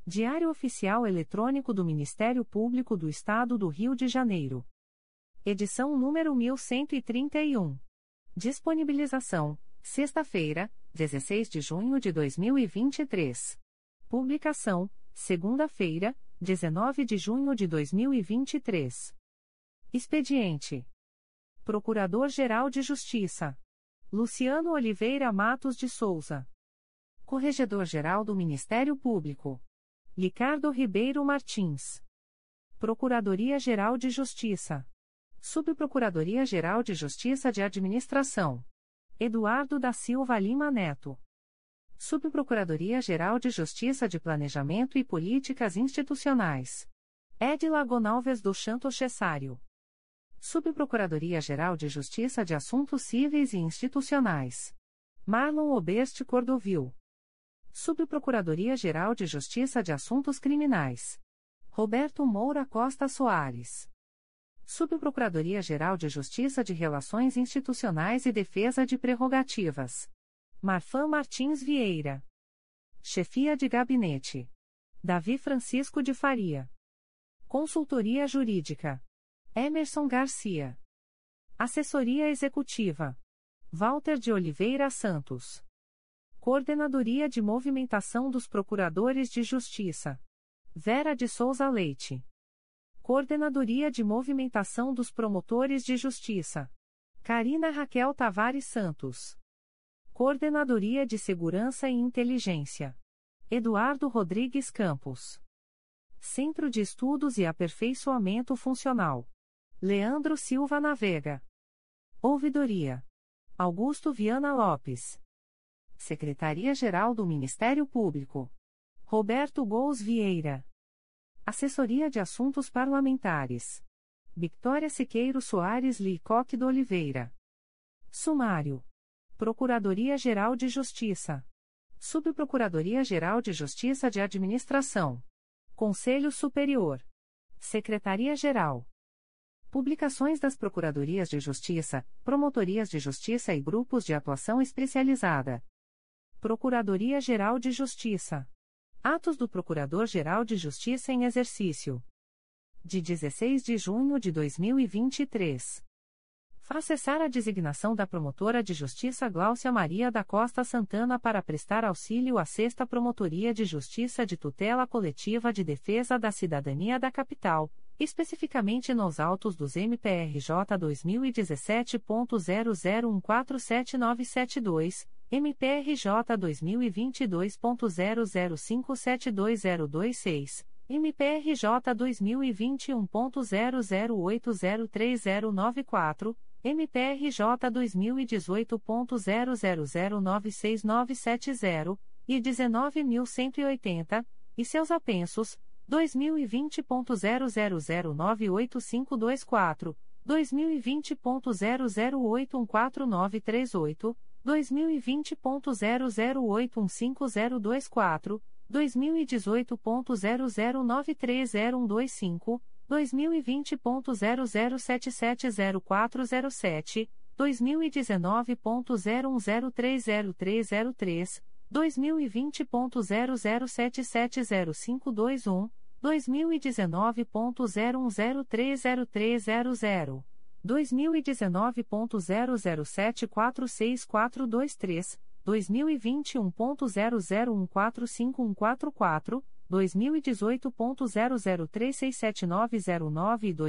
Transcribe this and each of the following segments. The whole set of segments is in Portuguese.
Diário Oficial Eletrônico do Ministério Público do Estado do Rio de Janeiro. Edição número 1131. Disponibilização: sexta-feira, 16 de junho de 2023. Publicação: segunda-feira, 19 de junho de 2023. Expediente: Procurador-Geral de Justiça Luciano Oliveira Matos de Souza. Corregedor-Geral do Ministério Público Ricardo Ribeiro Martins. Procuradoria-Geral de Justiça. Subprocuradoria-Geral de Justiça de Administração. Eduardo da Silva Lima Neto. Subprocuradoria-Geral de Justiça de Planejamento e Políticas Institucionais. Edila Gonalves do Santos Cessário. Subprocuradoria-Geral de Justiça de Assuntos Cíveis e Institucionais. Marlon Oberste Cordovil. Subprocuradoria-Geral de Justiça de Assuntos Criminais. Roberto Moura Costa Soares. Subprocuradoria-Geral de Justiça de Relações Institucionais e Defesa de Prerrogativas. Marfan Martins Vieira. Chefia de Gabinete: Davi Francisco de Faria. Consultoria Jurídica: Emerson Garcia. Assessoria Executiva: Walter de Oliveira Santos. Coordenadoria de Movimentação dos Procuradores de Justiça: Vera de Souza Leite. Coordenadoria de Movimentação dos Promotores de Justiça: Carina Raquel Tavares Santos. Coordenadoria de Segurança e Inteligência: Eduardo Rodrigues Campos. Centro de Estudos e Aperfeiçoamento Funcional: Leandro Silva Navega. Ouvidoria: Augusto Viana Lopes. Secretaria-Geral do Ministério Público: Roberto Gous Vieira. Assessoria de Assuntos Parlamentares: Victória Siqueiro Soares Licoque do Oliveira. Sumário: Procuradoria-Geral de Justiça. Subprocuradoria-Geral de Justiça de Administração. Conselho Superior. Secretaria-Geral. Publicações das Procuradorias de Justiça, Promotorias de Justiça e Grupos de Atuação Especializada. Procuradoria-Geral de Justiça. Atos do Procurador-Geral de Justiça em exercício. De 16 de junho de 2023. Faz cessar a designação da promotora de Justiça Gláucia Maria da Costa Santana para prestar auxílio à 6ª Promotoria de Justiça de Tutela Coletiva de Defesa da Cidadania da Capital, especificamente nos autos dos MPRJ 2017.00147972, MPRJ 2022.00572026, MPRJ 2021.00803094, MPRJ 2018.00096970 e 19.180, e seus apensos, 2020.00098524, 2020.00814938, 2020.00815024, 2018.00930125, 2020.00770407, 2019.01030303, 2020.00770521, 2019.01030300, 2019.00746423, 2021.00145144, 2018.00367909 e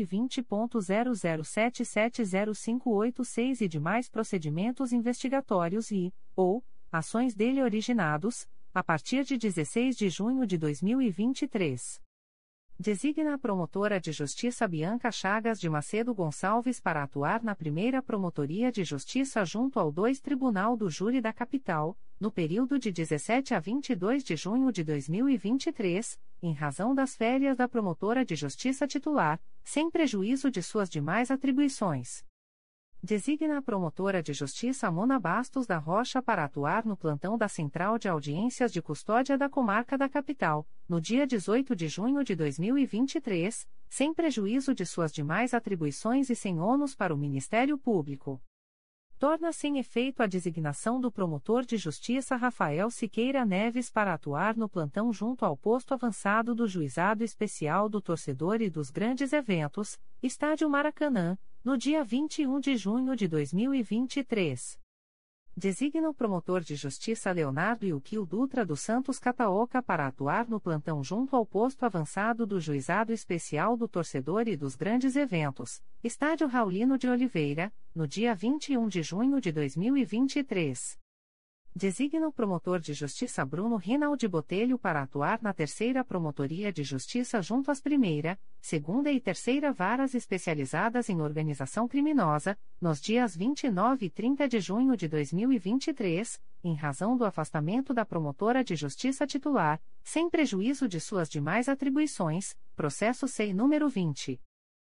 2020.00770586 e demais procedimentos investigatórios e, ou, ações dele originados, a partir de 16 de junho de 2023. Designa a promotora de Justiça Bianca Chagas de Macedo Gonçalves para atuar na primeira Promotoria de Justiça junto ao 2 Tribunal do Júri da Capital, no período de 17 a 22 de junho de 2023, em razão das férias da promotora de Justiça titular, sem prejuízo de suas demais atribuições. Designa a promotora de Justiça Mona Bastos da Rocha para atuar no plantão da Central de Audiências de Custódia da Comarca da Capital, no dia 18 de junho de 2023, sem prejuízo de suas demais atribuições e sem ônus para o Ministério Público. Torna-se em efeito a designação do promotor de justiça Rafael Siqueira Neves para atuar no plantão junto ao posto avançado do Juizado Especial do Torcedor e dos Grandes Eventos, Estádio Maracanã, no dia 21 de junho de 2023. Designa o promotor de justiça Leonardo Yuquil Dutra dos Santos Cataoca para atuar no plantão junto ao posto avançado do Juizado Especial do Torcedor e dos Grandes Eventos, Estádio Raulino de Oliveira, no dia 21 de junho de 2023. Designa o promotor de justiça Bruno Rinaldi Botelho para atuar na Terceira Promotoria de Justiça junto às Primeira, Segunda e Terceira Varas Especializadas em Organização Criminosa, nos dias 29 e 30 de junho de 2023, em razão do afastamento da promotora de justiça titular, sem prejuízo de suas demais atribuições, processo SEI número 20.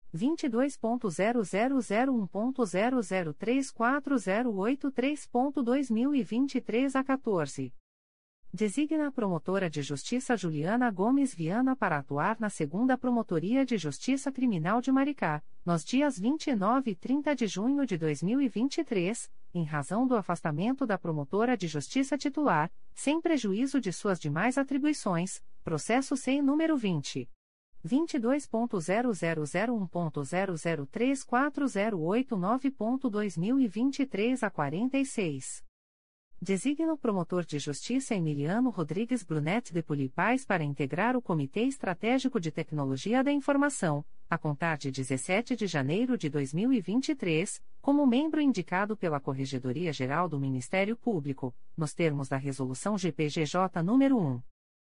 22.0001.0034083.2023 a 14. Designa a promotora de justiça Juliana Gomes Viana para atuar na 2ª Promotoria de Justiça Criminal de Maricá, nos dias 29 e 30 de junho de 2023, em razão do afastamento da promotora de justiça titular, sem prejuízo de suas demais atribuições, processo SEI número 20. 22.0001.0034089.2023 a 46. Designa o promotor de justiça Emiliano Rodrigues Brunet de Pulipais para integrar o Comitê Estratégico de Tecnologia da Informação, a contar de 17 de janeiro de 2023, como membro indicado pela Corregedoria-Geral do Ministério Público, nos termos da Resolução GPGJ nº 1.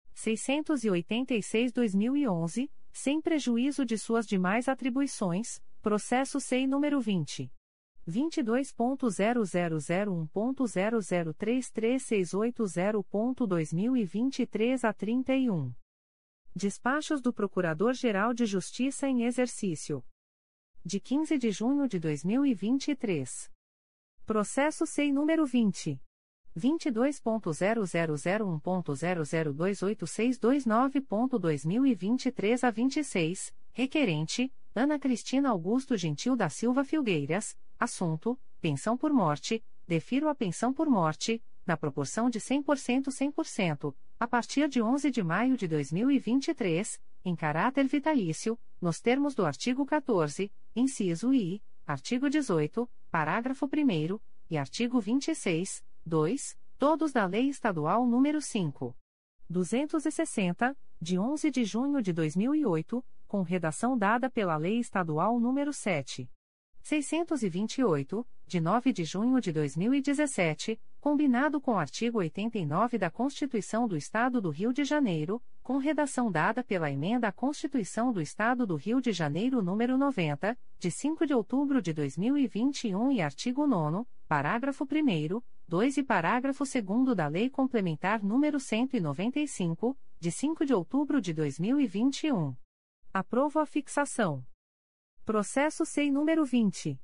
686/2011, sem prejuízo de suas demais atribuições, processo SEI número 20. 22.0001.0033680.2023 a 31. Despachos do Procurador-Geral de Justiça em Exercício. De 15 de junho de 2023. Processo SEI número 20. 22.0001.0028629.2023 a 26, requerente, Ana Cristina Augusto Gentil da Silva Filgueiras, assunto, pensão por morte, defiro a pensão por morte, na proporção de 100%, a partir de 11 de maio de 2023, em caráter vitalício, nos termos do artigo 14, inciso I, artigo 18, parágrafo 1º, e artigo 26, 2, todos da Lei Estadual nº 5. 260, de 11 de junho de 2008, com redação dada pela Lei Estadual nº 7. 628, de 9 de junho de 2017, combinado com o artigo 89 da Constituição do Estado do Rio de Janeiro, com redação dada pela Emenda à Constituição do Estado do Rio de Janeiro nº 90, de 5 de outubro de 2021 e artigo 9º, parágrafo 1º, 2 e parágrafo 2º da Lei Complementar nº 195, de 5 de outubro de 2021. Aprovo a fixação. Processo SEI número 20.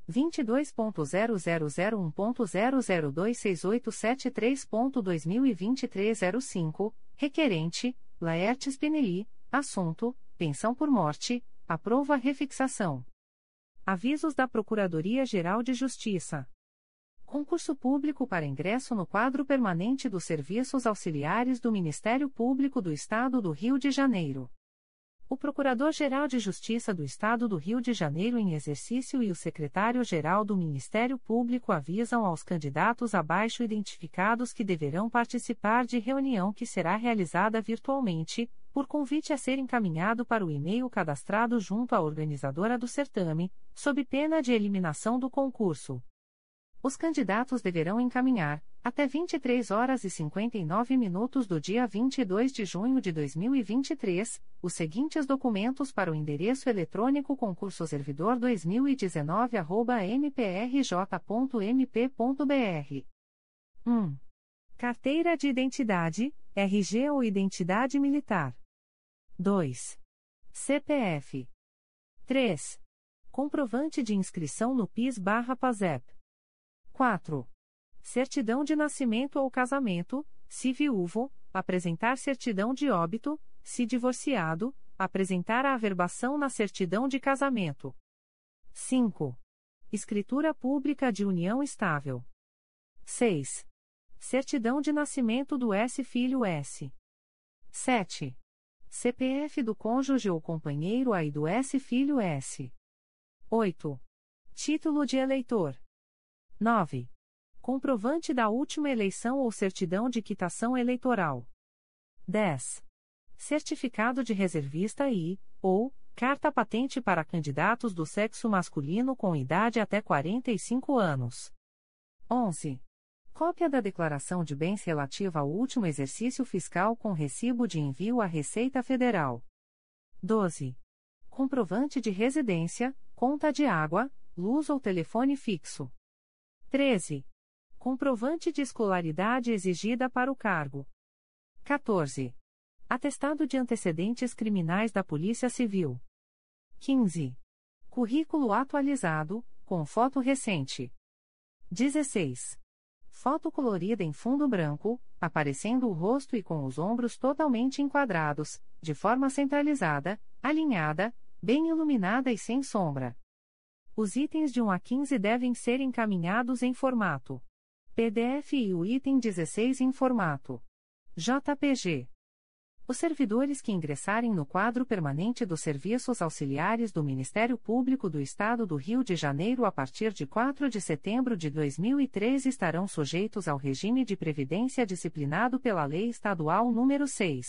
22.0001.0026873.2023 05, requerente, Laertes Pinelli, assunto, pensão por morte, aprova a refixação. Avisos da Procuradoria-Geral de Justiça. Concurso público para ingresso no quadro permanente dos serviços auxiliares do Ministério Público do Estado do Rio de Janeiro. O Procurador-Geral de Justiça do Estado do Rio de Janeiro em exercício e o Secretário-Geral do Ministério Público avisam aos candidatos abaixo identificados que deverão participar de reunião que será realizada virtualmente, por convite a ser encaminhado para o e-mail cadastrado junto à organizadora do certame, sob pena de eliminação do concurso. Os candidatos deverão encaminhar, até 23 horas e 59 minutos do dia 22 de junho de 2023, os seguintes documentos para o endereço eletrônico concursoservidor2019@mprj.mp.br. 1. Carteira de identidade, RG ou identidade militar. 2. CPF. 3. Comprovante de inscrição no PIS/PASEP. 4. Certidão de nascimento ou casamento, se viúvo, apresentar certidão de óbito, se divorciado, apresentar a averbação na certidão de casamento. 5. Escritura pública de união estável. 6. Certidão de nascimento do S-filho S. 7. CPF do cônjuge ou companheiro aí do S-filho S. 8. Título de eleitor. 9. Comprovante da última eleição ou certidão de quitação eleitoral. 10. Certificado de reservista e, ou, carta patente para candidatos do sexo masculino com idade até 45 anos. 11. Cópia da declaração de bens relativa ao último exercício fiscal com recibo de envio à Receita Federal. 12. Comprovante de residência, conta de água, luz ou telefone fixo. 13. Comprovante de escolaridade exigida para o cargo. 14. Atestado de antecedentes criminais da Polícia Civil. 15. Currículo atualizado, com foto recente. 16. Foto colorida em fundo branco, aparecendo o rosto e com os ombros totalmente enquadrados, de forma centralizada, alinhada, bem iluminada e sem sombra. Os itens de 1 a 15 devem ser encaminhados em formato PDF e o item 16 em formato JPG. Os servidores que ingressarem no quadro permanente dos serviços auxiliares do Ministério Público do Estado do Rio de Janeiro a partir de 4 de setembro de 2013 estarão sujeitos ao regime de previdência disciplinado pela Lei Estadual nº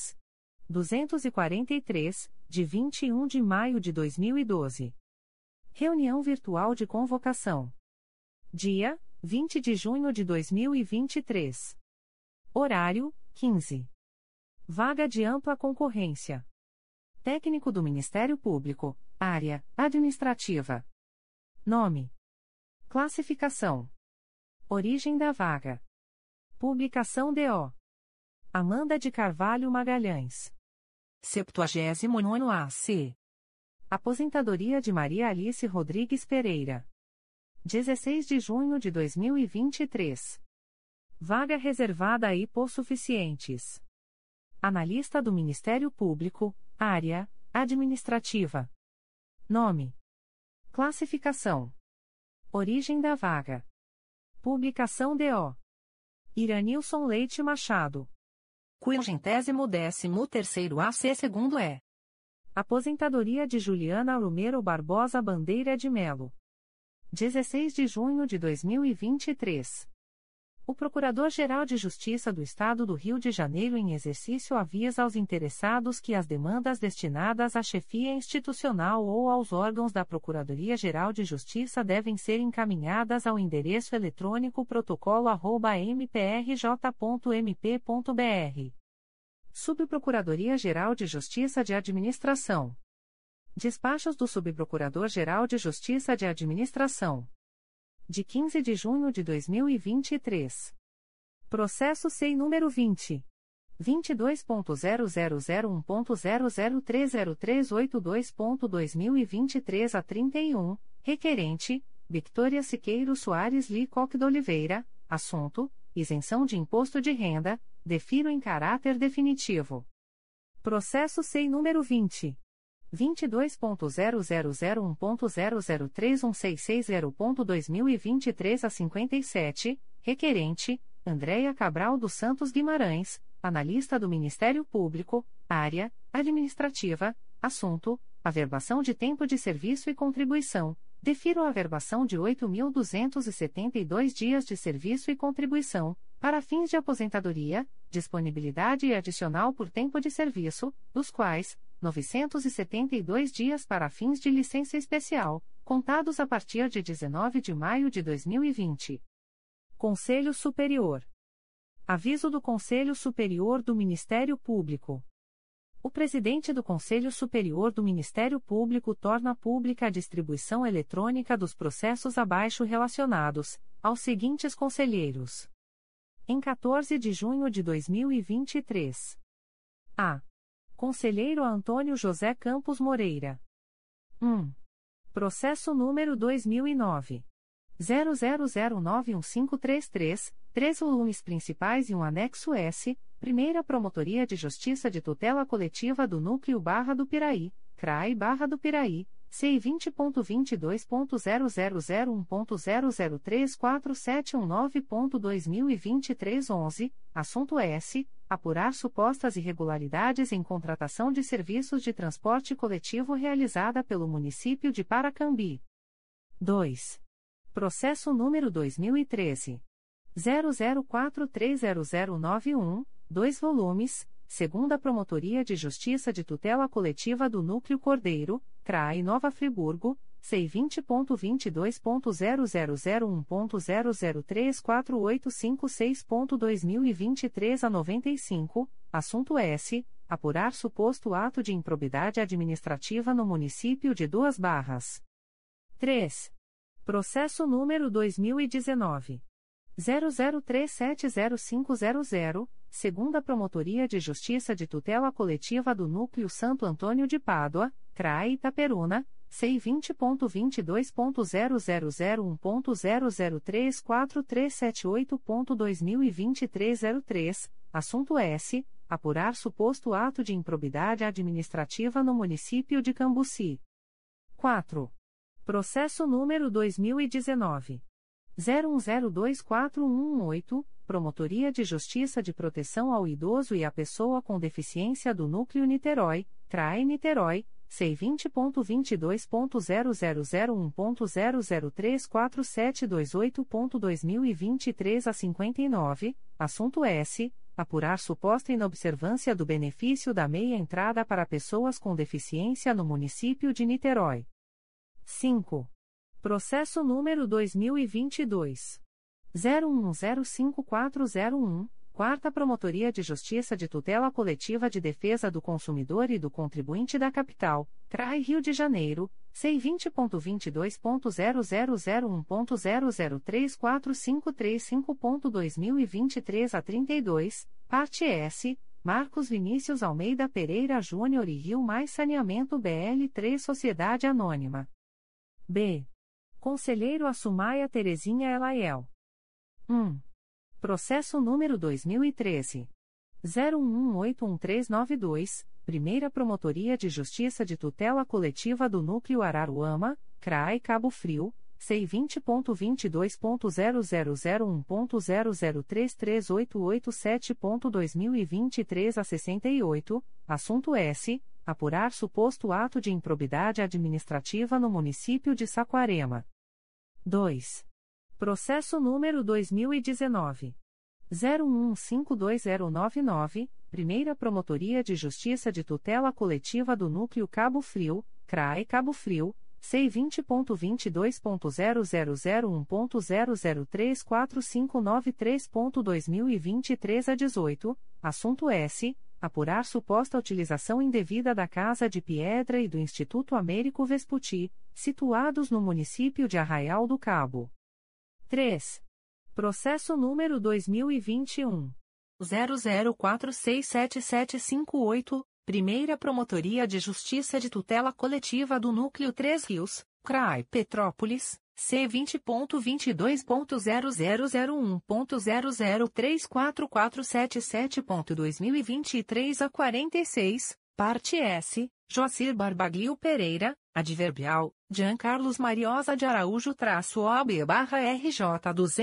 6.243, de 21 de maio de 2012. Reunião virtual de convocação. Dia: 20 de junho de 2023. Horário: 15. Vaga de ampla concorrência. Técnico do Ministério Público, área administrativa. Nome. Classificação. Origem da vaga. Publicação DO. Amanda de Carvalho Magalhães. 79º AC. Aposentadoria de Maria Alice Rodrigues Pereira. 16 de junho de 2023. Vaga reservada a hipossuficientes. Analista do Ministério Público, área administrativa. Nome. Classificação. Origem da vaga. Publicação DO. Iranilson Leite Machado. 43º AC segundo é. Aposentadoria de Juliana Romero Barbosa Bandeira de Melo. 16 de junho de 2023. O Procurador-Geral de Justiça do Estado do Rio de Janeiro em exercício avisa aos interessados que as demandas destinadas à chefia institucional ou aos órgãos da Procuradoria-Geral de Justiça devem ser encaminhadas ao endereço eletrônico protocolo@mprj.mp.br. Subprocuradoria-Geral de Justiça de Administração. Despachos do Subprocurador-Geral de Justiça de Administração. De 15 de junho de 2023. Processo SEI número 20. 22.0001.0030382.2023 a 31, requerente, Victoria Siqueiro Soares Licoque de Oliveira, assunto, isenção de imposto de renda, defiro em caráter definitivo. Processo SEI número 20. 22.0001.0031660.2023 a 57, requerente, Andréia Cabral dos Santos Guimarães, analista do Ministério Público, área administrativa, assunto, averbação de tempo de serviço e contribuição, defiro a averbação de 8.272 dias de serviço e contribuição, para fins de aposentadoria, disponibilidade e adicional por tempo de serviço, dos quais 972 dias para fins de licença especial, contados a partir de 19 de maio de 2020. Conselho Superior. Aviso do Conselho Superior do Ministério Público. O presidente do Conselho Superior do Ministério Público torna pública a distribuição eletrônica dos processos abaixo relacionados, aos seguintes conselheiros. Em 14 de junho de 2023. A. Conselheiro Antônio José Campos Moreira. 1. Processo número 2009. 00091533, 3 volumes principais e um anexo S, Primeira Promotoria de Justiça de Tutela Coletiva do Núcleo Barra do Piraí, CRAI Barra do Piraí, C20.22.0001.0034719.2023 11, assunto S. Apurar supostas irregularidades em contratação de serviços de transporte coletivo realizada pelo município de Paracambi. 2. Processo número 2013. 00430091, 2 volumes, segunda Promotoria de Justiça de Tutela Coletiva do Núcleo Cordeiro, CRAI Nova Friburgo, C20.22.0001.0034856.2023 a 95, assunto S. Apurar suposto ato de improbidade administrativa no município de Duas Barras. 3. Processo número 2019. 00370500, segunda Promotoria de Justiça de Tutela Coletiva do Núcleo Santo Antônio de Pádua, CRAI Itaperuna, C20.22.0001.0034378.2023 03, assunto S. Apurar suposto ato de improbidade administrativa no município de Cambuci. 4. Processo número 2019. 01024118, Promotoria de Justiça de Proteção ao Idoso e à Pessoa com Deficiência do Núcleo Niterói, CRAE Niterói, C20.22.0001.0034728.2023 a 59, assunto S. Apurar suposta inobservância do benefício da meia entrada para pessoas com deficiência no município de Niterói. 5. Processo número 2022. 01105401, Quarta Promotoria de Justiça de Tutela Coletiva de Defesa do Consumidor e do Contribuinte da Capital, CRAI Rio de Janeiro, C20.22.0001.0034535.2023 a 32, parte S, Marcos Vinícius Almeida Pereira Júnior e Rio Mais Saneamento BL3 Sociedade Anônima. B. Conselheiro Assumaia Terezinha Elaiel. 1. Processo número 2013. 01181392, Primeira Promotoria de Justiça de Tutela Coletiva do Núcleo Araruama, CRAI Cabo Frio, C20.22.0001.0033887.2023 a 68, assunto S. Apurar suposto ato de improbidade administrativa no município de Saquarema. 2. Processo número 2019. 01152099, Primeira Promotoria de Justiça de Tutela Coletiva do Núcleo Cabo Frio, CRAE Cabo Frio, C20.22.0001.0034593.2023 a 18, assunto S. Apurar suposta utilização indevida da Casa de Piedra e do Instituto Américo Vespucci, situados no município de Arraial do Cabo. 3. Processo número 2021. 00467758, Primeira Promotoria de Justiça de Tutela Coletiva do Núcleo 3 Rios, CRAI Petrópolis, C20.22.0001.0034477.2023 a 46, parte S, Joacir Barbaglio Pereira, adverbial, Jean Carlos Mariosa de Araújo-OB-RJ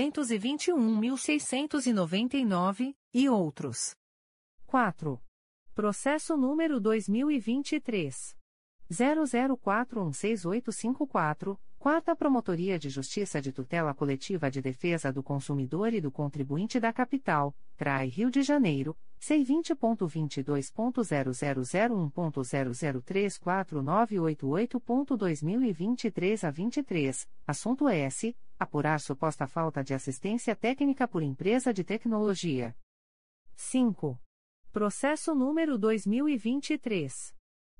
221.699, e outros. 4. Processo número 2023. 00416854, Quarta Promotoria de Justiça de Tutela Coletiva de Defesa do Consumidor e do Contribuinte da Capital, CRAI Rio de Janeiro, C20.22.0001.0034988.2023 a 23, assunto S. Apurar suposta falta de assistência técnica por empresa de tecnologia. 5. Processo número 2023.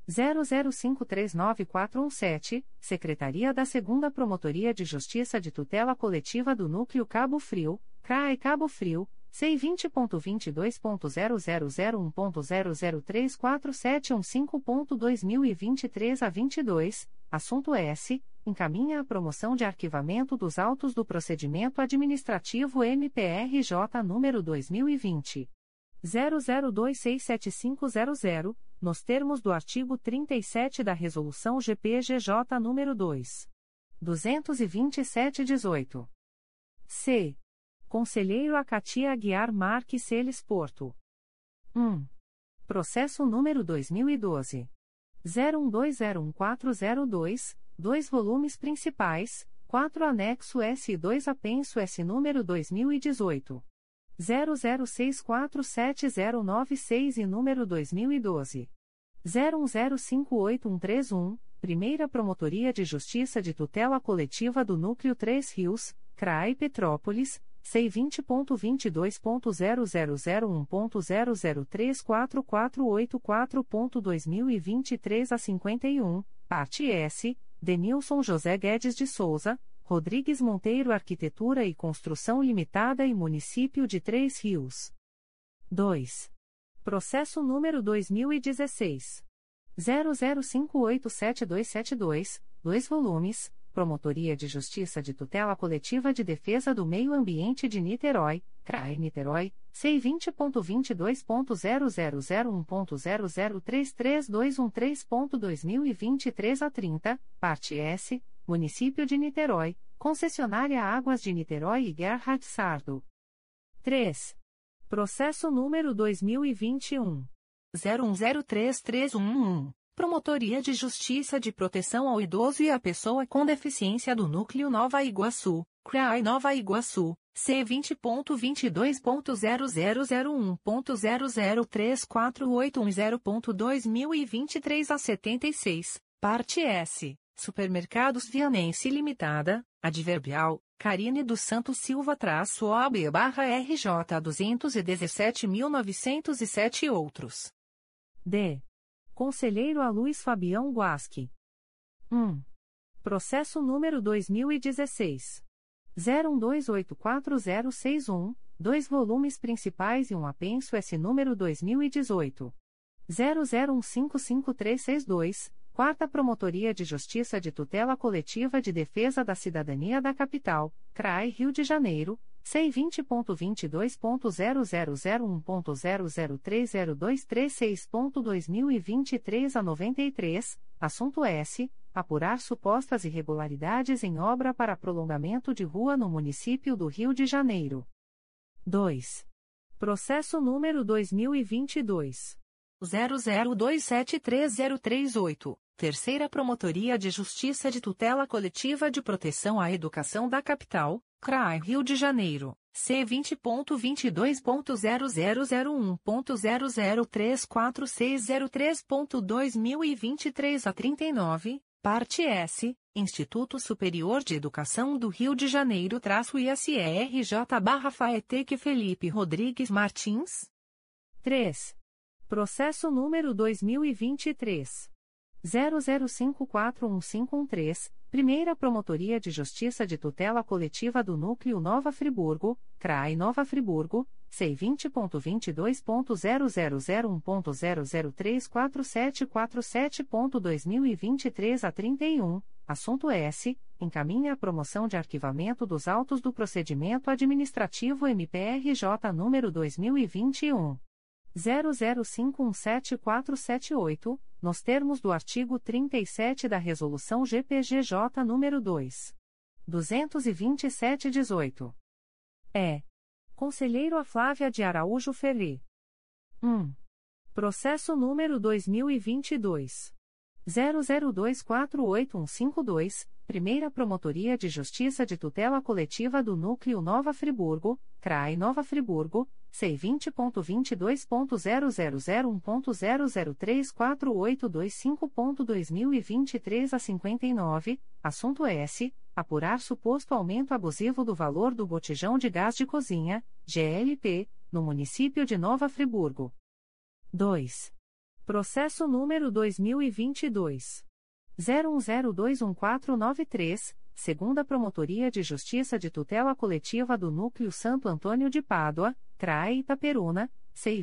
00539417, Secretaria da 2ª Promotoria de Justiça de Tutela Coletiva do Núcleo Cabo Frio, CRAE Cabo Frio, C20.22.0001.0034715.2023 a 22, assunto S. Encaminha a promoção de arquivamento dos autos do procedimento administrativo MPRJ número 2020. 00267500, nos termos do artigo 37 da Resolução GPGJ nº 2. 227-18. C. Conselheiro Acatia Aguiar Marques Celes Porto. 1. Processo número 2012. 01201402, 2 volumes principais, 4 anexo S e 2 apenso S número 2018. 00647096 e número 2012. 01058131, Primeira Promotoria de Justiça de Tutela Coletiva do Núcleo 3 Rios, CRAI Petrópolis, C20.22.0001.0034484.2023 a 51, parte S, Denilson José Guedes de Souza, Rodrigues Monteiro Arquitetura e Construção Limitada e Município de Três Rios. 2. Processo número 2016. 00587272, 2 volumes, Promotoria de Justiça de Tutela Coletiva de Defesa do Meio Ambiente de Niterói, CRAI Niterói, C20.22.0001.0033213.2023 a 30, parte S, Município de Niterói, Concessionária Águas de Niterói e Gerhard Sardo. 3. Processo número 2021. 01033111. Promotoria de Justiça de Proteção ao Idoso e à Pessoa com Deficiência do Núcleo Nova Iguaçu, CRAI Nova Iguaçu, C20.22.0001.0034810.2023 a 76, parte S, Supermercados Vianense Limitada, Adverbial, Carine dos Santos Silva-OAB-RJ 217.907 e outros. D. Conselheiro Luiz Fabião Guasque. 1. Processo número 2016. 01284061, 2 volumes principais e um apenso S número 2018. 00155362, 4ª Promotoria de Justiça de Tutela Coletiva de Defesa da Cidadania da Capital, CRAI Rio de Janeiro, C20.22.0001.0030236.2023 a 93, assunto S. Apurar supostas irregularidades em obra para prolongamento de rua no município do Rio de Janeiro. 2. Processo número 2022. 00273038, Terceira Promotoria de Justiça de Tutela Coletiva de Proteção à Educação da Capital, CRAI Rio de Janeiro, C20.22.0001.0034603.2023 a 39, parte S, Instituto Superior de Educação do Rio de Janeiro-ISERJ/FAETEC Felipe Rodrigues Martins. 3. Processo número 2023. 00541513, Primeira Promotoria de Justiça de Tutela Coletiva do Núcleo Nova Friburgo, CRAI Nova Friburgo, C20.22.0001.0034747.2023 a 31, assunto S. Encaminha a promoção de arquivamento dos autos do procedimento administrativo MPRJ número 2021. 00517478, nos termos do artigo 37 da Resolução GPGJ nº 2. 227-18. É. Conselheiro a Flávia de Araújo Ferri. 1. Processo número 2022. 00248152, Primeira Promotoria de Justiça de Tutela Coletiva do Núcleo Nova Friburgo, CRAI Nova Friburgo, C20.22.0001.0034825.2023 a 59, assunto S. Apurar suposto aumento abusivo do valor do botijão de gás de cozinha, GLP, no município de Nova Friburgo. 2. Processo número 2022. 01021493, Segunda Promotoria de Justiça de Tutela Coletiva do Núcleo Santo Antônio de Pádua, CRAI Itaperuna,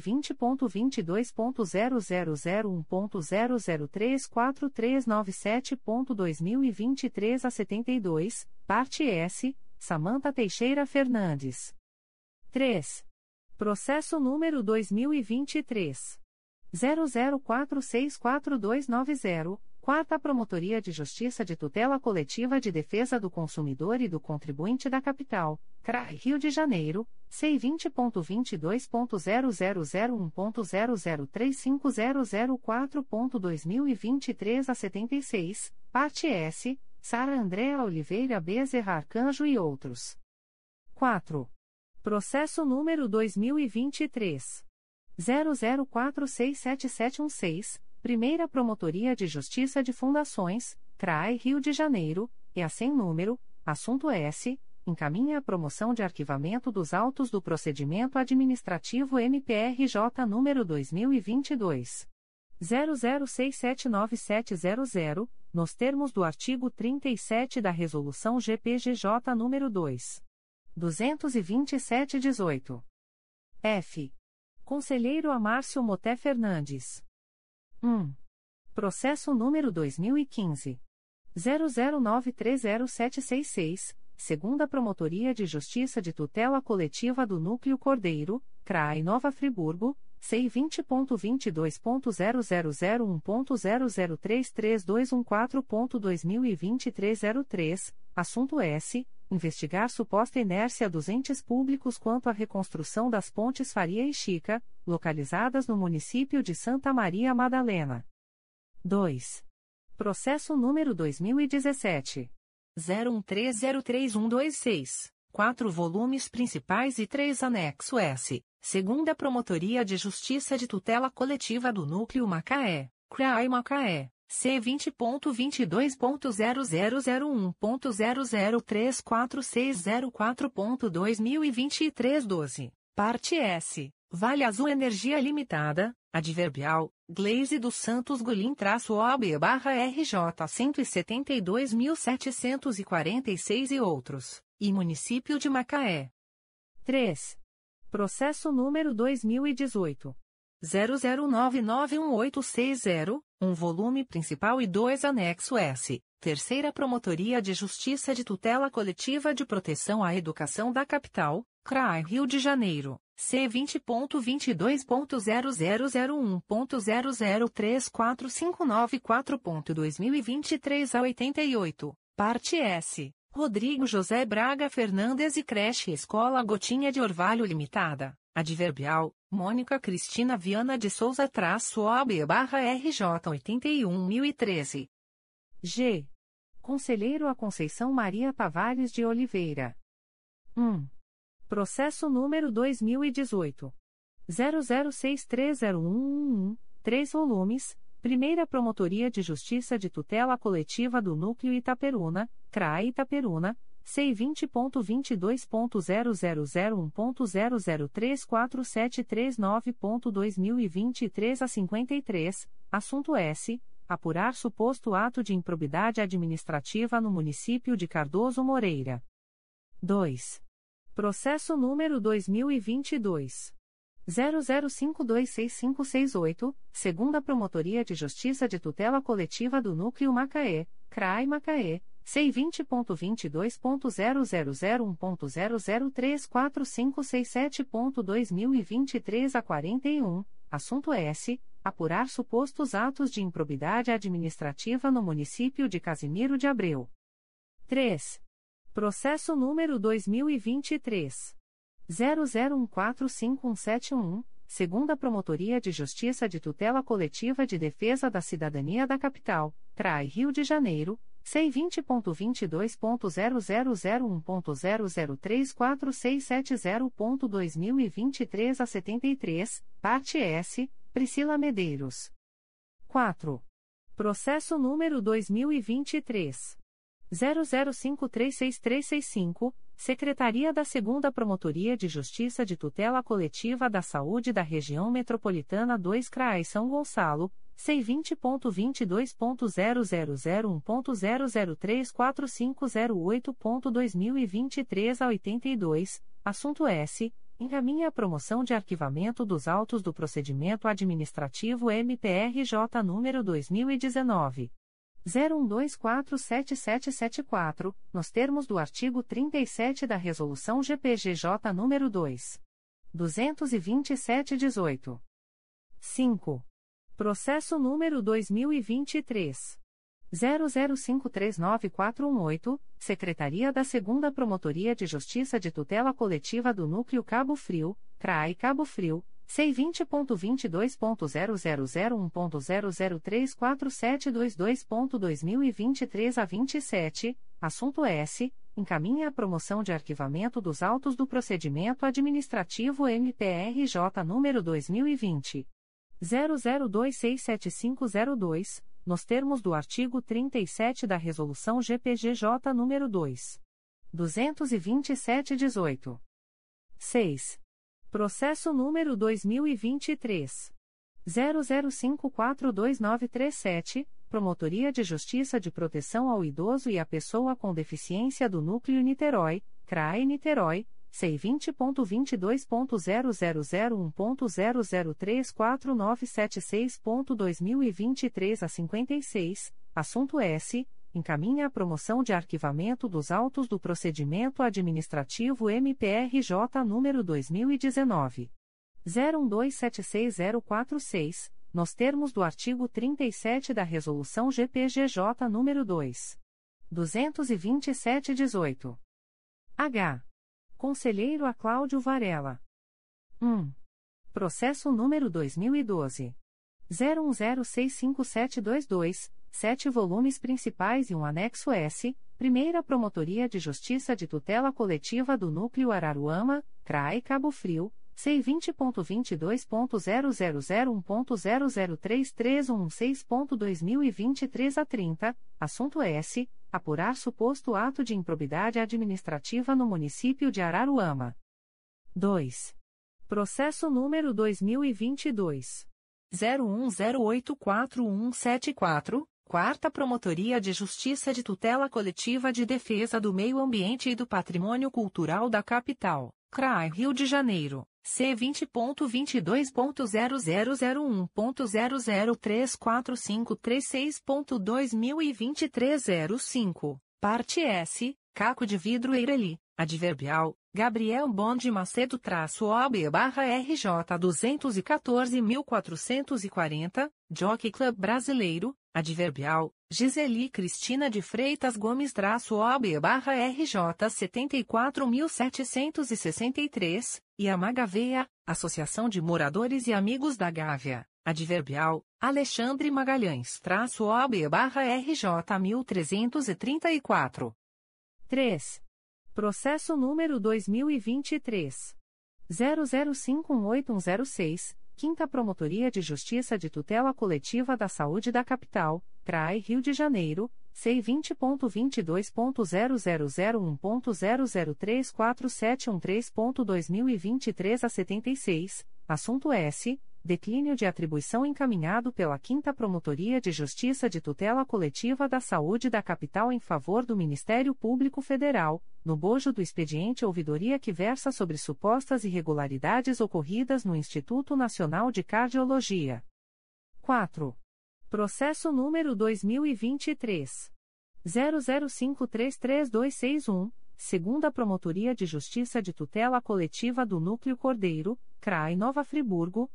C20.22.0001.0034397.2023 a 72, parte S, Samanta Teixeira Fernandes. 3. Processo número 2023. 00464290, Quarta Promotoria de Justiça de Tutela Coletiva de Defesa do Consumidor e do Contribuinte da Capital, CRAI Rio de Janeiro, C20.22.0001.0035004.2023 a 76, parte S, Sara Andréa Oliveira Bezerra Arcanjo e outros. 4. Processo número 2023. 00467716, Primeira Promotoria de Justiça de Fundações, CRAI Rio de Janeiro, EA sem número, assunto S, encaminha a promoção de arquivamento dos autos do procedimento administrativo MPRJ número 2022. 00679700, nos termos do artigo 37 da Resolução GPGJ nº 2. 227-18. F. Conselheiro Amárcio Moté Fernandes. 1. Processo número 2015. 00930766, Segunda Promotoria de Justiça de Tutela Coletiva do Núcleo Cordeiro, CRAI Nova Friburgo, C20.22.0001.0033214.2023 03, assunto S. Investigar suposta inércia dos entes públicos quanto à reconstrução das pontes Faria e Chica, localizadas no município de Santa Maria Madalena. 2. Processo número 2017. 01303126, 4 volumes principais e 3 anexo S, Segunda Promotoria de Justiça de Tutela Coletiva do Núcleo Macaé, CRAI Macaé, C20.22.0001.0034604.2023 12, parte S, Vale Azul Energia Limitada, adverbial, Gleise dos Santos Golim-OAB-RJ 172.746 e outros, e Município de Macaé. 3. Processo número 2018. 00991860, um volume principal e 2 anexo S, Terceira Promotoria de Justiça de Tutela Coletiva de Proteção à Educação da Capital, CRAI Rio de Janeiro, C20.22.0001.0034594.2023 a 88, parte S, Rodrigo José Braga Fernandes e Creche Escola Gotinha de Orvalho Limitada, adverbial, Mônica Cristina Viana de Souza-OAB-RJ 81.013. G. Conselheiro a Conceição Maria Tavares de Oliveira. 1. Processo número 2018. 00630111, 3 volumes, Primeira Promotoria de Justiça de Tutela Coletiva do Núcleo Itaperuna, CRAI Itaperuna, C20.22.0001.0034739.2023 a 53, assunto S. Apurar suposto ato de improbidade administrativa no município de Cardoso Moreira. 2. Processo número 2022. 00526568, Segunda Promotoria de Justiça de Tutela Coletiva do Núcleo Macaé, CRAI Macaé, C20.22.0001.0034567.2023 a 41, assunto S. Apurar supostos atos de improbidade administrativa no município de Casimiro de Abreu. 3. Processo número 2023. 00145171, Segunda Promotoria de Justiça de Tutela Coletiva de Defesa da Cidadania da Capital, CRAI Rio de Janeiro, C20.22.0001.0034670.2023 a 73, parte S, Priscila Medeiros. 4. Processo número 2023. 00536365, Secretaria da 2ª Promotoria de Justiça de Tutela Coletiva da Saúde da Região Metropolitana 2 CRAI São Gonçalo, C20.22.0001.0034508.2023 a 82, assunto S. Encaminha a promoção de arquivamento dos autos do procedimento administrativo MPRJ número 2019. 01247774, nos termos do artigo 37 da Resolução GPGJ nº 2. 227-18. 5. Processo número 2023. 00539418, Secretaria da 2ª Promotoria de Justiça de Tutela Coletiva do Núcleo Cabo Frio, CRAI Cabo Frio, C20.22.0001.0034722.2023 a 27, assunto S. Encaminha a promoção de arquivamento dos autos do procedimento administrativo MPRJ número 2020. 00267502, nos termos do artigo 37 da Resolução GPGJ nº 2. 227-18. 6. Processo número 2023. 00542937, Promotoria de Justiça de Proteção ao Idoso e à Pessoa com Deficiência do Núcleo Niterói, CRAE Niterói, C20.22.0001.0034976.2023 a 56, assunto S. Encaminha a promoção de arquivamento dos autos do procedimento administrativo MPRJ número 2019. 01276046, nos termos do artigo 37 da Resolução GPGJ número 2. 227-18. H. Conselheiro a Cláudio Varela. 1. Processo número 2012. 01065722, 7 volumes principais e um anexo S, Primeira Promotoria de Justiça de Tutela Coletiva do Núcleo Araruama, CRAE Cabo Frio, C20.22.0001.0033116.2023 a 30, assunto S. Apurar suposto ato de improbidade administrativa no município de Araruama. 2. Processo número 2022. 01084174, Quarta Promotoria de Justiça de Tutela Coletiva de Defesa do Meio Ambiente e do Patrimônio Cultural da Capital, CRAI Rio de Janeiro, C20.22.0001.0034536.2023 05, parte S, Caco de Vidro Eireli, adverbial, Gabriel Bonde Macedo-OB-RJ 214.440, Jockey Club Brasileiro, adverbial, Giseli Cristina de Freitas Gomes-OB-RJ 74.763, Yamagaveia, Associação de Moradores e Amigos da Gávea, adverbial, Alexandre Magalhães-OB-RJ 1334. 3. Processo número 2023. 00518106, Quinta Promotoria de Justiça de Tutela Coletiva da Saúde da Capital, CRAI Rio de Janeiro, C20.22.0001.0034713.2023 a 76, assunto S. Declínio de atribuição encaminhado pela Quinta Promotoria de Justiça de Tutela Coletiva da Saúde da Capital em favor do Ministério Público Federal, no bojo do expediente ouvidoria que versa sobre supostas irregularidades ocorridas no Instituto Nacional de Cardiologia. 4. Processo número 2023. 00533261, Segunda Promotoria de Justiça de Tutela Coletiva do Núcleo Cordeiro, CRAI Nova Friburgo,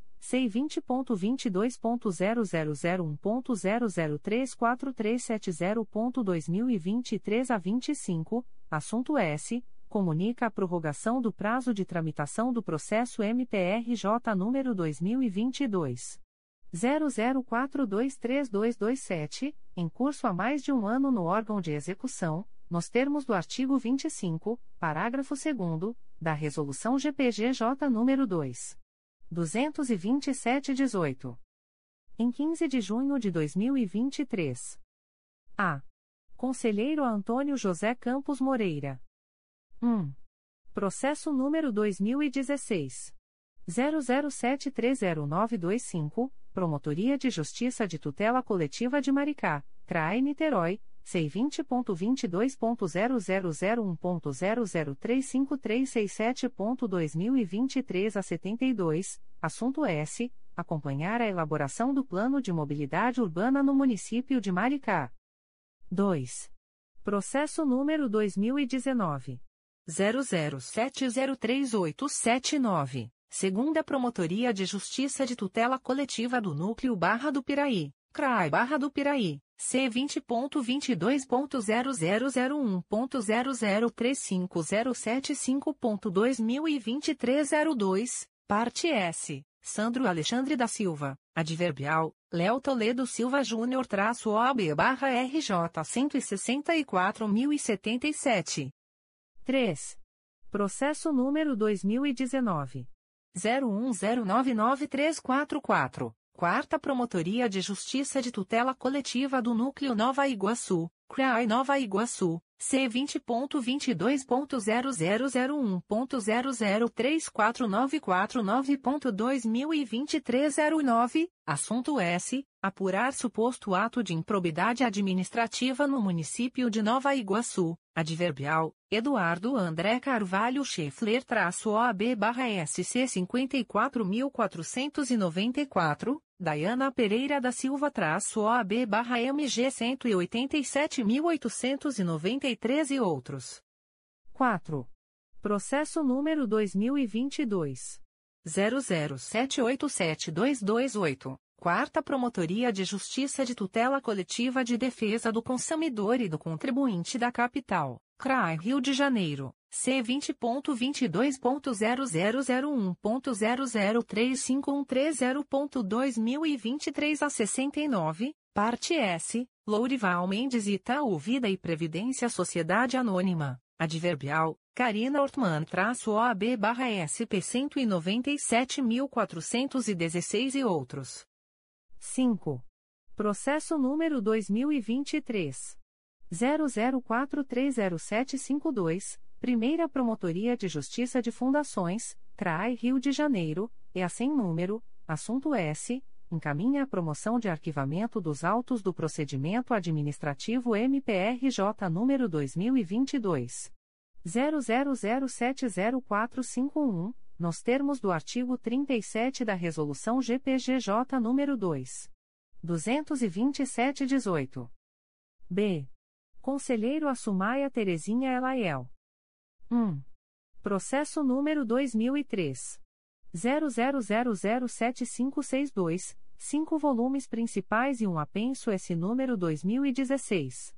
C20.22.0001.0034370.2023 a 25, assunto S. Comunica a prorrogação do prazo de tramitação do processo MPRJ número 2022. 00423227, em curso há mais de um ano no órgão de execução, nos termos do artigo 25, parágrafo 2º, da Resolução GPGJ nº 2. 227-18. Em 15 de junho de 2023. A. Conselheiro Antônio José Campos Moreira. 1. Processo número 2016. 00730925, Promotoria de Justiça de Tutela Coletiva de Maricá, CRAE Niterói, C20.22.0001.0035367.2023 a 72, assunto S. Acompanhar a elaboração do Plano de Mobilidade Urbana no município de Maricá. 2. Processo número 2019. 00703879, Segunda Promotoria de Justiça de Tutela Coletiva do Núcleo Barra do Piraí, CRAI Barra do Piraí, C20.22.0001.0035075.2023 Parte S. Sandro Alexandre da Silva, adverbial, Léo Toledo Silva Júnior-OAB-RJ 164.077. 3. Processo número 2019. 01099344, Quarta Promotoria de Justiça de Tutela Coletiva do Núcleo Nova Iguaçu, CRAI Nova Iguaçu, C20.22.0001.0034949.2023 09, assunto S. Apurar suposto ato de improbidade administrativa no município de Nova Iguaçu, adverbial, Eduardo André Carvalho Scheffler-OAB-SC 54.494, Daiana Pereira da Silva-OAB-MG 187.893 e outros. 4. Processo número 2022. 00787228, Quarta Promotoria de Justiça de Tutela Coletiva de Defesa do Consumidor e do Contribuinte da Capital, CRAI Rio de Janeiro, C20.22.0001.0035130.2023 a 69, Parte S, Lourival Mendes Itaú Vida e Previdência Sociedade Anônima, adverbial, Karina Ortmann-OAB-SP 197.416 e outros. 5. Processo número 2023. 00430752, Primeira Promotoria de Justiça de Fundações, CRAI Rio de Janeiro, EA sem número, assunto S. Encaminha a promoção de arquivamento dos autos do procedimento administrativo MPRJ número 2022. 00070451, nos termos do artigo 37 da Resolução GPGJ nº 2. 227-18. B. Conselheiro Assumaia Terezinha Elaiel. 1. Processo número 2003. 00007562, 5 volumes principais e um apenso S número 2016.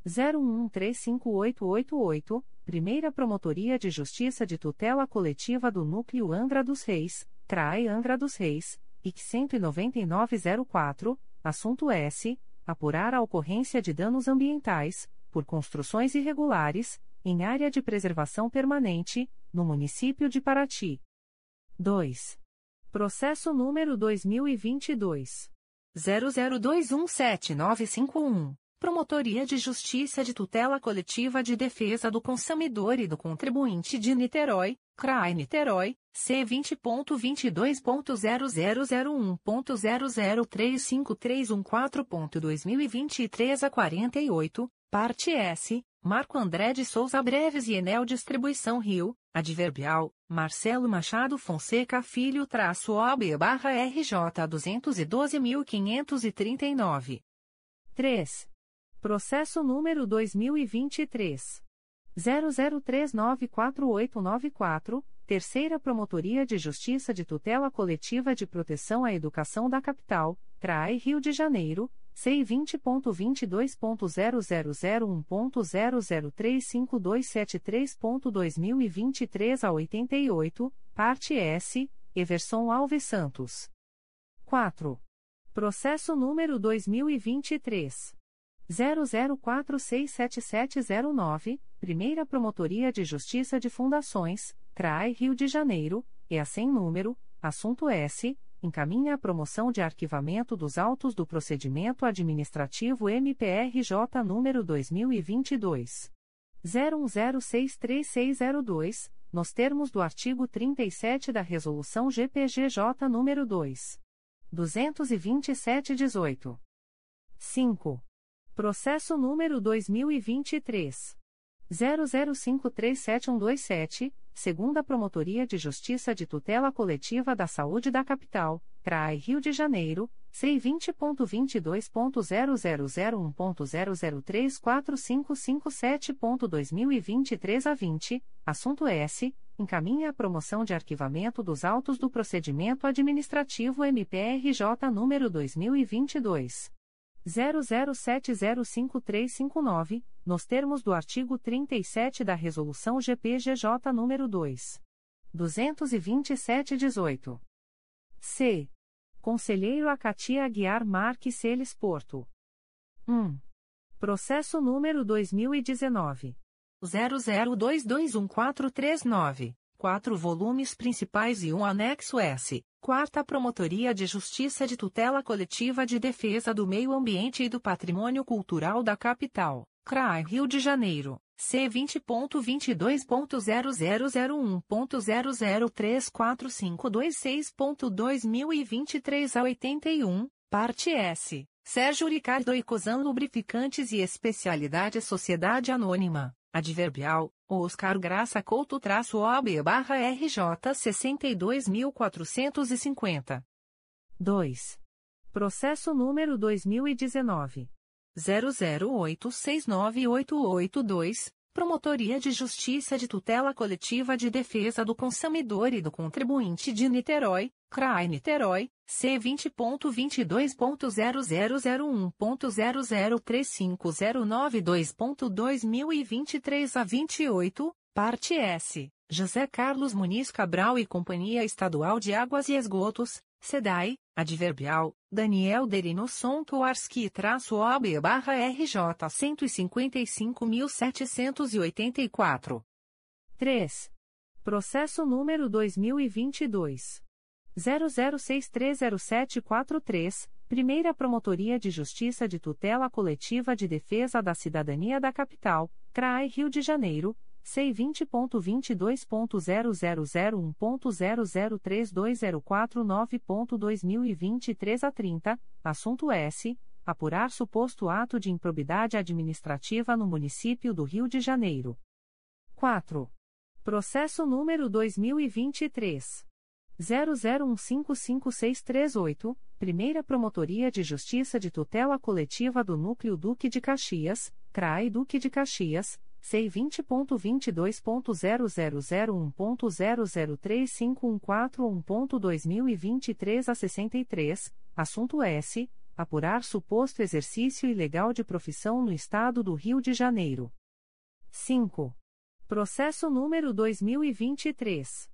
01135888, Primeira Promotoria de Justiça de Tutela Coletiva do Núcleo Angra dos Reis, CRAI Angra dos Reis, IC 19904, assunto S. Apurar a ocorrência de danos ambientais, por construções irregulares, em área de preservação permanente, no município de Paraty. 2. Processo número 2022. 00217951. Promotoria de Justiça de Tutela Coletiva de Defesa do Consumidor e do Contribuinte de Niterói, CRAI Niterói, C20.22.0001.0035314.2023 a 48, Parte S, Marco André de Souza Breves e Enel Distribuição Rio, adverbial, Marcelo Machado Fonseca Filho-OAB-RJ 212.539. 3. Processo número 2023. 00394894, Terceira Promotoria de Justiça de Tutela Coletiva de Proteção à Educação da Capital, CRAI Rio de Janeiro, C20.22.0001.0035273.2023 a 88, Parte S, Everson Alves Santos. 4. Processo número 2023. 00467709, Primeira Promotoria de Justiça de Fundações, CRAI Rio de Janeiro, EA sem número, assunto S. Encaminha a promoção de arquivamento dos autos do procedimento administrativo MPRJ número 2022. 01063602, nos termos do artigo 37 da Resolução GPGJ número 2. 227-18. 5. Processo número 2023. 00537127, Segunda Promotoria de Justiça de Tutela Coletiva da Saúde da Capital, CRAI Rio de Janeiro, C20.22.0001.0034557.2023 a 20, assunto S. encaminha a promoção de arquivamento dos autos do procedimento administrativo MPRJ número 2022 00705359, nos termos do artigo 37 da Resolução GPGJ número 22718. C. Conselheiro Acatia Aguiar Marques Celes Porto. 1. Processo número 2019. 00221439, 4 volumes principais e um anexo S, 4ª Promotoria de Justiça de Tutela Coletiva de Defesa do Meio Ambiente e do Patrimônio Cultural da Capital, CRAI Rio de Janeiro, C20.22.0001.0034526.2023 a 81, parte S, Sérgio Ricardo e Cosan Lubrificantes e Especialidade Sociedade Anônima. Adverbial, Oscar Graça Couto-OB-RJ 62.450. 2. Processo número 2019. 00869882, Promotoria de Justiça de Tutela Coletiva de Defesa do Consumidor e do Contribuinte de Niterói, CRAI Niterói, C20.22.0001.0035092.2023 a 28, parte S, José Carlos Muniz Cabral e Companhia Estadual de Águas e Esgotos, SEDAI, adverbial, Daniel Derino Sontoarski-OB-RJ 155.784. 3. Processo número 2022. 00630743, Primeira Promotoria de Justiça de Tutela Coletiva de Defesa da Cidadania da Capital, CRAI Rio de Janeiro, C20.22.0001.0032049.2023 a 30, assunto S. Apurar suposto ato de improbidade administrativa no município do Rio de Janeiro. 4. Processo número 2023. 00155638, Primeira Promotoria de Justiça de Tutela Coletiva do Núcleo Duque de Caxias, CRAI Duque de Caxias, C20.22.0001.0035141.2023 a 63, assunto S. Apurar suposto exercício ilegal de profissão no Estado do Rio de Janeiro. 5. Processo número 2023.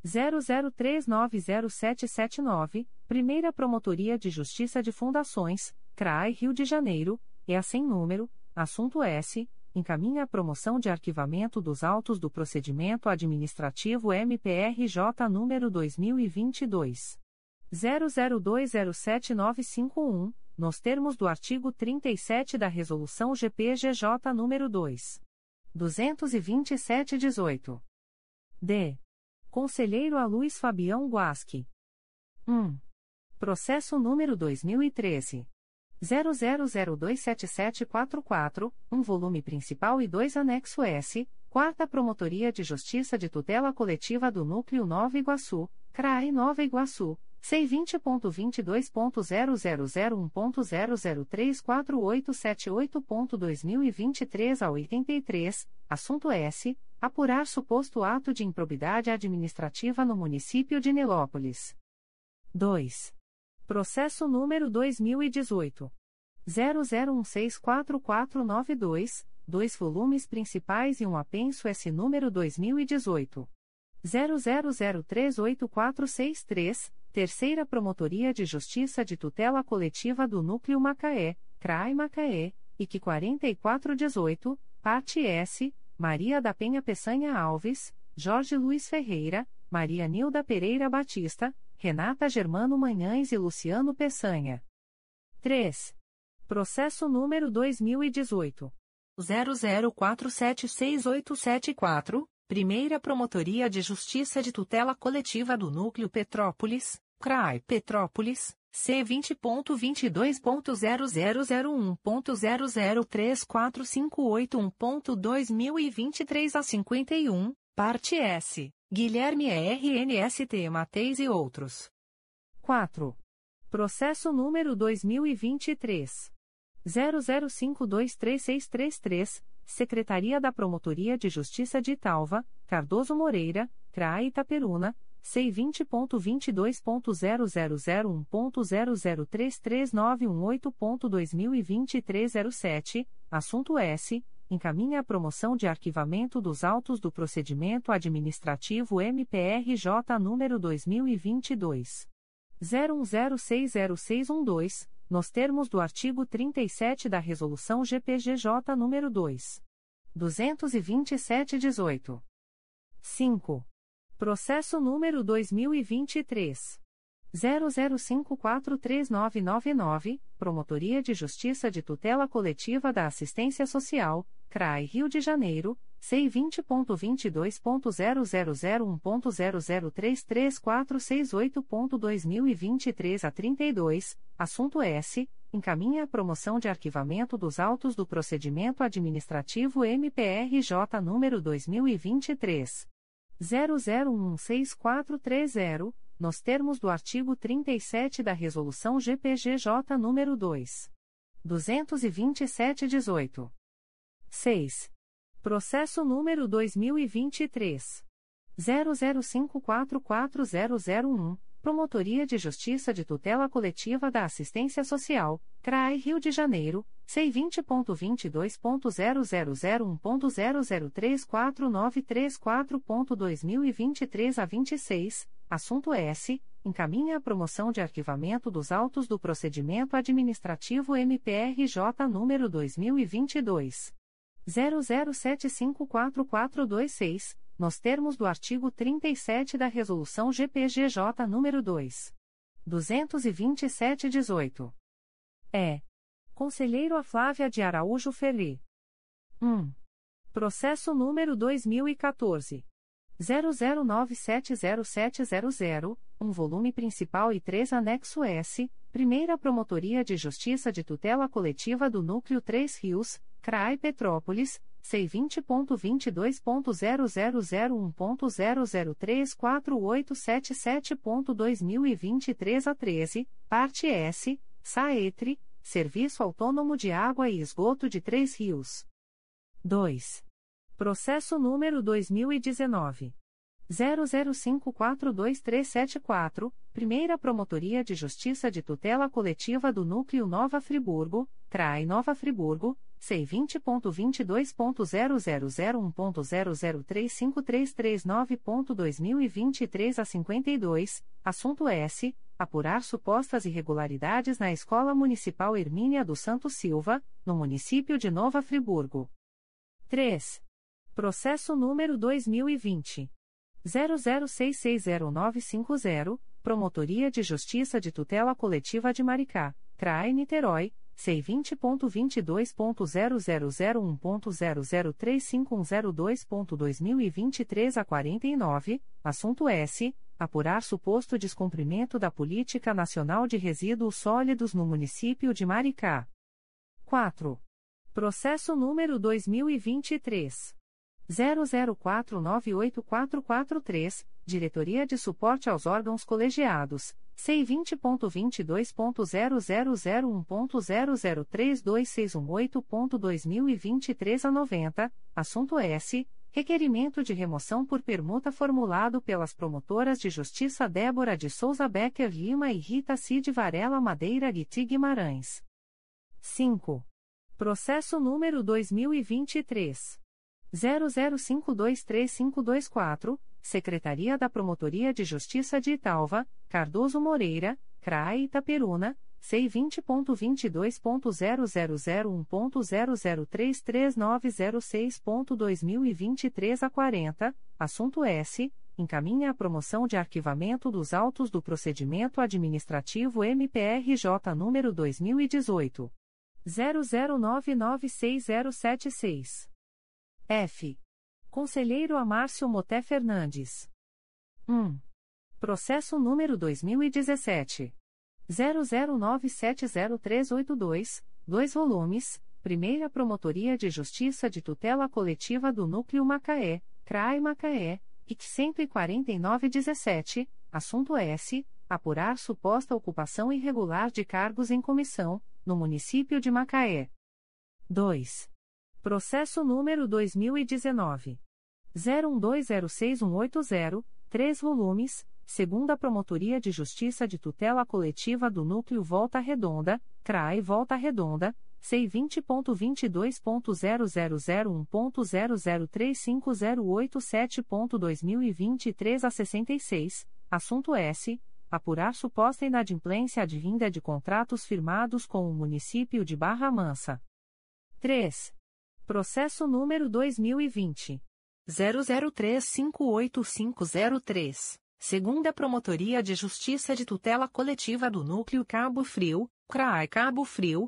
00390779, Primeira Promotoria de Justiça de Fundações, CRAI Rio de Janeiro, EA sem número, assunto S. Encaminha a promoção de arquivamento dos autos do procedimento administrativo MPRJ número 2022. 00207951, nos termos do artigo 37 da Resolução GPGJ número 22718. D. Conselheiro a Luiz Fabião Guasque. 1. Processo número 2013. 00027744, volume principal e 2 anexo S, 4ª Promotoria de Justiça de Tutela Coletiva do Núcleo Nova Iguaçu, CRAI Nova Iguaçu, C20.22.0001.0034878.2023 a 83, assunto S. Apurar suposto ato de improbidade administrativa no município de Nilópolis. 2. Processo número 2018. 00164492, 2 volumes principais e um apenso S número 2018. 00038463, Terceira Promotoria de Justiça de Tutela Coletiva do Núcleo Macaé, CRAI Macaé, IC 4418, parte S, Maria da Penha Peçanha Alves, Jorge Luiz Ferreira, Maria Nilda Pereira Batista, Renata Germano Manhães e Luciano Peçanha. 3. Processo número 2018. 00476874, Primeira Promotoria de Justiça de Tutela Coletiva do Núcleo Petrópolis, CRAI Petrópolis, C20.22.0001.0034581.2023 a 51, parte S, Guilherme RNST Mateis e outros. 4. Processo número 2023. 00523633, Secretaria da Promotoria de Justiça de Italva, Cardoso Moreira, CRAI Itaperuna, C20.22.0001.0033918.2023 a 07, assunto S. Encaminha a promoção de arquivamento dos autos do procedimento administrativo MPRJ número 2022. 01060612, nos termos do artigo 37 da Resolução GPGJ nº 2. 227-18. 5. Processo número 2023. 00543999, Promotoria de Justiça de Tutela Coletiva da Assistência Social, CRAI Rio de Janeiro, C20.22.0001.0033468.2023 a 32, assunto S. Encaminha a promoção de arquivamento dos autos do procedimento administrativo MPRJ número 2023. 00164330, nos termos do artigo 37 da Resolução GPGJ nº 2. 227-18. 6. Processo número 2023. 00544001, Promotoria de Justiça de Tutela Coletiva da Assistência Social, CRAI Rio de Janeiro, C20.22.0001.0034934.2023 a 26, assunto S. Encaminha a promoção de arquivamento dos autos do procedimento administrativo MPRJ número 2022. 00754426, nos termos do artigo 37 da Resolução GPGJ nº 2. 227-18. Conselheiro a Flávia de Araújo Ferri. 1. Processo número 2014. 00970700, volume principal e 3 anexo S, Primeira Promotoria de Justiça de Tutela Coletiva do Núcleo 3 Rios, CRAI Petrópolis, C20.22.0001.0034877.2023 a 13, parte S, SAETRI, Serviço Autônomo de Água e Esgoto de 3 Rios. 2. Processo número 2019. 00542374, Primeira Promotoria de Justiça de Tutela Coletiva do Núcleo Nova Friburgo, CRAI Nova Friburgo, C20.22.0001.0035339.2023 a 52, assunto S. Apurar supostas irregularidades na Escola Municipal Hermínia dos Santos Silva, no município de Nova Friburgo. 3. Processo número 2020. 00660950, Promotoria de Justiça de Tutela Coletiva de Maricá, CRAI Niterói, C20.22.0001.0035102.2023 a 49, assunto S. Apurar suposto descumprimento da Política Nacional de Resíduos Sólidos no município de Maricá. 4. Processo número 2023. 00498443, Diretoria de Suporte aos Órgãos Colegiados, C20.22.0001.0032618.2023 a 90, assunto S. Requerimento de remoção por permuta formulado pelas promotoras de justiça Débora de Souza Becker Lima e Rita Cid Varela Madeira Guiti Guimarães. 5. Processo número 2023. 00523524, Secretaria da Promotoria de Justiça de Italva, Cardoso Moreira, CRAI Itaperuna, C20.22.0001.0033906.2023 a 40, assunto S. Encaminha a promoção de arquivamento dos autos do procedimento administrativo MPRJ número 2018. 00996076. F. Conselheiro Amárcio Moté Fernandes. 1. Processo número 2017. 00970382, 2 volumes, Primeira Promotoria de Justiça de Tutela Coletiva do Núcleo Macaé, CRAI Macaé, IC 14917, assunto S. Apurar suposta ocupação irregular de cargos em comissão, no município de Macaé. 2. Processo número 2019. 01206180, 3 volumes, segunda Promotoria de Justiça de Tutela Coletiva do Núcleo Volta Redonda, CRAI Volta Redonda, C20.22.0001.0035087.2023 a 66, assunto S. Apurar suposta inadimplência advinda de contratos firmados com o município de Barra Mansa. 3. Processo número 2020. 00358503. Segunda Promotoria de Justiça de Tutela Coletiva do Núcleo Cabo Frio, CRAI Cabo Frio,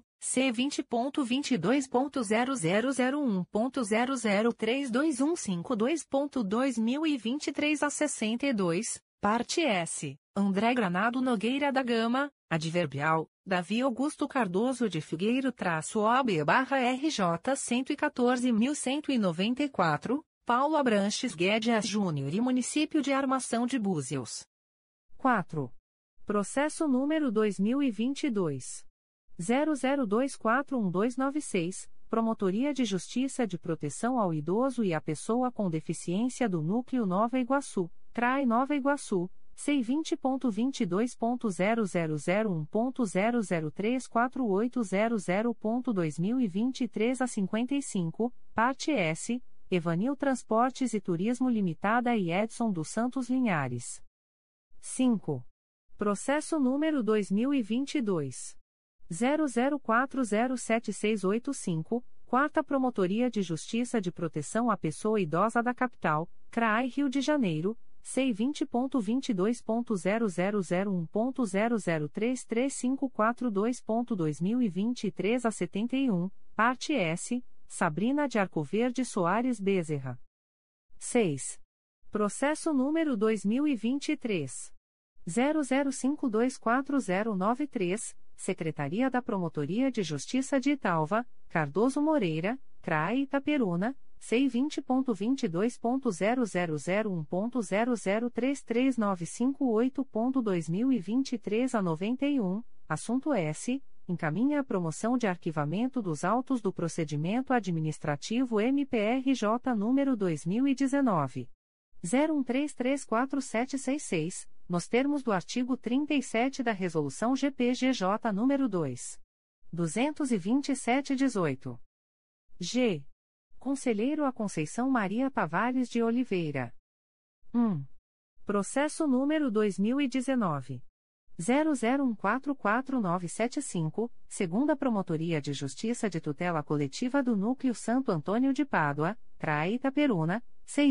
C20.22.0001.0032152.2023 a 62, parte S. André Granado Nogueira da Gama, adverbial, Davi Augusto Cardoso de Figueiro-OB-RJ 114.194, Paulo Abranches Guedes Júnior e Município de Armação de Búzios. 4. Processo número 2022. 00241296, Promotoria de Justiça de Proteção ao Idoso e à Pessoa com Deficiência do Núcleo Nova Iguaçu, CRAI Nova Iguaçu, C20.22.0001.0034800.2023 a 55, parte S, Evanil Transportes e Turismo Limitada e Edson dos Santos Linhares. 5. Processo número 2022. 00407685, Quarta Promotoria de Justiça de Proteção à Pessoa Idosa da Capital, CRAI Rio de Janeiro, C20.22.0001.0033542.2023 a 71, parte S, Sabrina de Arcoverde Soares Bezerra. 6. Processo número 2023. 00524093, Secretaria da Promotoria de Justiça de Italva, Cardoso Moreira, CRAI Itaperuna, C20.22.0001.0033958.2023 a 91, assunto S. Encaminha a promoção de arquivamento dos autos do procedimento administrativo MPRJ número 2019. 01334766, nos termos do artigo 37 da Resolução GPGJ nº 2. 227/18. G. Conselheiro a Conceição Maria Tavares de Oliveira. 1. Processo número 2019. 00144975, segunda Promotoria de Justiça de Tutela Coletiva do Núcleo Santo Antônio de Pádua, CRAI Itaperuna,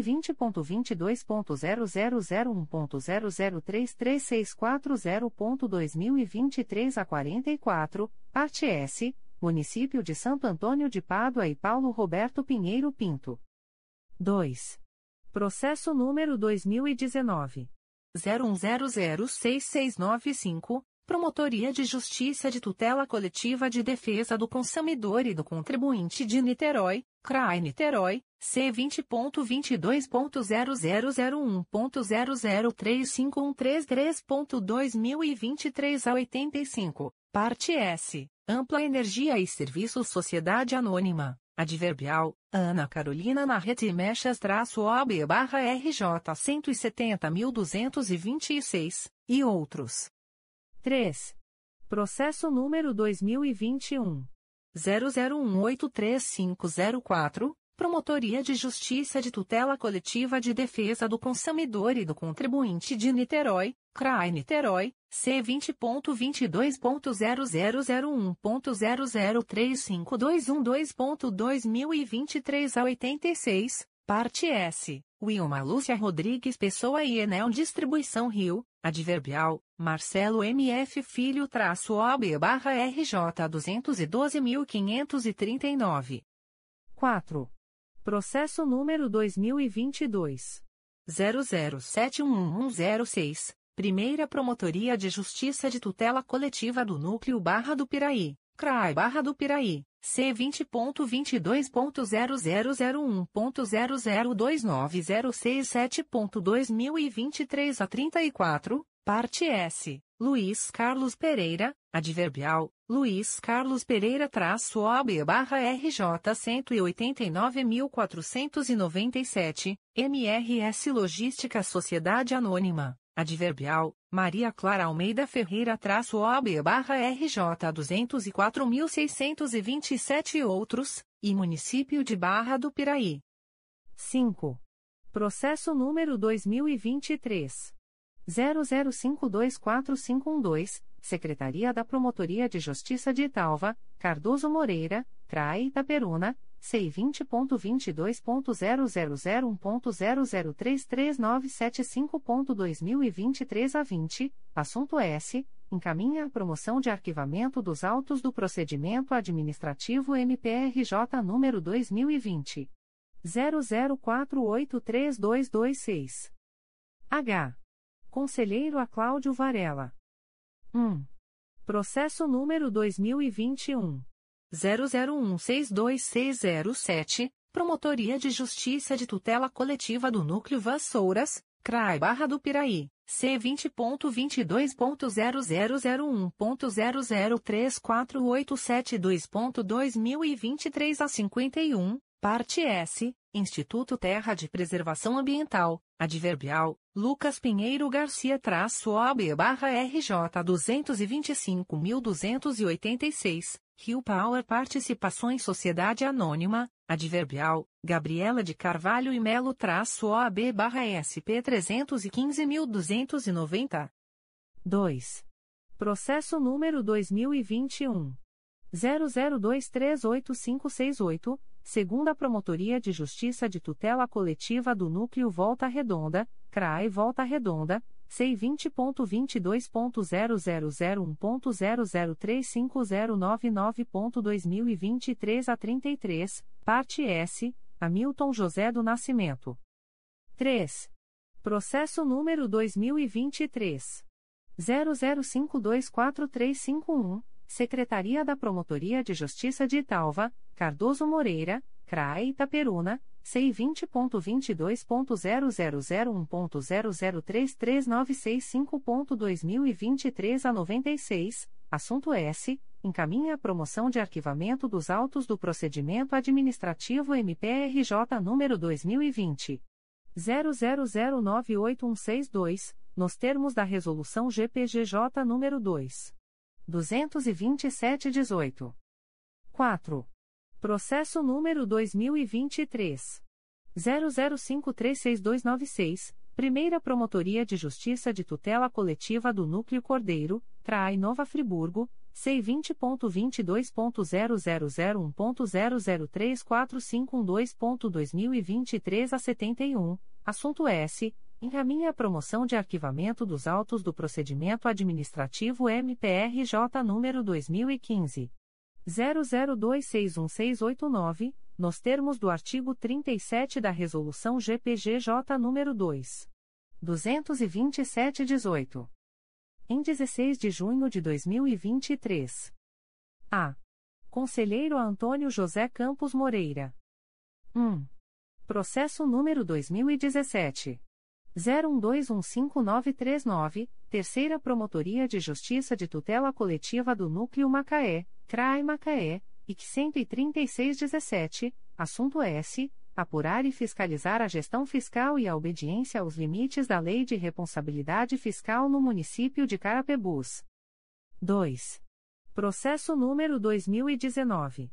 C20.22.0001.0033640.2023 a 44, parte S, Município de Santo Antônio de Pádua e Paulo Roberto Pinheiro Pinto. 2. Processo número 2019. 01006695, Promotoria de Justiça de Tutela Coletiva de Defesa do Consumidor e do Contribuinte de Niterói, CRAI Niterói, C20.22.0001.0035133.2023 a 85, parte S, Ampla Energia e Serviços Sociedade Anônima, adverbial, Ana Carolina Narrete Mechas-OB-RJ 170.226, e outros. 3. Processo número 2021. 00183504, Promotoria de Justiça de Tutela Coletiva de Defesa do Consumidor e do Contribuinte de Niterói, CRAI Niterói, C20.22.0001.0035212.2023 a 86, parte S, Wilma Lúcia Rodrigues Pessoa e Enel Distribuição Rio, adverbial, Marcelo MF Filho-OB-RJ 212.539. 4. Processo número 2022. 00711106, Primeira Promotoria de Justiça de Tutela Coletiva do Núcleo Barra do Piraí, CRAI Barra do Piraí, C20.22.0001.0029067.2023 a 34, parte S, Luiz Carlos Pereira, adverbial, Luiz Carlos Pereira-OB-RJ 189.497, MRS Logística Sociedade Anônima, adverbial, Maria Clara Almeida Ferreira-OB-RJ 204.627 e outros, e Município de Barra do Piraí. 5. Processo número 2023. 00524512, Secretaria da Promotoria de Justiça de Italva, Cardoso Moreira, CRAI Itaperuna, C20.22.0001.0033975.2023 a 20, assunto S. Encaminha a promoção de arquivamento dos autos do procedimento administrativo MPRJ número 2020. 00483226. H. Conselheiro a Cláudio Varela. 1. Processo número 2021. 00162607, Promotoria de Justiça de Tutela Coletiva do Núcleo Vassouras, CRAI Barra do Piraí, C20.22.0001.0034872.2023 a 51, parte S, Instituto Terra de Preservação Ambiental, adverbial, Lucas Pinheiro Garcia-OB-RJ 225.286, Rio Power Participações Sociedade Anônima, adverbial, Gabriela de Carvalho e Melo-OAB-SP 315.290. 2. Processo número 2021. 00238568, segunda Promotoria de Justiça de Tutela Coletiva do Núcleo Volta Redonda, CRAI Volta Redonda, C20.22.0001.0035099.2023 a 33, parte S, Hamilton José do Nascimento. 3. Processo número 2023. 00524351, Secretaria da Promotoria de Justiça de Italva, Cardoso Moreira, CRAI Itaperuna, C20.22.0001.0033965.2023 a 96, assunto S. Encaminha a promoção de arquivamento dos autos do procedimento administrativo MPRJ número 2020. 00098162, nos termos da Resolução GPGJ número 2. 227/18. 4. Processo número 2023. 00536296, Primeira Promotoria de Justiça de Tutela Coletiva do Núcleo Cordeiro, CRAI Nova Friburgo, C20.22.0001.0034512.2023 a 71, assunto S. Encaminha a promoção de arquivamento dos autos do procedimento administrativo MPRJ número 2015. 00261689, nos termos do artigo 37 da Resolução GPGJ nº 2. 227/18. Em 16 de junho de 2023. A. Conselheiro Antônio José Campos Moreira. 1. Processo número 2017. 01215939, Terceira Promotoria de Justiça de Tutela Coletiva do Núcleo Macaé, CRAI Macaé, IC 13617, assunto S. Apurar e fiscalizar a gestão fiscal e a obediência aos limites da Lei de Responsabilidade Fiscal no município de Carapebus. 2. Processo número 2019.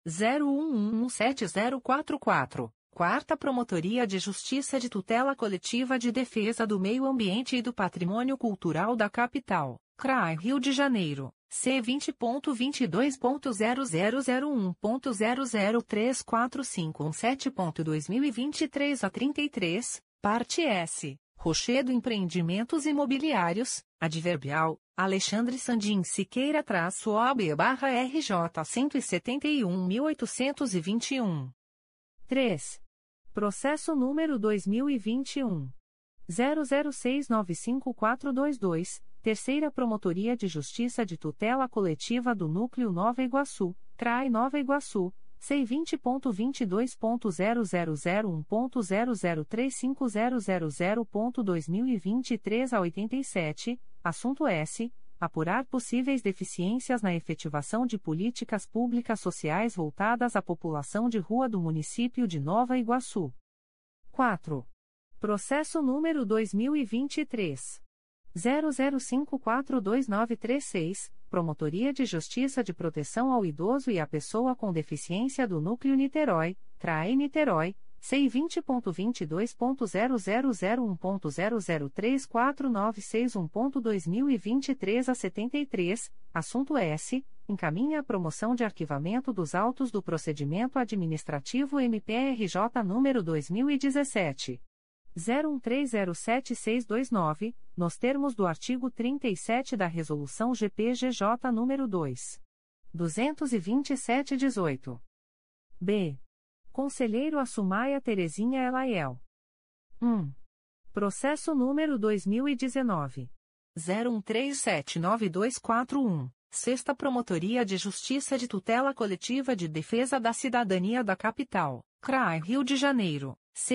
01117044. Quarta Promotoria de Justiça de Tutela Coletiva de Defesa do Meio Ambiente e do Patrimônio Cultural da Capital, CRAI Rio de Janeiro, C20.22.0001.0034517.2023 a 33, parte S, Rochedo Empreendimentos Imobiliários, adverbial, Alexandre Sandin Siqueira-OB-RJ 171.821. 3. Processo número 2021. 00695422, Terceira Promotoria de Justiça de Tutela Coletiva do Núcleo Nova Iguaçu, CRAI Nova Iguaçu, C20.22.0001.0035000.2023 a 87, assunto S. apurar possíveis deficiências na efetivação de políticas públicas sociais voltadas à população de rua do município de Nova Iguaçu. 4. Processo número 2023. 00542936, Promotoria de Justiça de Proteção ao Idoso e à Pessoa com Deficiência do Núcleo Niterói, CRAE Niterói, C20.22.0001.0034961.2023 a 73, assunto S. Encaminha a promoção de arquivamento dos autos do procedimento administrativo MPRJ número 2017. 01307629, nos termos do artigo 37 da Resolução GPGJ nº 2. 227/18. B. Conselheiro Assumaia Terezinha Elaiel. 1. Processo número 2019. 01379241, Sexta Promotoria de Justiça de Tutela Coletiva de Defesa da Cidadania da Capital, CRAI Rio de Janeiro,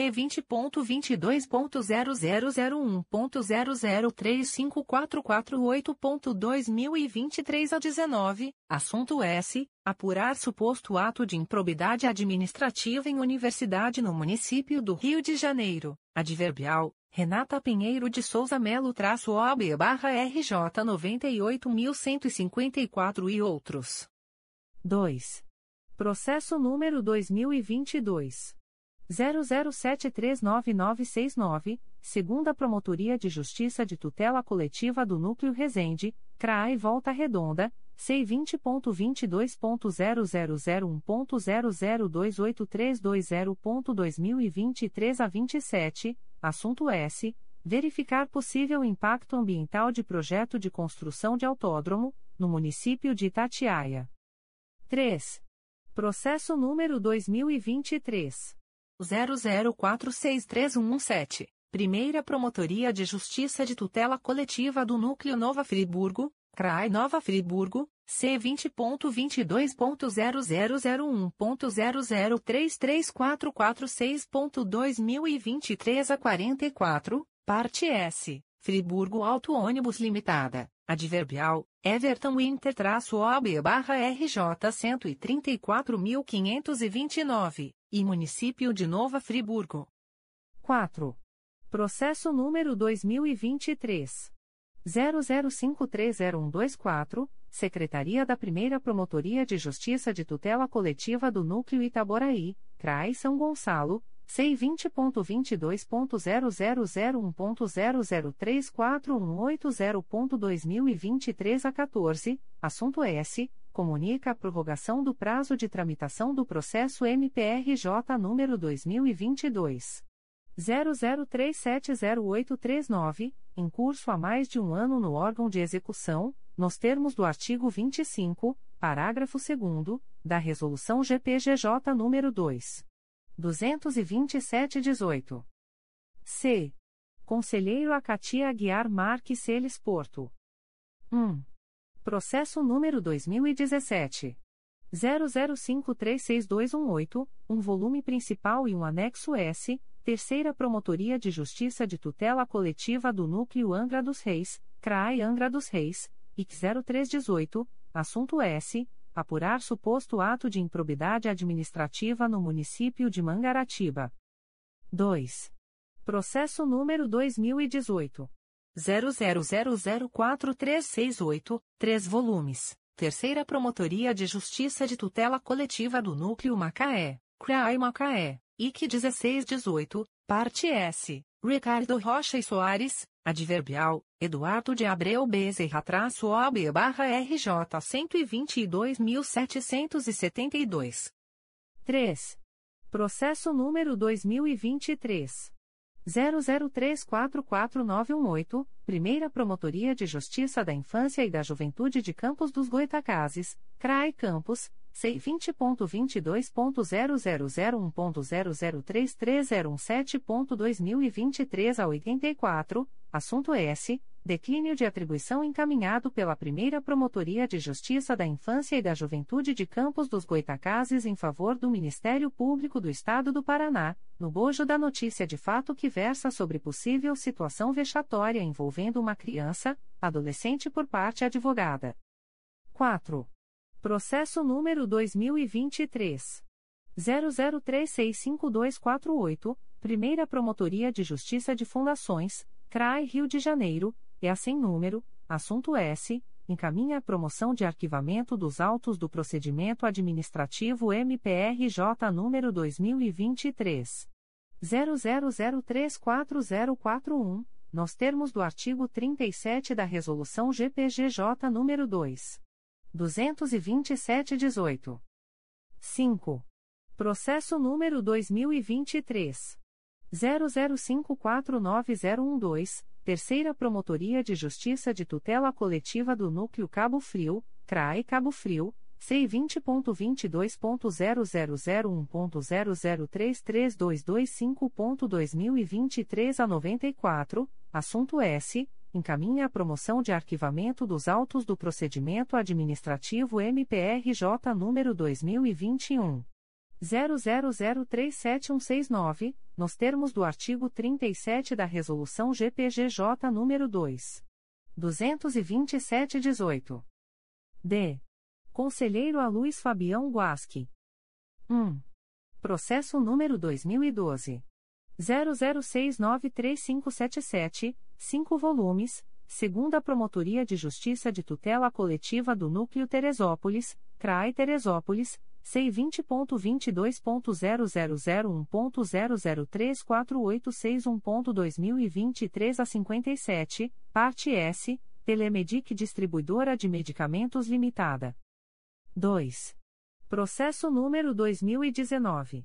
C20.22.0001.0035448.2023 a 19, assunto S. Apurar suposto ato de improbidade administrativa em universidade no município do Rio de Janeiro, adverbial, Renata Pinheiro de Souza Melo-OAB/RJ 98.154 e outros. 2. Processo número 2022. 00739969, Segunda Promotoria de Justiça de Tutela Coletiva do Núcleo Resende, CRAI Volta Redonda, C20.22.0001.0028320.2023 a 27, assunto S. Verificar possível impacto ambiental de projeto de construção de autódromo, no município de Itatiaia. 3. Processo número 2023. 00463117, Primeira Promotoria de Justiça de Tutela Coletiva do Núcleo Nova Friburgo, CRAI Nova Friburgo, C20.22.0001.0033446.2023 a 44, parte S, Friburgo Auto Ônibus Limitada, adverbial, Everton Winter-OAB/RJ 134.529, e Município de Nova Friburgo. 4. Processo número 2023. 00530124, Secretaria da Primeira Promotoria de Justiça de Tutela Coletiva do Núcleo Itaboraí, CRAI São Gonçalo, C20.22.0001.0034180.2023 a 14, assunto S. Comunica a prorrogação do prazo de tramitação do processo MPRJ número 2022. 00370839, em curso há mais de um ano no órgão de execução, nos termos do artigo 25, parágrafo 2º, da Resolução GPGJ nº 2. 227/18. C. Conselheiro Acatia Aguiar Marques Celes Porto. 1. Processo número 2017. 00536218, um volume principal e um anexo S, Terceira Promotoria de Justiça de Tutela Coletiva do Núcleo Angra dos Reis, CRAI Angra dos Reis, IC 0318, assunto S. Apurar suposto ato de improbidade administrativa no município de Mangaratiba. 2. Processo número 2018. 00004368, 3 volumes. Terceira Promotoria de Justiça de Tutela Coletiva do Núcleo Macaé, CRAI Macaé, IC 1618, parte S. Ricardo Rocha e Soares, adverbial, Eduardo de Abreu Bezerra-OAB/RJ 122.772. 3. Processo número 2023. 00344918, Primeira Promotoria de Justiça da Infância e da Juventude de Campos dos Goytacazes, CRAI Campos, C20.22.0001.0033017.2023 a 84, assunto S. Declínio de atribuição encaminhado pela Primeira Promotoria de Justiça da Infância e da Juventude de Campos dos Goytacazes em favor do Ministério Público do Estado do Paraná, no bojo da notícia de fato que versa sobre possível situação vexatória envolvendo uma criança, adolescente por parte advogada. 4. Processo número 2023. 00365248, Primeira Promotoria de Justiça de Fundações, CRAI Rio de Janeiro, EA sem número, assunto S, encaminha a promoção de arquivamento dos autos do procedimento administrativo MPRJ número 2023. 00034041, nos termos do artigo 37 da Resolução GPGJ nº 2. 227-18. 5. Processo número 2023. 00549012, Terceira Promotoria de Justiça de Tutela Coletiva do Núcleo Cabo Frio, CRAE Cabo Frio, C20.22.0001.0033225.2023 a 94, assunto S. Encaminha a promoção de arquivamento dos autos do procedimento administrativo MPRJ número 2021. 00037169, nos termos do artigo 37 da Resolução GPGJ nº 2. 227-18. D. Conselheiro a Luiz Fabião Guasque. 1. Processo número 2012. 00693577, 5 volumes, segunda Promotoria de Justiça de Tutela Coletiva do Núcleo Teresópolis, CRAI Teresópolis, C20.22.0001.0034861.2023 a 57, parte S, Telemedic Distribuidora de Medicamentos Limitada. 2. Processo número 2019.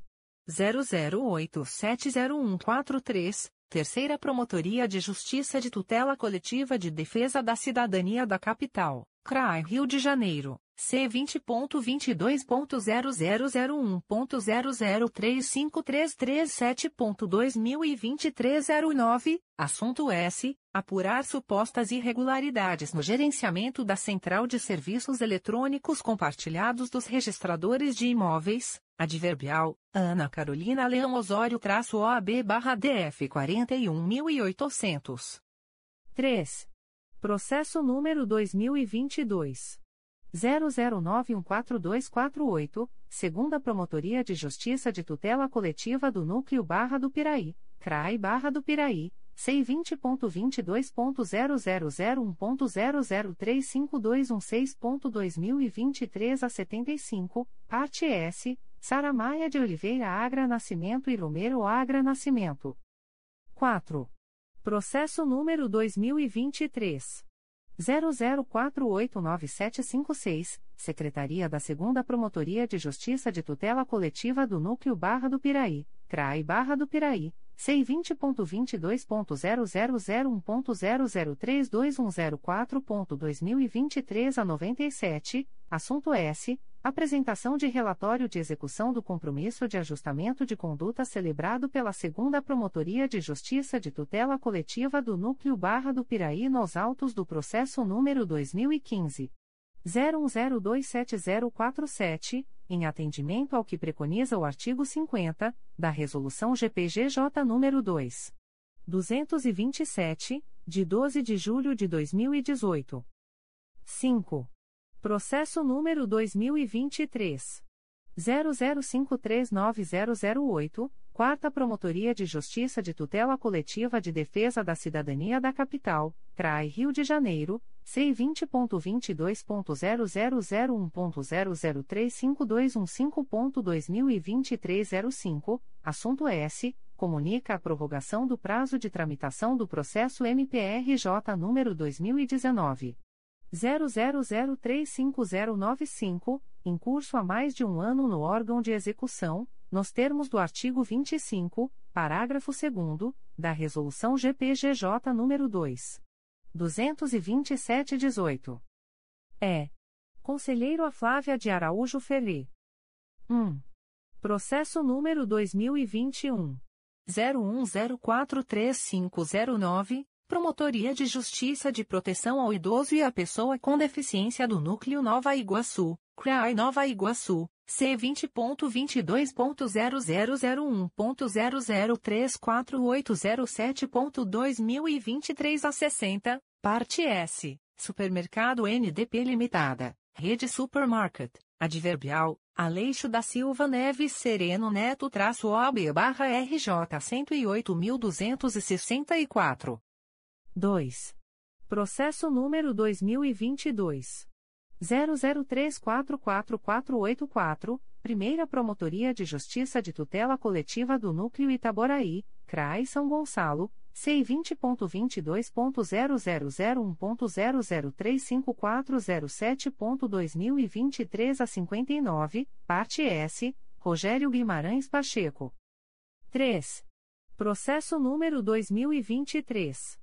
00870143, Terceira Promotoria de Justiça de Tutela Coletiva de Defesa da Cidadania da Capital, CRAI Rio de Janeiro, C20.22.0001.0035337.2023 a 09, assunto S. Apurar supostas irregularidades no gerenciamento da Central de Serviços Eletrônicos Compartilhados dos Registradores de Imóveis, adverbial, Ana Carolina Leão Osório-OAB/DF 41.800. 3. Processo número 2022. 00914248, segunda Promotoria de Justiça de Tutela Coletiva do Núcleo Barra do Piraí, CRAI Barra do Piraí, C20.22.0001.0035216.2023 a 75, parte S, Sara Maia de Oliveira Agra Nascimento e Romero Agra Nascimento. 4. Processo número 2023. 00489756, Secretaria da 2ª Promotoria de Justiça de Tutela Coletiva do Núcleo Barra do Piraí, CRAI Barra do Piraí, C20.22.0001.0032104.2023 a 97, assunto S. Apresentação de relatório de execução do compromisso de ajustamento de conduta celebrado pela 2ª Promotoria de Justiça de Tutela Coletiva do Núcleo Barra do Piraí nos autos do processo número 2015. 01027047, em atendimento ao que preconiza o artigo 50, da Resolução GPGJ nº 2. 227, de 12 de julho de 2018. 5. Processo número 2023. 00539008, 4ª Promotoria de Justiça de Tutela Coletiva de Defesa da Cidadania da Capital, CRAI Rio de Janeiro, C20.22.0001.0035215.2023 a 05, assunto S. Comunica a prorrogação do prazo de tramitação do processo MPRJ número 2019. 00035095, em curso há mais de um ano no órgão de execução, nos termos do artigo 25, parágrafo 2º, da Resolução GPGJ nº 2. 227-18. Conselheiro a Flávia de Araújo Ferri. 1. Processo número 2021. 01043509, Promotoria de Justiça de Proteção ao Idoso e à Pessoa com Deficiência do Núcleo Nova Iguaçu, CRAI Nova Iguaçu, C20.22.0001.0034807.2023 a 60, Parte S. Supermercado NDP Limitada, Rede Supermarket, Adverbial, Aleixo da Silva Neves Sereno Neto-OB-RJ 108.264. 2. Processo número 2022. 00344484, Primeira Promotoria de Justiça de Tutela Coletiva do Núcleo Itaboraí, CRAI São Gonçalo, C20.22.0001.0035407.2023 a 59, parte S, Rogério Guimarães Pacheco. 3. Processo número 2023.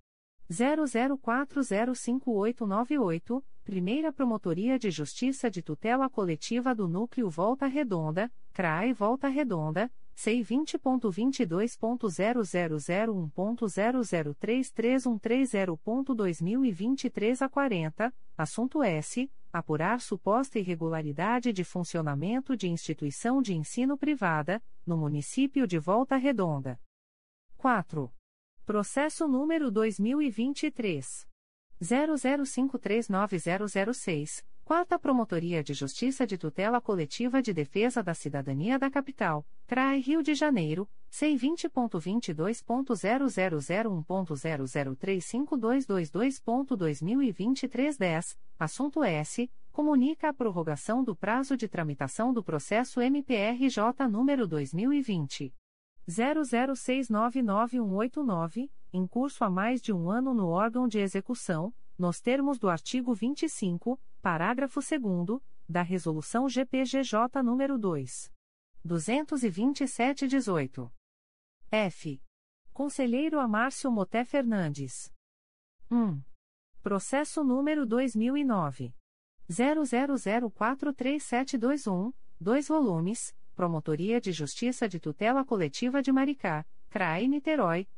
00405898, Primeira Promotoria de Justiça de Tutela Coletiva do Núcleo Volta Redonda, CRAI Volta Redonda, C20.22.0001.0033130.2023 a 40, assunto S. Apurar suposta irregularidade de funcionamento de instituição de ensino privada, no município de Volta Redonda. 4. Processo número 2023. 00539006, Quarta Promotoria de Justiça de Tutela Coletiva de Defesa da Cidadania da Capital, CRAI Rio de Janeiro, C20.22.0001.0035222.2023 10, assunto S. Comunica a prorrogação do prazo de tramitação do processo MPRJ número 2020. 00699189, em curso há mais de um ano no órgão de execução, nos termos do artigo 25, parágrafo 2º, da Resolução GPGJ nº 2. 227/18. F. Conselheiro Amárcio Moté Fernandes. 1. Processo número 2009. 00043721, 2 volumes, Promotoria de Justiça de Tutela Coletiva de Maricá, CRAI Niterói,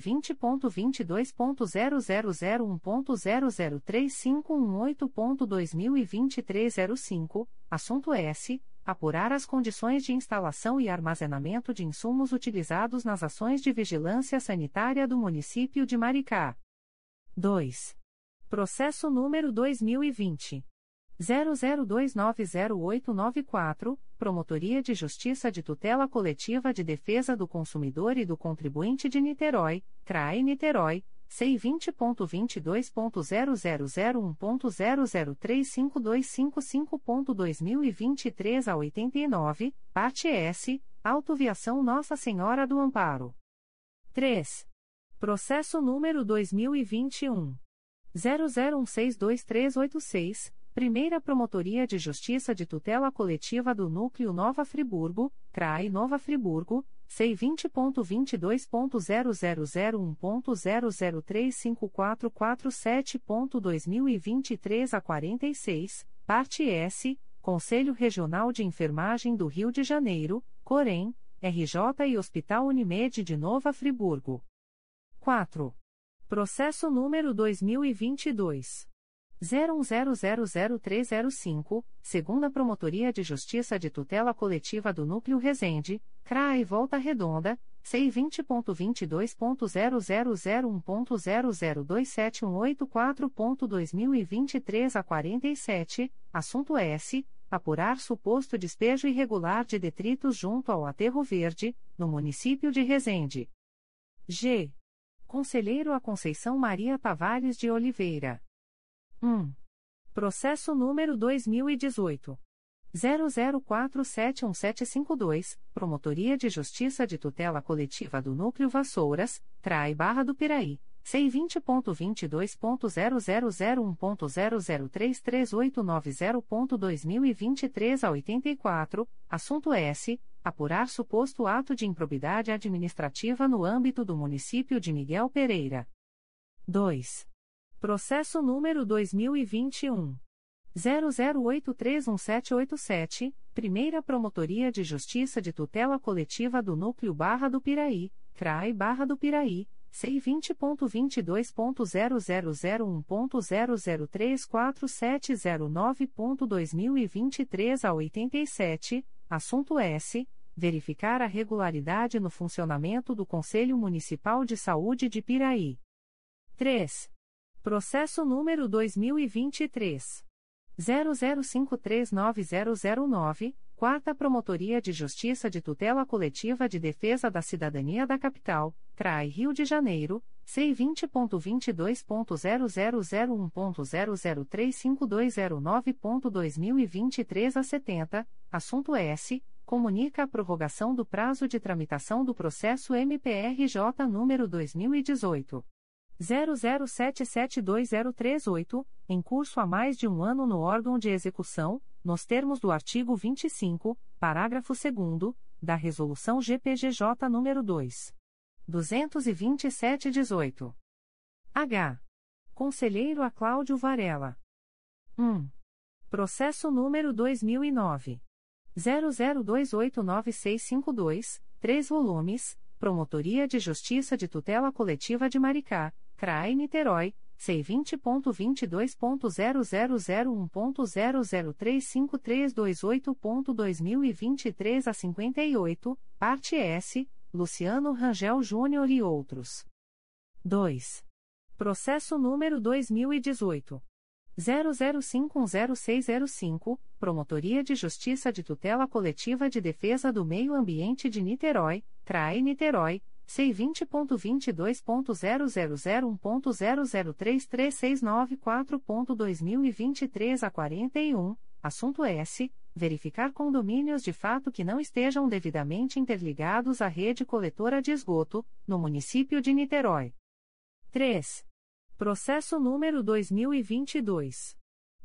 C20.22.0001.0035118.2023 05, assunto S. Apurar as condições de instalação e armazenamento de insumos utilizados nas ações de vigilância sanitária do município de Maricá. 2. Processo número 2020. 00290894, Promotoria de Justiça de Tutela Coletiva de Defesa do Consumidor e do Contribuinte de Niterói, CRAI Niterói, C20.22.0001.0035255.2023 a 89, parte S, Autoviação Nossa Senhora do Amparo. 3. Processo número 2021. 00162386, Primeira Promotoria de Justiça de Tutela Coletiva do Núcleo Nova Friburgo, CRAI Nova Friburgo, C20.22.0001.0035447.2023 a 46, parte S, Conselho Regional de Enfermagem do Rio de Janeiro, COREN, RJ e Hospital Unimed de Nova Friburgo. 4. Processo número 2022. 01000305, Segunda Promotoria de Justiça de Tutela Coletiva do Núcleo Resende, CRAI Volta Redonda, C20.22.0001.0027184.2023 a 47, assunto S. Apurar suposto despejo irregular de detritos junto ao Aterro Verde, no município de Resende. G. Conselheiro a Conceição Maria Tavares de Oliveira. 1. Processo número 2018. 00471752, Promotoria de Justiça de Tutela Coletiva do Núcleo Vassouras, CRAI Barra do Piraí, C20.22.0001.0033890.2023 a 84, assunto S. Apurar suposto ato de improbidade administrativa no âmbito do município de Miguel Pereira. 2. Processo número 2021. 00831787, Primeira Promotoria de Justiça de Tutela Coletiva do Núcleo Barra do Piraí, CRAI Barra do Piraí, C20.22.0001.0034709.2023 a 87, assunto S. Verificar a regularidade no funcionamento do Conselho Municipal de Saúde de Piraí. 3. Processo número 2023. 00539009, Quarta Promotoria de Justiça de Tutela Coletiva de Defesa da Cidadania da Capital, CRAI Rio de Janeiro, C20.22.0001.0035209.2023 a 70, assunto S. Comunica a prorrogação do prazo de tramitação do processo MPRJ número 2018. 00772038, em curso há mais de um ano no órgão de execução, nos termos do artigo 25, parágrafo 2º, da Resolução GPGJ nº 2. 227/18. H. Conselheiro a Cláudio Varela. 1. Processo número 2009. 00289652, 3 volumes, Promotoria de Justiça de Tutela Coletiva de Maricá, CRAI Niterói, C20.22.0001.0035328.2023 a 58, parte S, Luciano Rangel Júnior e outros. 2. Processo número 2018. 00510605, Promotoria de Justiça de Tutela Coletiva de Defesa do Meio Ambiente de Niterói, CRAI Niterói, C20.22.0001.0033694.2023 a 41, assunto S. Verificar condomínios de fato que não estejam devidamente interligados à rede coletora de esgoto, no município de Niterói. 3. Processo número 2022.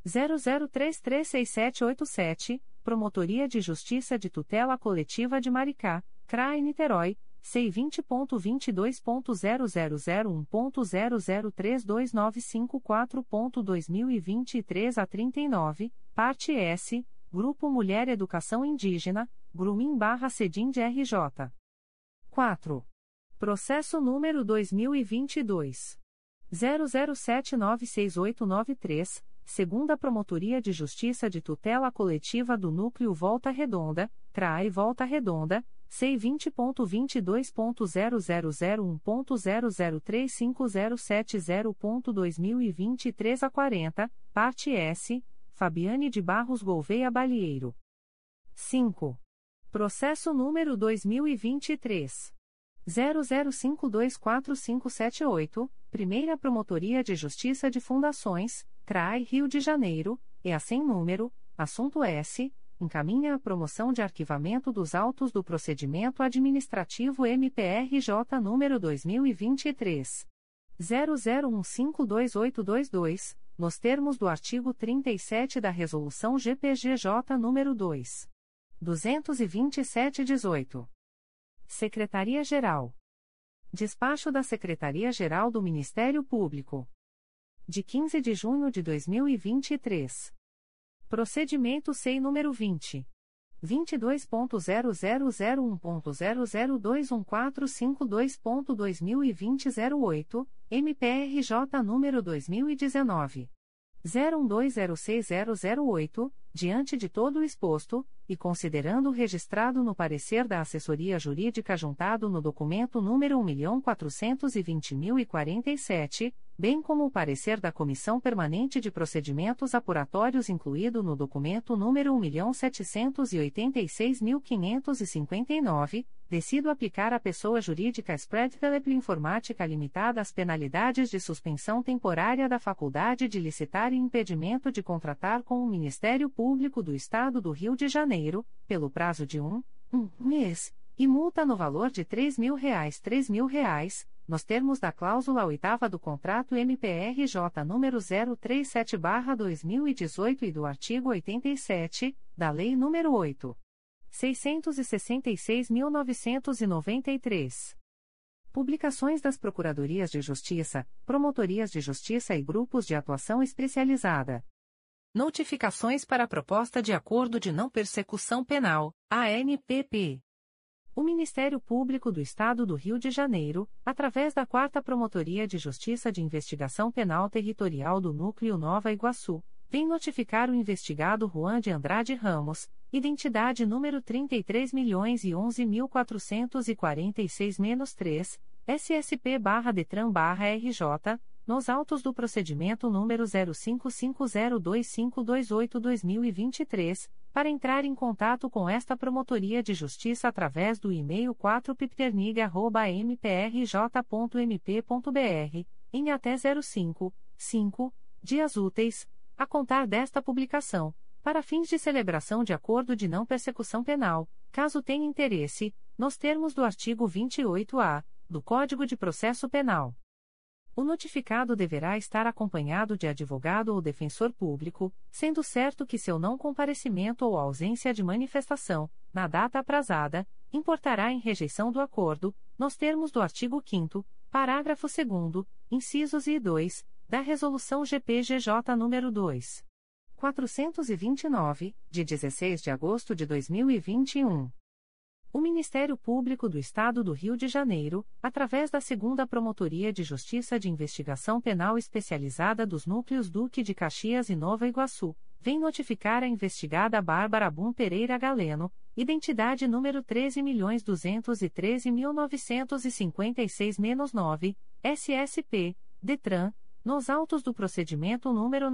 00336787, Promotoria de Justiça de Tutela Coletiva de Maricá, CRAI Niterói, C20.22.0001.0032954.2023 a 39, parte S, Grupo Mulher Educação Indígena, Grumim/Cedim de RJ. 4. Processo número 2022. 00796893, Segunda Promotoria de Justiça de Tutela Coletiva do Núcleo Volta Redonda, CRAI Volta Redonda, C20.22.0001.0035070.2023 a 40, parte S, Fabiane de Barros Gouveia Balieiro. 5. Processo número 2023. 00524578, Primeira Promotoria de Justiça de Fundações, CRAI Rio de Janeiro, EA sem número, assunto S. Encaminha a promoção de arquivamento dos autos do procedimento administrativo MPRJ número 2023. 00152822, nos termos do artigo 37 da Resolução GPGJ nº 2. 227/18. Secretaria-Geral. Despacho da Secretaria-Geral do Ministério Público. De 15 de junho de 2023. Procedimento SEI número 20. 22.0001.0021452.2020 a 8, MPRJ número 2019. 01206008, diante de todo o exposto, e considerando o registrado no parecer da Assessoria Jurídica juntado no documento número 1.420.047, bem como o parecer da Comissão Permanente de Procedimentos Apuratórios incluído no documento número 1.786.559, decido aplicar à pessoa jurídica Spread Telepinformática Limitada as penalidades de suspensão temporária da faculdade de licitar e impedimento de contratar com o Ministério Público do Estado do Rio de Janeiro, pelo prazo de um mês, e multa no valor de R$3.000, nos termos da cláusula 8ª do contrato MPRJ número 037/2018 e do artigo 87, da Lei nº 8. 666.993. Publicações das Procuradorias de Justiça, Promotorias de Justiça e Grupos de Atuação Especializada. Notificações para a Proposta de Acordo de Não Persecução Penal, ANPP. O Ministério Público do Estado do Rio de Janeiro, através da 4ª Promotoria de Justiça de Investigação Penal Territorial do Núcleo Nova Iguaçu, vem notificar o investigado Juan de Andrade Ramos, identidade número 33.011.446-3, SSP/Detran/RJ, nos autos do procedimento número 05502528/2023, para entrar em contato com esta Promotoria de Justiça através do e-mail 4pipternig@mprj.mp.br, em até 5 dias úteis, a contar desta publicação, para fins de celebração de acordo de não persecução penal, caso tenha interesse, nos termos do artigo 28-A do Código de Processo Penal. O notificado deverá estar acompanhado de advogado ou defensor público, sendo certo que seu não comparecimento ou ausência de manifestação, na data aprazada, importará em rejeição do acordo, nos termos do artigo 5º, parágrafo 2º, incisos I e 2, da Resolução GPGJ nº 2. 429, de 16 de agosto de 2021. O Ministério Público do Estado do Rio de Janeiro, através da 2ª Promotoria de Justiça de Investigação Penal Especializada dos Núcleos Duque de Caxias e Nova Iguaçu, vem notificar a investigada Bárbara Bum Pereira Galeno, identidade número 13.213.956-9, SSP, DETRAN, nos autos do procedimento número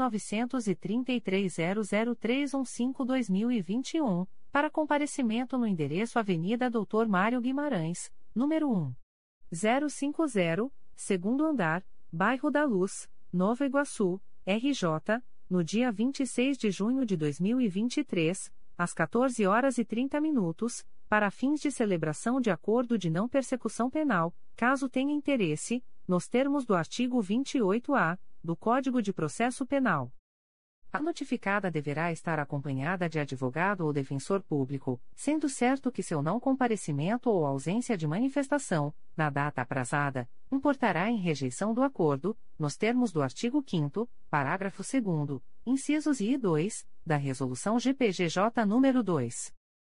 933.00315/2021, para comparecimento no endereço Avenida Doutor Mário Guimarães, número 1. 050, segundo andar, Bairro da Luz, Nova Iguaçu, RJ, no dia 26 de junho de 2023, às 14h30, para fins de celebração de acordo de não persecução penal, caso tenha interesse, nos termos do artigo 28-A do Código de Processo Penal. A notificada deverá estar acompanhada de advogado ou defensor público, sendo certo que seu não comparecimento ou ausência de manifestação, na data aprazada, importará em rejeição do acordo, nos termos do artigo 5º, parágrafo 2º, incisos I e 2, da Resolução GPGJ nº 2.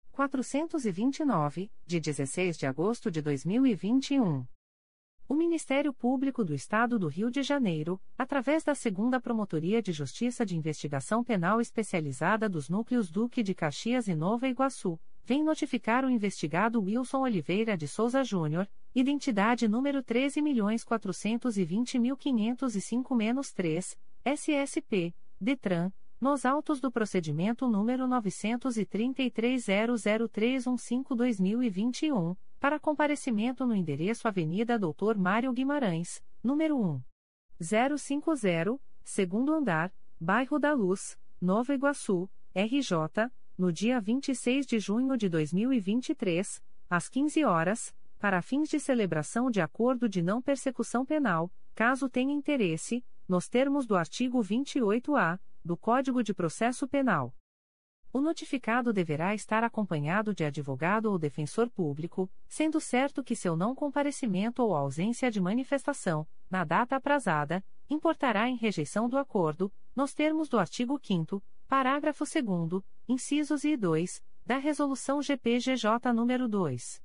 429, de 16 de agosto de 2021. O Ministério Público do Estado do Rio de Janeiro, através da 2ª Promotoria de Justiça de Investigação Penal Especializada dos Núcleos Duque de Caxias e Nova Iguaçu, vem notificar o investigado Wilson Oliveira de Souza Júnior, identidade número 13.420.505-3, SSP, DETRAN, nos autos do procedimento número 933.00315/2021, para comparecimento no endereço Avenida Doutor Mário Guimarães, número 1. 050, segundo andar, Bairro da Luz, Nova Iguaçu, RJ, no dia 26 de junho de 2023, às 15 horas, para fins de celebração de acordo de não persecução penal, caso tenha interesse, nos termos do artigo 28-A do Código de Processo Penal. O notificado deverá estar acompanhado de advogado ou defensor público, sendo certo que seu não comparecimento ou ausência de manifestação, na data aprazada, importará em rejeição do acordo, nos termos do artigo 5º, parágrafo 2º, incisos I e 2, da Resolução GPGJ nº 2.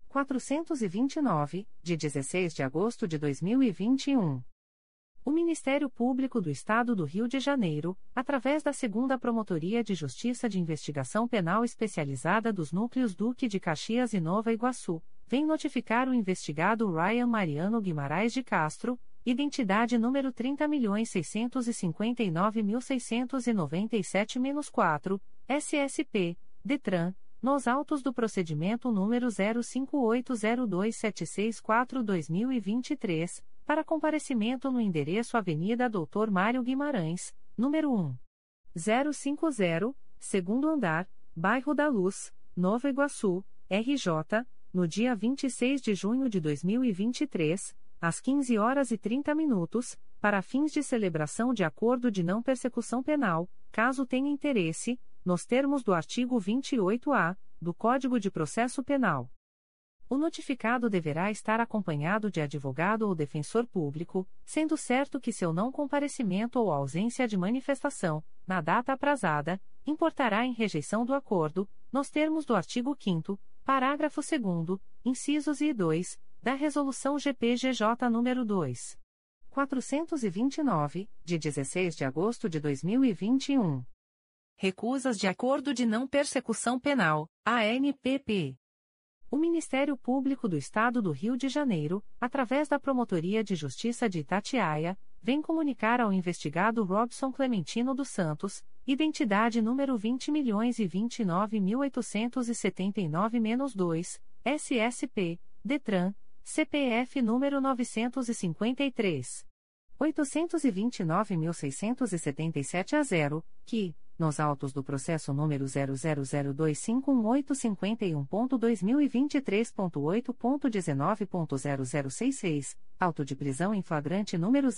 429, de 16 de agosto de 2021. O Ministério Público do Estado do Rio de Janeiro, através da 2ª Promotoria de Justiça de Investigação Penal Especializada dos Núcleos Duque de Caxias e Nova Iguaçu, vem notificar o investigado Ryan Mariano Guimarães de Castro, identidade número 30.659.697-4, SSP, DETRAN, nos autos do procedimento número 05802764/2023, para comparecimento no endereço Avenida Doutor Mário Guimarães, número 1. 050, segundo andar, Bairro da Luz, Nova Iguaçu, RJ, no dia 26 de junho de 2023, às 15h30, para fins de celebração de acordo de não persecução penal, caso tenha interesse, nos termos do artigo 28-A do Código de Processo Penal. O notificado deverá estar acompanhado de advogado ou defensor público, sendo certo que seu não comparecimento ou ausência de manifestação, na data aprazada, importará em rejeição do acordo, nos termos do artigo 5º, parágrafo 2º, incisos I e 2, da Resolução GPGJ nº 2. 429, de 16 de agosto de 2021. Recusas de Acordo de Não Persecução Penal, ANPP. O Ministério Público do Estado do Rio de Janeiro, através da Promotoria de Justiça de Itatiaia, vem comunicar ao investigado Robson Clementino dos Santos, identidade número 20.029.879-2, SSP, DETRAN, CPF número 953. 829.677 a 0, que, nos autos do processo número 000251851.2023.8.19.0066, auto de prisão em flagrante número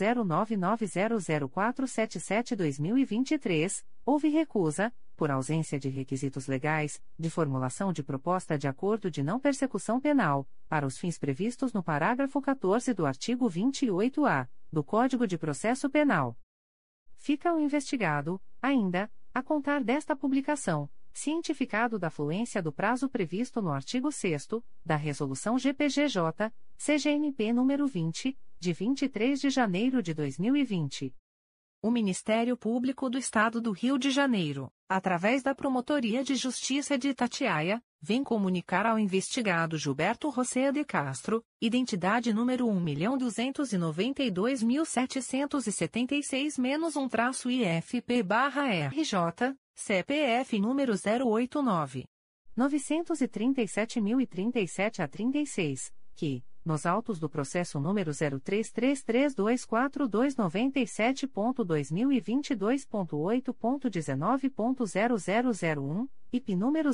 09900477-2023, houve recusa, por ausência de requisitos legais, de formulação de proposta de acordo de não persecução penal, para os fins previstos no parágrafo 14 do artigo 28-A do Código de Processo Penal. Fica o investigado, ainda, a contar desta publicação, cientificado da fluência do prazo previsto no artigo 6º da Resolução GPGJ, CGNP nº 20, de 23 de janeiro de 2020. O Ministério Público do Estado do Rio de Janeiro, através da Promotoria de Justiça de Itatiaia, vem comunicar ao investigado Gilberto Rossea de Castro, identidade número 1.292.776-1-IFP/RJ, CPF número 089. 937.037 a 36, que, nos autos do processo número 0333242292.2022.8.19.0001, IP número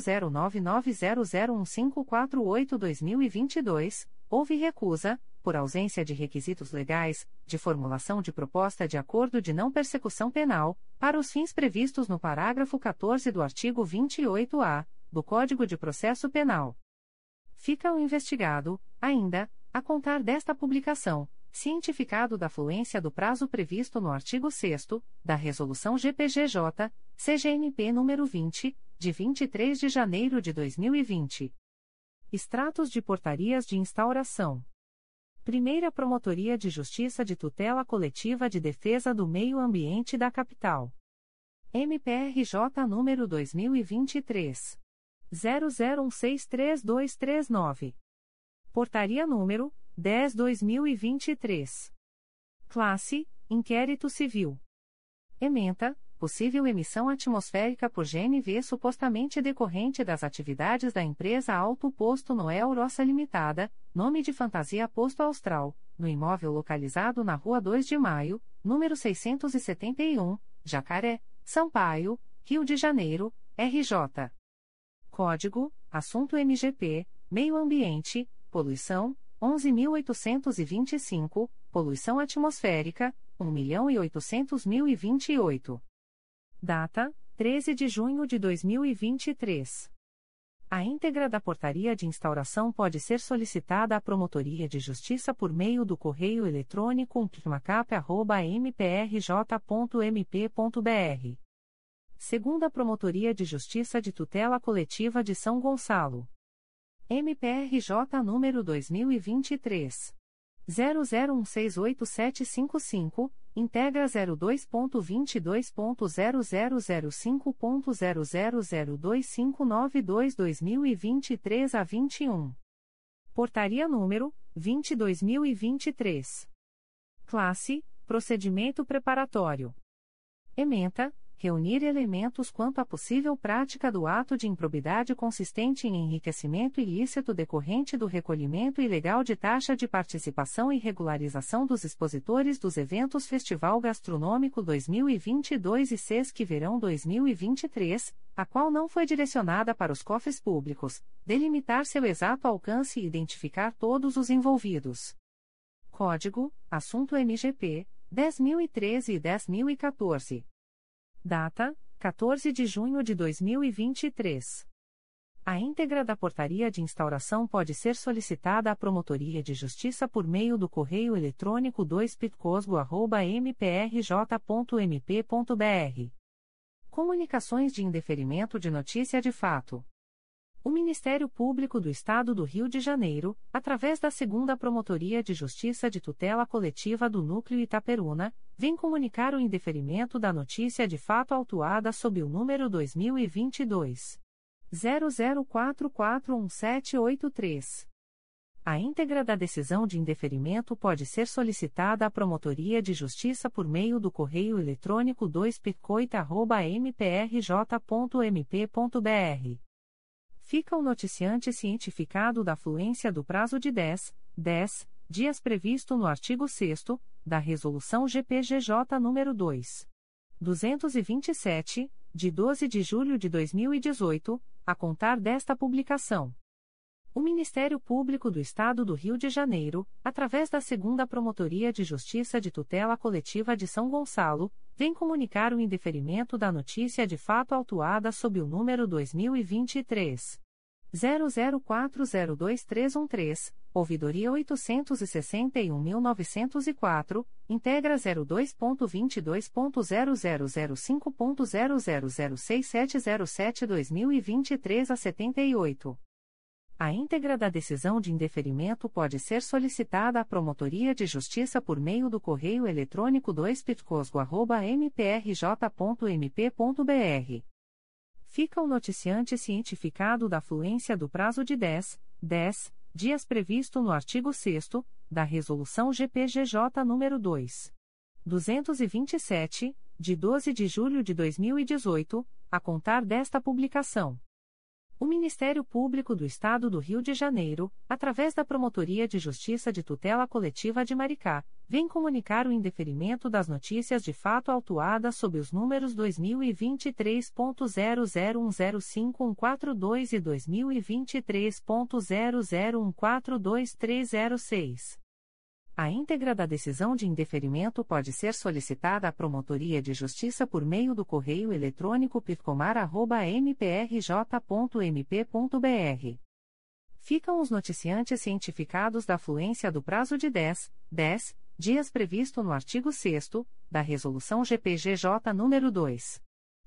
0990015488-2022, houve recusa, por ausência de requisitos legais, de formulação de proposta de acordo de não persecução penal, para os fins previstos no parágrafo 14 do artigo 28-A do Código de Processo Penal. Fica o investigado, ainda, a contar desta publicação, cientificado da fluência do prazo previsto no artigo 6º da Resolução GPGJ, CGNP nº 20, de 23 de janeiro de 2020. Extratos de portarias de instauração. Primeira Promotoria de Justiça de Tutela Coletiva de Defesa do Meio Ambiente da Capital. MPRJ número 2023 00163239. Portaria número 10/2023. Classe: Inquérito Civil. Ementa: possível emissão atmosférica por GNV supostamente decorrente das atividades da empresa Alto Posto Noel Roça Limitada, nome de fantasia Posto Austral, no imóvel localizado na Rua 2 de Maio, número 671, Jacaré, Sampaio, Rio de Janeiro, RJ. Código: Assunto MGP, Meio Ambiente, Poluição, 11.825, Poluição Atmosférica, 1.800.028. Data: 13 de junho de 2023. A íntegra da portaria de instauração pode ser solicitada à Promotoria de Justiça por meio do correio eletrônico umptmacap@mprj.mp.br. Segunda Promotoria de Justiça de Tutela Coletiva de São Gonçalo. MPRJ número 2023 00168755, integra 02.22.0005.0002592-2023 a 21. Portaria número 20/2023. Classe: Procedimento Preparatório. Ementa: reunir elementos quanto à possível prática do ato de improbidade consistente em enriquecimento ilícito decorrente do recolhimento ilegal de taxa de participação e regularização dos expositores dos eventos Festival Gastronômico 2022 e Sesc Verão 2023, a qual não foi direcionada para os cofres públicos, delimitar seu exato alcance e identificar todos os envolvidos. Código: Assunto MGP 10.013 e 10.014. Data: 14 de junho de 2023. A íntegra da portaria de instauração pode ser solicitada à Promotoria de Justiça por meio do correio eletrônico 2pitcosgo@mprj.mp.br. Comunicações de indeferimento de notícia de fato. O Ministério Público do Estado do Rio de Janeiro, através da 2ª Promotoria de Justiça de Tutela Coletiva do Núcleo Itaperuna, vem comunicar o indeferimento da notícia de fato autuada sob o número 2022 00441783. A íntegra da decisão de indeferimento pode ser solicitada à Promotoria de Justiça por meio do correio eletrônico 2picoita@mprj.mp.br. Fica o noticiante cientificado da fluência do prazo de 10 dias previsto no artigo 6º da Resolução GPGJ nº 227, de 12 de julho de 2018, a contar desta publicação. O Ministério Público do Estado do Rio de Janeiro, através da 2ª Promotoria de Justiça de Tutela Coletiva de São Gonçalo, vem comunicar o indeferimento da notícia de fato autuada sob o número 2023 00402313, ouvidoria 861.904, integra 02.22.0005.0006707-2023 a 78. A íntegra da decisão de indeferimento pode ser solicitada à Promotoria de Justiça por meio do correio eletrônico 2pitcosgo@mprj.mp.br. Fica o noticiante cientificado da fluência do prazo de 10 dias previsto no artigo 6º da Resolução GPGJ nº 227, de 12 de julho de 2018, a contar desta publicação. O Ministério Público do Estado do Rio de Janeiro, através da Promotoria de Justiça de Tutela Coletiva de Maricá, vem comunicar o indeferimento das notícias de fato autuadas sob os números 2023.00105142 e 2023.00142306. A íntegra da decisão de indeferimento pode ser solicitada à Promotoria de Justiça por meio do correio eletrônico pitcomar@mprj.mp.br. Ficam os noticiantes cientificados da fluência do prazo de 10 dias previsto no artigo 6º da Resolução GPGJ nº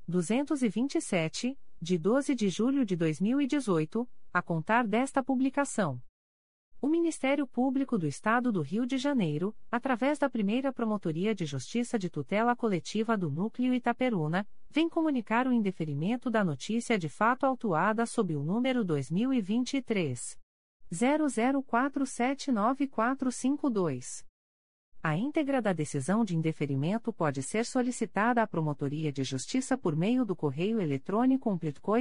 227, de 12 de julho de 2018, a contar desta publicação. O Ministério Público do Estado do Rio de Janeiro, através da 1ª Promotoria de Justiça de Tutela Coletiva do Núcleo Itaperuna, vem comunicar o indeferimento da notícia de fato autuada sob o número 2023 00479452. A íntegra da decisão de indeferimento pode ser solicitada à Promotoria de Justiça por meio do correio eletrônico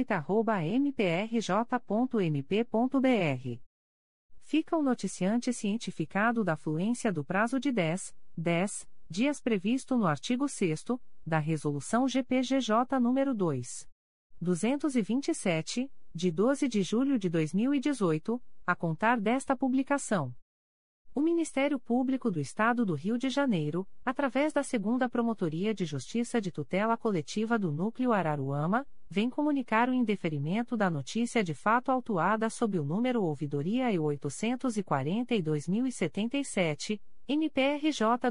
umplitcoita@mprj.mp.br. Fica o noticiante cientificado da fluência do prazo de 10 dias previsto no artigo 6º da Resolução GPGJ nº 227, de 12 de julho de 2018, a contar desta publicação. O Ministério Público do Estado do Rio de Janeiro, através da 2ª Promotoria de Justiça de Tutela Coletiva do Núcleo Araruama, vem comunicar o indeferimento da notícia de fato autuada sob o número ouvidoria E 842.077, MPRJ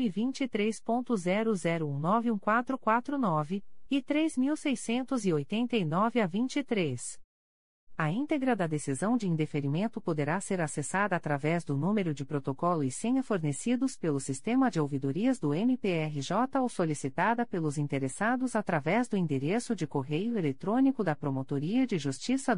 2023.00191449 e 3.689 a 23. A íntegra da decisão de indeferimento poderá ser acessada através do número de protocolo e senha fornecidos pelo sistema de ouvidorias do MPRJ ou solicitada pelos interessados através do endereço de correio eletrônico da Promotoria de Justiça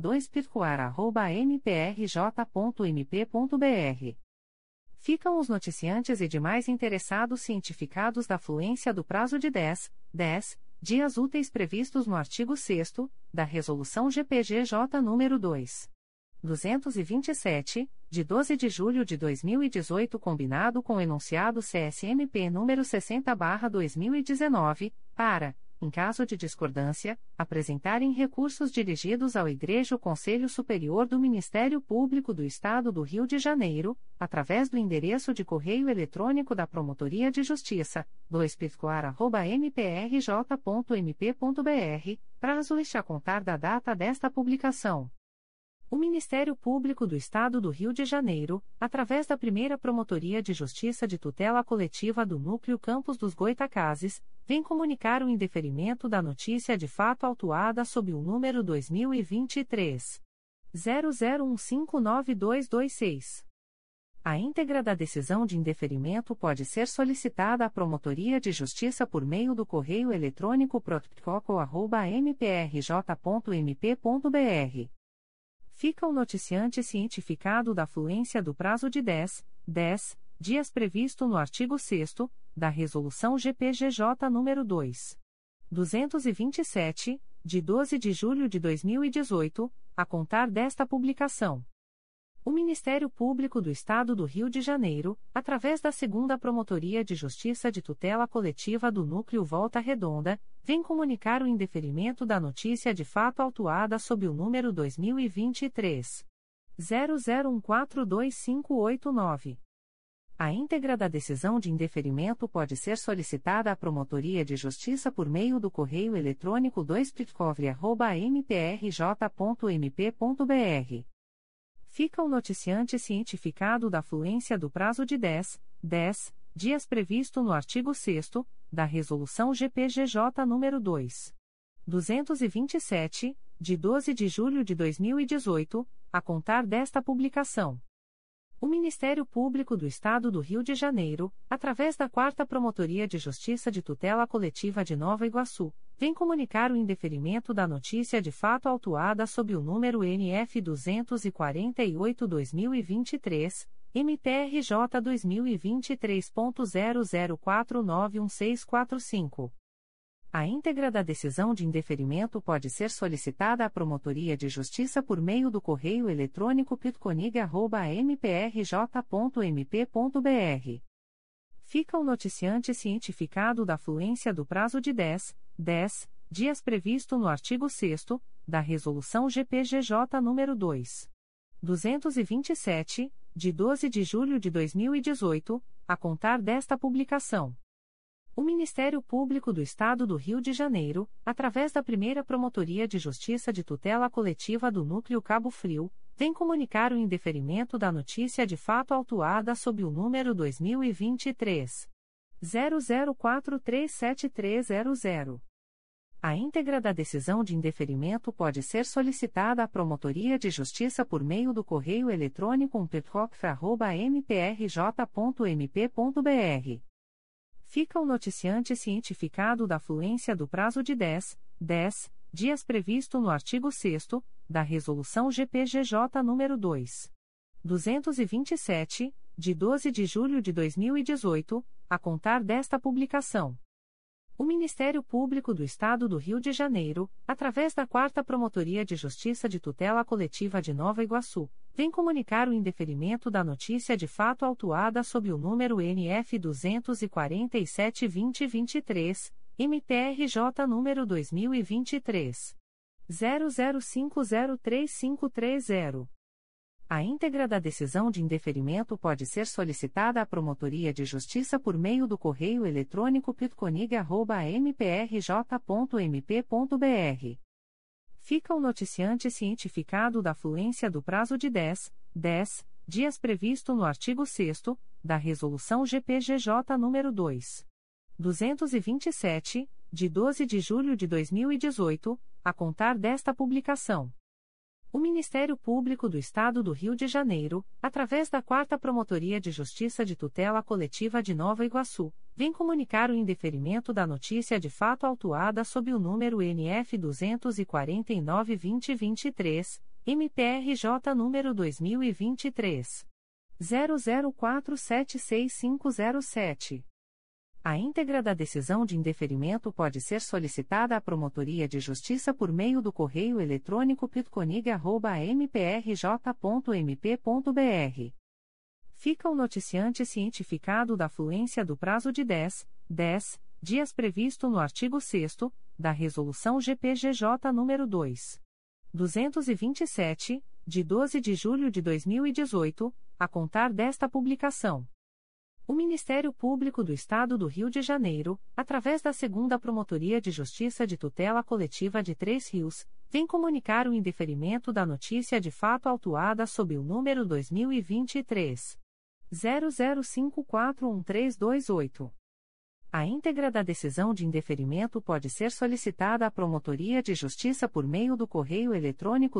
2pircoar@mprj.mp.br. Ficam os noticiantes e demais interessados cientificados da fluência do prazo de 10 dias úteis previstos no artigo 6º da Resolução GPGJ nº 227, de 12 de julho de 2018, combinado com o enunciado CSMP número 60/2019, para, em caso de discordância, apresentarem recursos dirigidos ao Egregio Conselho Superior do Ministério Público do Estado do Rio de Janeiro, através do endereço de correio eletrônico da Promotoria de Justiça, 2pircoar@mprj.mp.br, prazo este a contar da data desta publicação. O Ministério Público do Estado do Rio de Janeiro, através da 1ª Promotoria de Justiça de Tutela Coletiva do Núcleo Campos dos Goitacazes, vem comunicar o indeferimento da notícia de fato autuada sob o número 2023 00159226. A íntegra da decisão de indeferimento pode ser solicitada à Promotoria de Justiça por meio do correio eletrônico protocolo@mprj.mp.br. Fica o noticiante cientificado da fluência do prazo de 10 dias previsto no artigo 6º da Resolução GPGJ nº 227, de 12 de julho de 2018, a contar desta publicação. O Ministério Público do Estado do Rio de Janeiro, através da 2ª Promotoria de Justiça de Tutela Coletiva do Núcleo Volta Redonda, vem comunicar o indeferimento da notícia de fato autuada sob o número 2023 00142589. A íntegra da decisão de indeferimento pode ser solicitada à Promotoria de Justiça por meio do correio eletrônico 2picovre@mprj.mp.br. Fica o noticiante cientificado da fluência do prazo de 10 dias previsto no artigo 6º da Resolução GPGJ nº 227, de 12 de julho de 2018, a contar desta publicação. O Ministério Público do Estado do Rio de Janeiro, através da 4ª Promotoria de Justiça de Tutela Coletiva de Nova Iguaçu, vem comunicar o indeferimento da notícia de fato autuada sob o número NF 248/2023, MPRJ 2023.00491645. A íntegra da decisão de indeferimento pode ser solicitada à Promotoria de Justiça por meio do correio eletrônico pitconig@mprj.mp.br. Fica o noticiante cientificado da fluência do prazo de 10 dias previsto no artigo 6º da Resolução GPGJ nº 227, de 12 de julho de 2018, a contar desta publicação. O Ministério Público do Estado do Rio de Janeiro, através da 1ª Promotoria de Justiça de Tutela Coletiva do Núcleo Cabo Frio, vem comunicar o indeferimento da notícia de fato autuada sob o número 2023 00437300. A íntegra da decisão de indeferimento pode ser solicitada à Promotoria de Justiça por meio do correio eletrônico umpetcof@mprj.mp.br. Fica o noticiante cientificado da fluência do prazo de 10 dias previsto no artigo 6º da Resolução GPGJ nº 227, de 12 de julho de 2018, a contar desta publicação. O Ministério Público do Estado do Rio de Janeiro, através da 4ª Promotoria de Justiça de Tutela Coletiva de Nova Iguaçu, vem comunicar o indeferimento da notícia de fato autuada sob o número NF 247/2023, MPRJ número 2023 00503530. A íntegra da decisão de indeferimento pode ser solicitada à Promotoria de Justiça por meio do correio eletrônico pitconig@mprj.mp.br. Fica o noticiante cientificado da fluência do prazo de 10 dias previsto no artigo 6º da Resolução GPGJ nº 227, de 12 de julho de 2018, a contar desta publicação. O Ministério Público do Estado do Rio de Janeiro, através da 4ª Promotoria de Justiça de Tutela Coletiva de Nova Iguaçu, vem comunicar o indeferimento da notícia de fato autuada sob o número NF 249/2023, MPRJ número 2023 00476507. A íntegra da decisão de indeferimento pode ser solicitada à Promotoria de Justiça por meio do correio eletrônico pitconig@mprj.mp.br. Fica o noticiante cientificado da fluência do prazo de 10 dias previsto no artigo 6º da Resolução GPGJ nº 227, de 12 de julho de 2018, a contar desta publicação. O Ministério Público do Estado do Rio de Janeiro, através da 2ª Promotoria de Justiça de Tutela Coletiva de Três Rios, vem comunicar o indeferimento da notícia de fato autuada sob o número 2023 00541328. A íntegra da decisão de indeferimento pode ser solicitada à Promotoria de Justiça por meio do correio eletrônico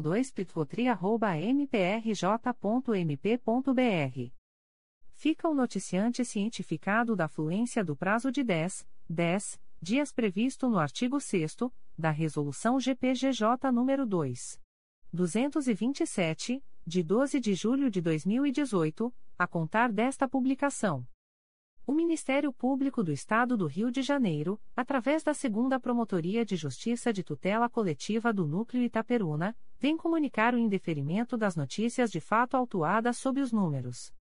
2picotria@mprj.mp.br. Fica o noticiante cientificado da fluência do prazo de 10 dias previsto no artigo 6º da Resolução GPGJ nº 227, de 12 de julho de 2018, a contar desta publicação. O Ministério Público do Estado do Rio de Janeiro, através da 2ª Promotoria de Justiça de Tutela Coletiva do Núcleo Itaperuna, vem comunicar o indeferimento das notícias de fato autuadas sob os números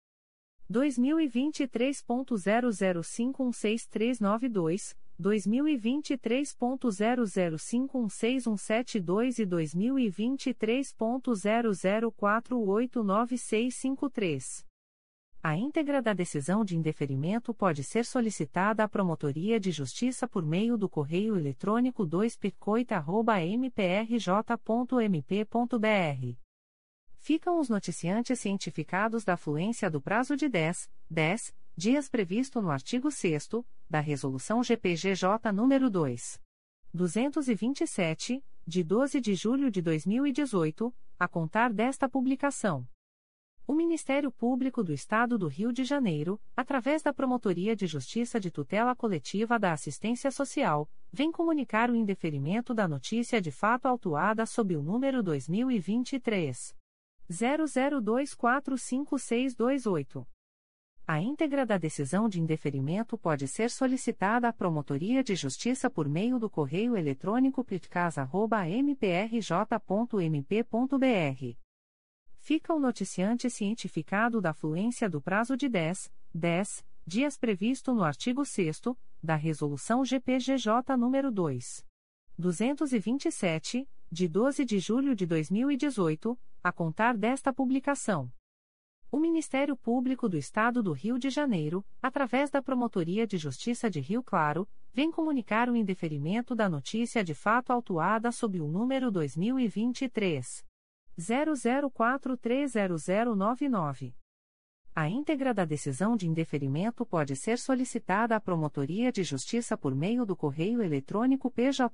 2023.00516392, 2023.00516172 e 2023.00489653. A íntegra da decisão de indeferimento pode ser solicitada à Promotoria de Justiça por meio do correio eletrônico 2picoita@mprj.mp.br. Ficam os noticiantes cientificados da fluência do prazo de 10 dias previsto no artigo 6º da Resolução GPGJ nº 227, de 12 de julho de 2018, a contar desta publicação. O Ministério Público do Estado do Rio de Janeiro, através da Promotoria de Justiça de Tutela Coletiva da Assistência Social, vem comunicar o indeferimento da notícia de fato autuada sob o número 2023 00245628. A íntegra da decisão de indeferimento pode ser solicitada à Promotoria de Justiça por meio do correio eletrônico pitcas@mprj.mp.br. Fica o noticiante cientificado da fluência do prazo de 10 dias previsto no artigo 6º da Resolução GPGJ nº 227, de 12 de julho de 2018, a contar desta publicação. O Ministério Público do Estado do Rio de Janeiro, através da Promotoria de Justiça de Rio Claro, vem comunicar o indeferimento da notícia de fato autuada sob o número 2023 00430099. A íntegra da decisão de indeferimento pode ser solicitada à Promotoria de Justiça por meio do correio eletrônico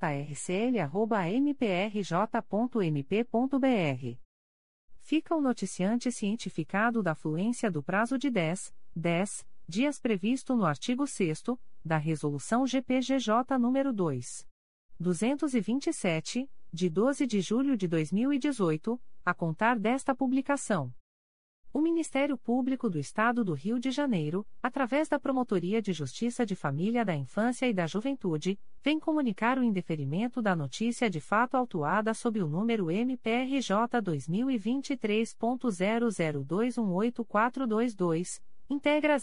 pjrcl@mprj.mp.br. Fica o noticiante cientificado da fluência do prazo de 10 dias previsto no artigo 6º da Resolução GPGJ nº 227, de 12 de julho de 2018, a contar desta publicação. O Ministério Público do Estado do Rio de Janeiro, através da Promotoria de Justiça de Família da Infância e da Juventude, vem comunicar o indeferimento da notícia de fato autuada sob o número MPRJ 2023.00218422, integra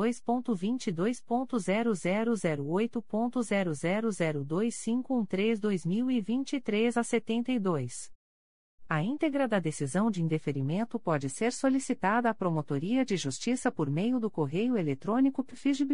02.22.0008.0002513/2023 a 72. A íntegra da decisão de indeferimento pode ser solicitada à Promotoria de Justiça por meio do correio eletrônico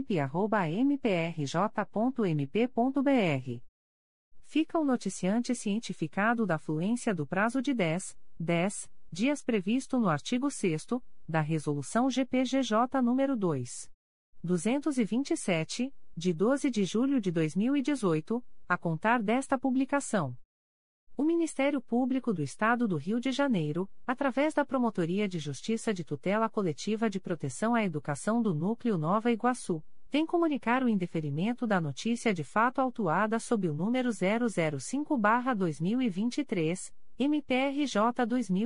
pfisbp@mprj.mp.br. Fica o noticiante cientificado da fluência do prazo de 10 dias previsto no artigo 6º da Resolução GPGJ nº 227, de 12 de julho de 2018, a contar desta publicação. O Ministério Público do Estado do Rio de Janeiro, através da Promotoria de Justiça de Tutela Coletiva de Proteção à Educação do Núcleo Nova Iguaçu, vem comunicar o indeferimento da notícia de fato autuada sob o número 005/2023, MPRJ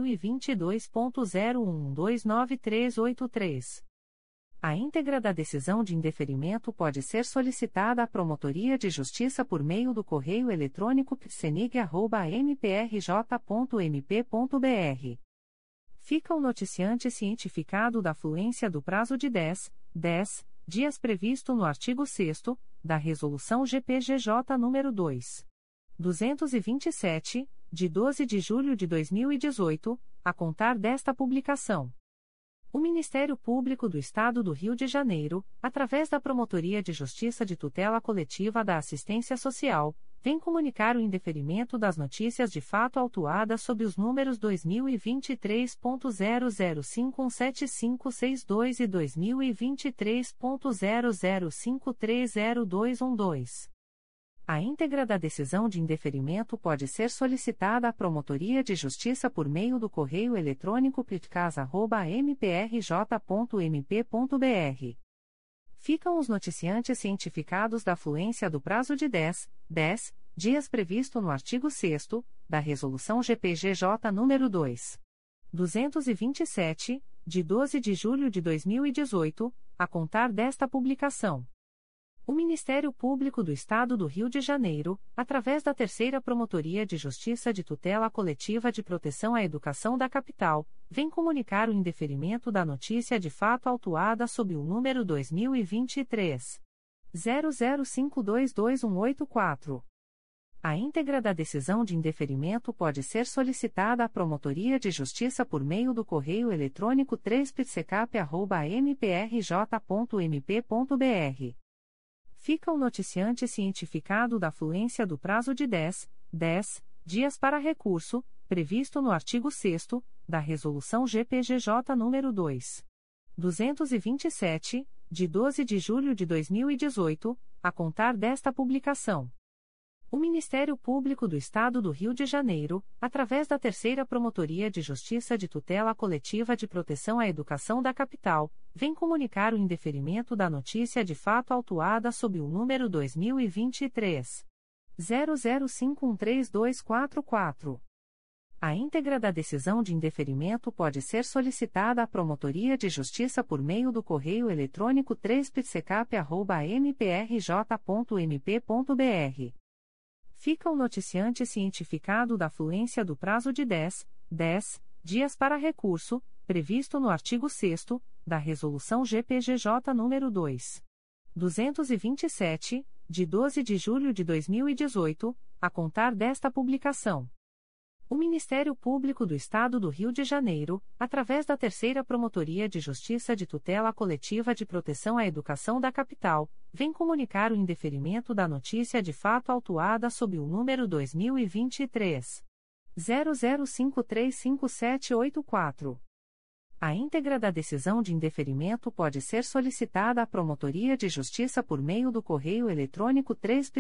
2022.0129383. A íntegra da decisão de indeferimento pode ser solicitada à Promotoria de Justiça por meio do correio eletrônico psenig@mprj.mp.br. Fica o noticiante cientificado da fluência do prazo de 10 dias previsto no artigo 6º da Resolução GPGJ nº 227, de 12 de julho de 2018, a contar desta publicação. O Ministério Público do Estado do Rio de Janeiro, através da Promotoria de Justiça de Tutela Coletiva da Assistência Social, vem comunicar o indeferimento das notícias de fato autuadas sob os números 2023.00517562 e 2023.00530212. A íntegra da decisão de indeferimento pode ser solicitada à Promotoria de Justiça por meio do correio eletrônico pitcas@mprj.mp.br. Ficam os noticiantes cientificados da fluência do prazo de 10 dias previsto no artigo 6º da Resolução GPGJ nº 2. 227, de 12 de julho de 2018, a contar desta publicação. O Ministério Público do Estado do Rio de Janeiro, através da Terceira Promotoria de Justiça de Tutela Coletiva de Proteção à Educação da Capital, vem comunicar o indeferimento da notícia de fato autuada sob o número 2023 00522184. A íntegra da decisão de indeferimento pode ser solicitada à Promotoria de Justiça por meio do correio eletrônico 3psecap@mprj.mp.br. Fica o noticiante cientificado da fluência do prazo de 10 dias para recurso, previsto no artigo 6º da Resolução GPGJ nº 2. 227, de 12 de julho de 2018, a contar desta publicação. O Ministério Público do Estado do Rio de Janeiro, através da Terceira Promotoria de Justiça de Tutela Coletiva de Proteção à Educação da Capital, vem comunicar o indeferimento da notícia de fato autuada sob o número 2023 00513244. A íntegra da decisão de indeferimento pode ser solicitada à Promotoria de Justiça por meio do correio eletrônico 3psecap@mprj.mp.br. Fica o noticiante cientificado da fluência do prazo de 10 dias para recurso, previsto no artigo 6º da Resolução GPGJ nº 2. 227, de 12 de julho de 2018, a contar desta publicação. O Ministério Público do Estado do Rio de Janeiro, através da Terceira Promotoria de Justiça de Tutela Coletiva de Proteção à Educação da Capital, vem comunicar o indeferimento da notícia de fato autuada sob o número 2023 00535784. A íntegra da decisão de indeferimento pode ser solicitada à Promotoria de Justiça por meio do correio eletrônico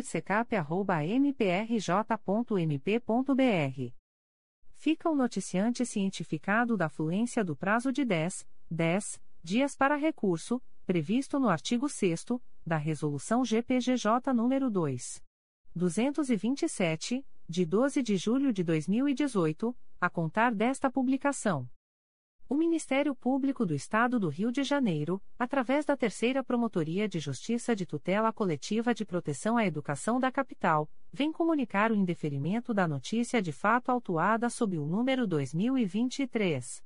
3psecap@mprj.mp.br. Fica o noticiante cientificado da fluência do prazo de 10 dias para recurso, previsto no artigo 6º da Resolução GPGJ nº 2. 227, de 12 de julho de 2018, a contar desta publicação. O Ministério Público do Estado do Rio de Janeiro, através da Terceira Promotoria de Justiça de Tutela Coletiva de Proteção à Educação da Capital, vem comunicar o indeferimento da notícia de fato autuada sob o número 2023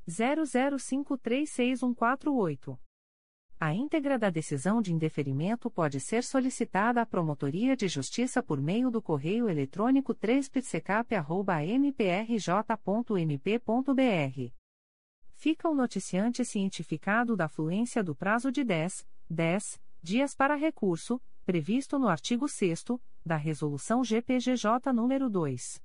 00536148. A íntegra da decisão de indeferimento pode ser solicitada à Promotoria de Justiça por meio do correio eletrônico 3psecap@mprj.mp.br. Fica o noticiante cientificado da fluência do prazo de 10 dias para recurso, previsto no artigo 6º da Resolução GPGJ nº 2.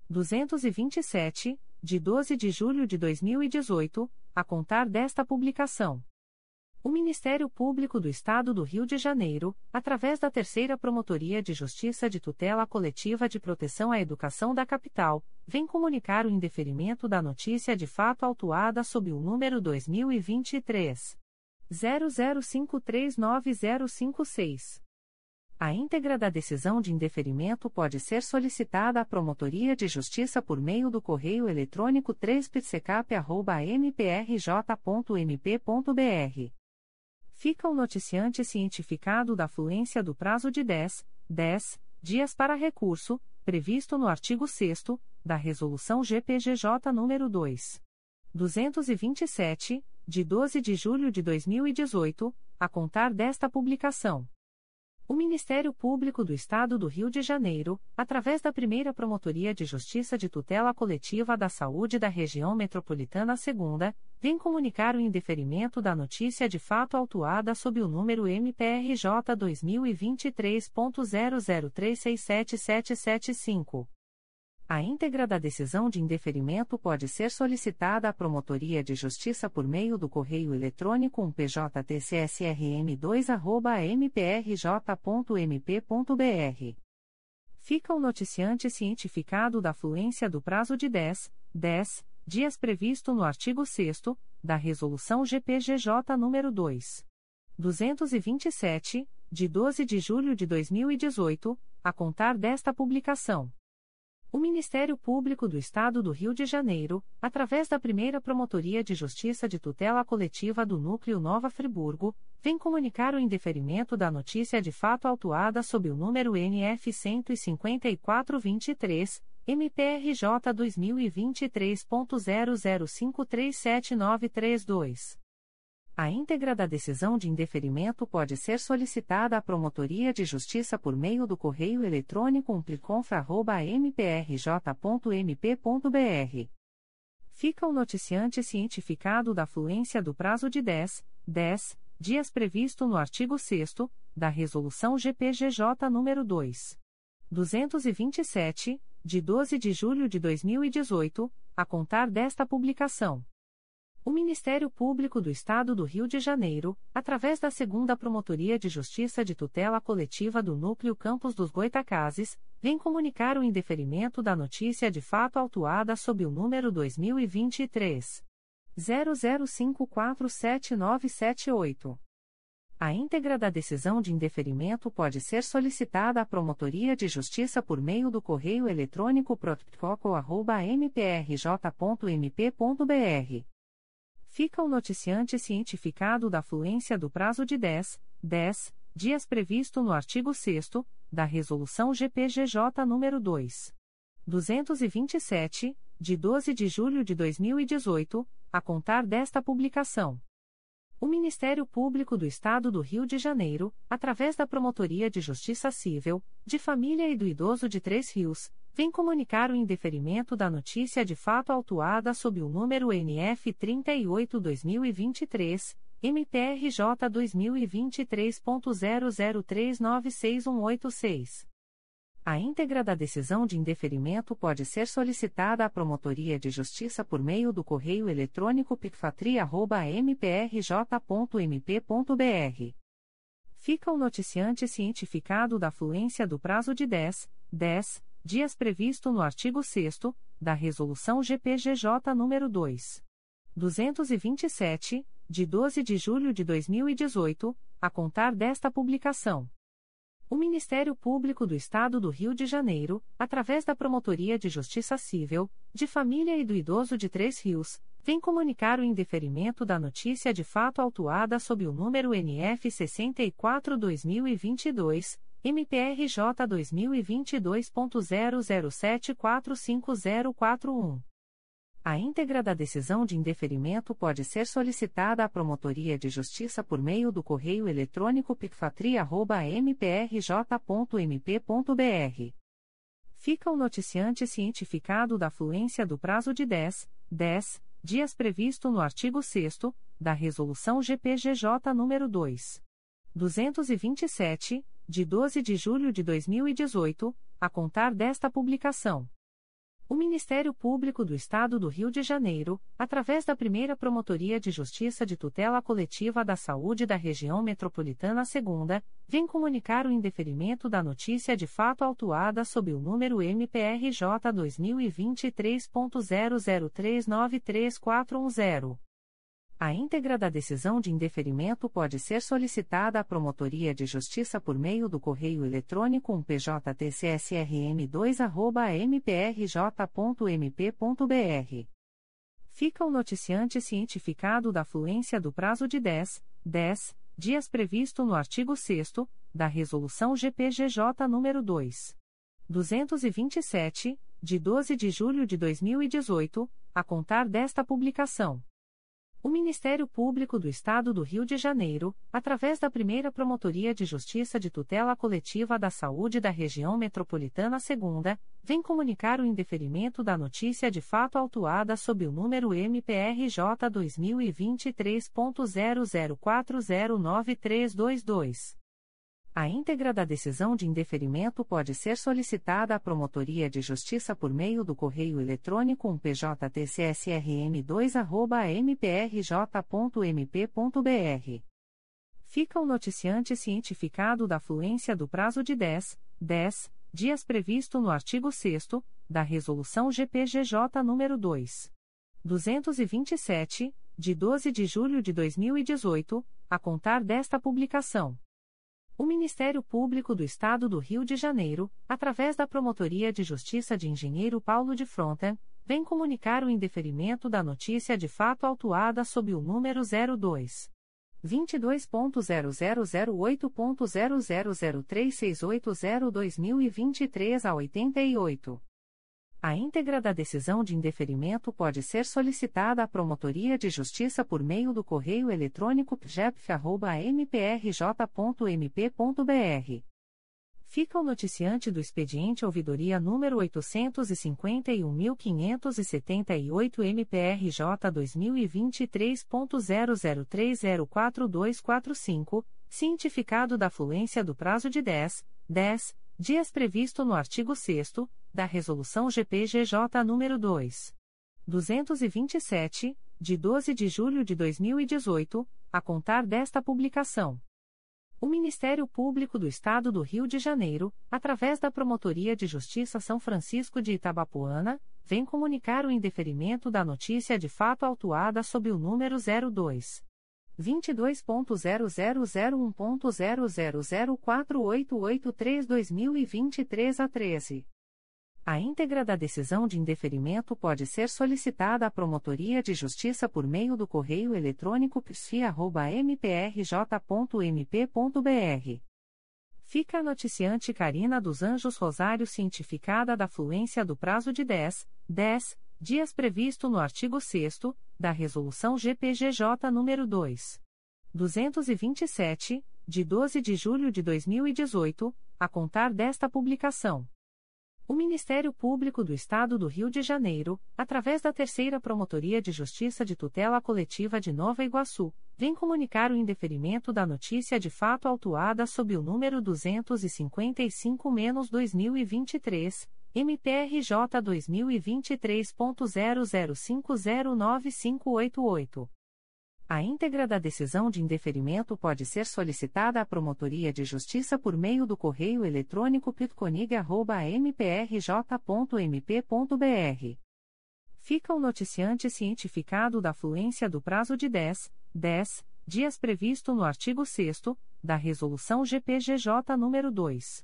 227, de 12 de julho de 2018, a contar desta publicação. O Ministério Público do Estado do Rio de Janeiro, através da Terceira Promotoria de Justiça de Tutela Coletiva de Proteção à Educação da Capital, vem comunicar o indeferimento da notícia de fato autuada sob o número 2023 00539056. A íntegra da decisão de indeferimento pode ser solicitada à Promotoria de Justiça por meio do correio eletrônico 3psecap@mprj.mp.br. Fica o noticiante cientificado da fluência do prazo de 10 dias para recurso, previsto no artigo 6º da Resolução GPGJ nº 2. 227, de 12 de julho de 2018, a contar desta publicação. O Ministério Público do Estado do Rio de Janeiro, através da Primeira Promotoria de Justiça de Tutela Coletiva da Saúde da Região Metropolitana II, vem comunicar o indeferimento da notícia de fato autuada sob o número MPRJ 2023.00367775. A íntegra da decisão de indeferimento pode ser solicitada à Promotoria de Justiça por meio do correio eletrônico pjtcsrm2@mprj.mp.br. Fica o noticiante cientificado da fluência do prazo de 10 dias previsto no artigo 6º da Resolução GPGJ nº 2. 227, de 12 de julho de 2018, a contar desta publicação. O Ministério Público do Estado do Rio de Janeiro, através da Primeira Promotoria de Justiça de Tutela Coletiva do Núcleo Nova Friburgo, vem comunicar o indeferimento da notícia de fato autuada sob o número NF 15423, MPRJ 2023.00537932. A íntegra da decisão de indeferimento pode ser solicitada à Promotoria de Justiça por meio do correio eletrônico umpliconfra@mprj.mp.br. Fica o noticiante cientificado da fluência do prazo de 10 dias previsto no artigo 6º da Resolução GPGJ nº 227, de 12 de julho de 2018, a contar desta publicação. O Ministério Público do Estado do Rio de Janeiro, através da 2ª Promotoria de Justiça de Tutela Coletiva do Núcleo Campos dos Goitacazes, vem comunicar o indeferimento da notícia de fato autuada sob o número 2023 00547978. A íntegra da decisão de indeferimento pode ser solicitada à Promotoria de Justiça por meio do correio eletrônico protocolo@mprj.mp.br. Fica o noticiante cientificado da fluência do prazo de 10 dias previsto no artigo 6º da Resolução GPGJ nº 227, de 12 de julho de 2018, a contar desta publicação. O Ministério Público do Estado do Rio de Janeiro, através da Promotoria de Justiça Civil, de Família e do Idoso de Três Rios, vem comunicar o indeferimento da notícia de fato autuada sob o número NF 38/2023, MPRJ 2023.00396186. A íntegra da decisão de indeferimento pode ser solicitada à Promotoria de Justiça por meio do correio eletrônico picfatria@mprj.mp.br. Fica o noticiante cientificado da fluência do prazo de 10 dias previsto no artigo 6º da Resolução GPGJ nº 227, de 12 de julho de 2018, a contar desta publicação. O Ministério Público do Estado do Rio de Janeiro, através da Promotoria de Justiça Civil, de Família e do Idoso de Três Rios, vem comunicar o indeferimento da notícia de fato autuada sob o número NF 64/2022, MPRJ 2022.00745041. A íntegra da decisão de indeferimento pode ser solicitada à Promotoria de Justiça por meio do correio eletrônico picfatria@mprj.mp.br. Fica o noticiante cientificado da fluência do prazo de 10 dias previsto no artigo 6º da Resolução GPGJ nº 227, de 12 de julho de 2018, a contar desta publicação. O Ministério Público do Estado do Rio de Janeiro, através da Primeira Promotoria de Justiça de Tutela Coletiva da Saúde da Região Metropolitana II, vem comunicar o indeferimento da notícia de fato autuada sob o número MPRJ 2023.00393410. A íntegra da decisão de indeferimento pode ser solicitada à Promotoria de Justiça por meio do correio eletrônico pjtcsrm2@mprj.mp.br. Fica o noticiante cientificado da fluência do prazo de 10 dias previsto no artigo 6º da Resolução GPGJ nº 227, de 12 de julho de 2018, a contar desta publicação. O Ministério Público do Estado do Rio de Janeiro, através da Primeira Promotoria de Justiça de Tutela Coletiva da Saúde da Região Metropolitana II, vem comunicar o indeferimento da notícia de fato autuada sob o número MPRJ 2023.00409322. A íntegra da decisão de indeferimento pode ser solicitada à Promotoria de Justiça por meio do correio eletrônico pjtcsrm2@mprj.mp.br. Fica o noticiante cientificado da fluência do prazo de 10 dias previsto no artigo 6º da Resolução GPGJ nº 227, de 12 de julho de 2018, a contar desta publicação. O Ministério Público do Estado do Rio de Janeiro, através da Promotoria de Justiça de Engenheiro Paulo de Fronten, vem comunicar o indeferimento da notícia de fato autuada sob o número 02. 22.0008.0003680-2023 a 88. A íntegra da decisão de indeferimento pode ser solicitada à Promotoria de Justiça por meio do correio eletrônico pjep@mprj.mp.br. Fica o noticiante do expediente ouvidoria número 851.578 MPRJ 2023.00304245, cientificado da fluência do prazo de 10 dias previsto no artigo 6º da Resolução GPGJ nº 227, de 12 de julho de 2018, a contar desta publicação. O Ministério Público do Estado do Rio de Janeiro, através da Promotoria de Justiça São Francisco de Itabapoana, vem comunicar o indeferimento da notícia de fato autuada sob o número 02. 22.0001.0004883/2023 a 13. A íntegra da decisão de indeferimento pode ser solicitada à Promotoria de Justiça por meio do correio eletrônico psi@mprj.mp.br. Fica a noticiante Carina dos Anjos Rosário cientificada da fluência do prazo de 10 dias previsto no artigo 6º da Resolução GPGJ nº 227, de 12 de julho de 2018, a contar desta publicação. O Ministério Público do Estado do Rio de Janeiro, através da Terceira Promotoria de Justiça de Tutela Coletiva de Nova Iguaçu, vem comunicar o indeferimento da notícia de fato autuada sob o número 255-2023, MPRJ 2023.00509588. A íntegra da decisão de indeferimento pode ser solicitada à Promotoria de Justiça por meio do correio eletrônico pitconig@mprj.mp.br. Fica o noticiante cientificado da fluência do prazo de 10 dias previsto no artigo 6º da Resolução GPGJ nº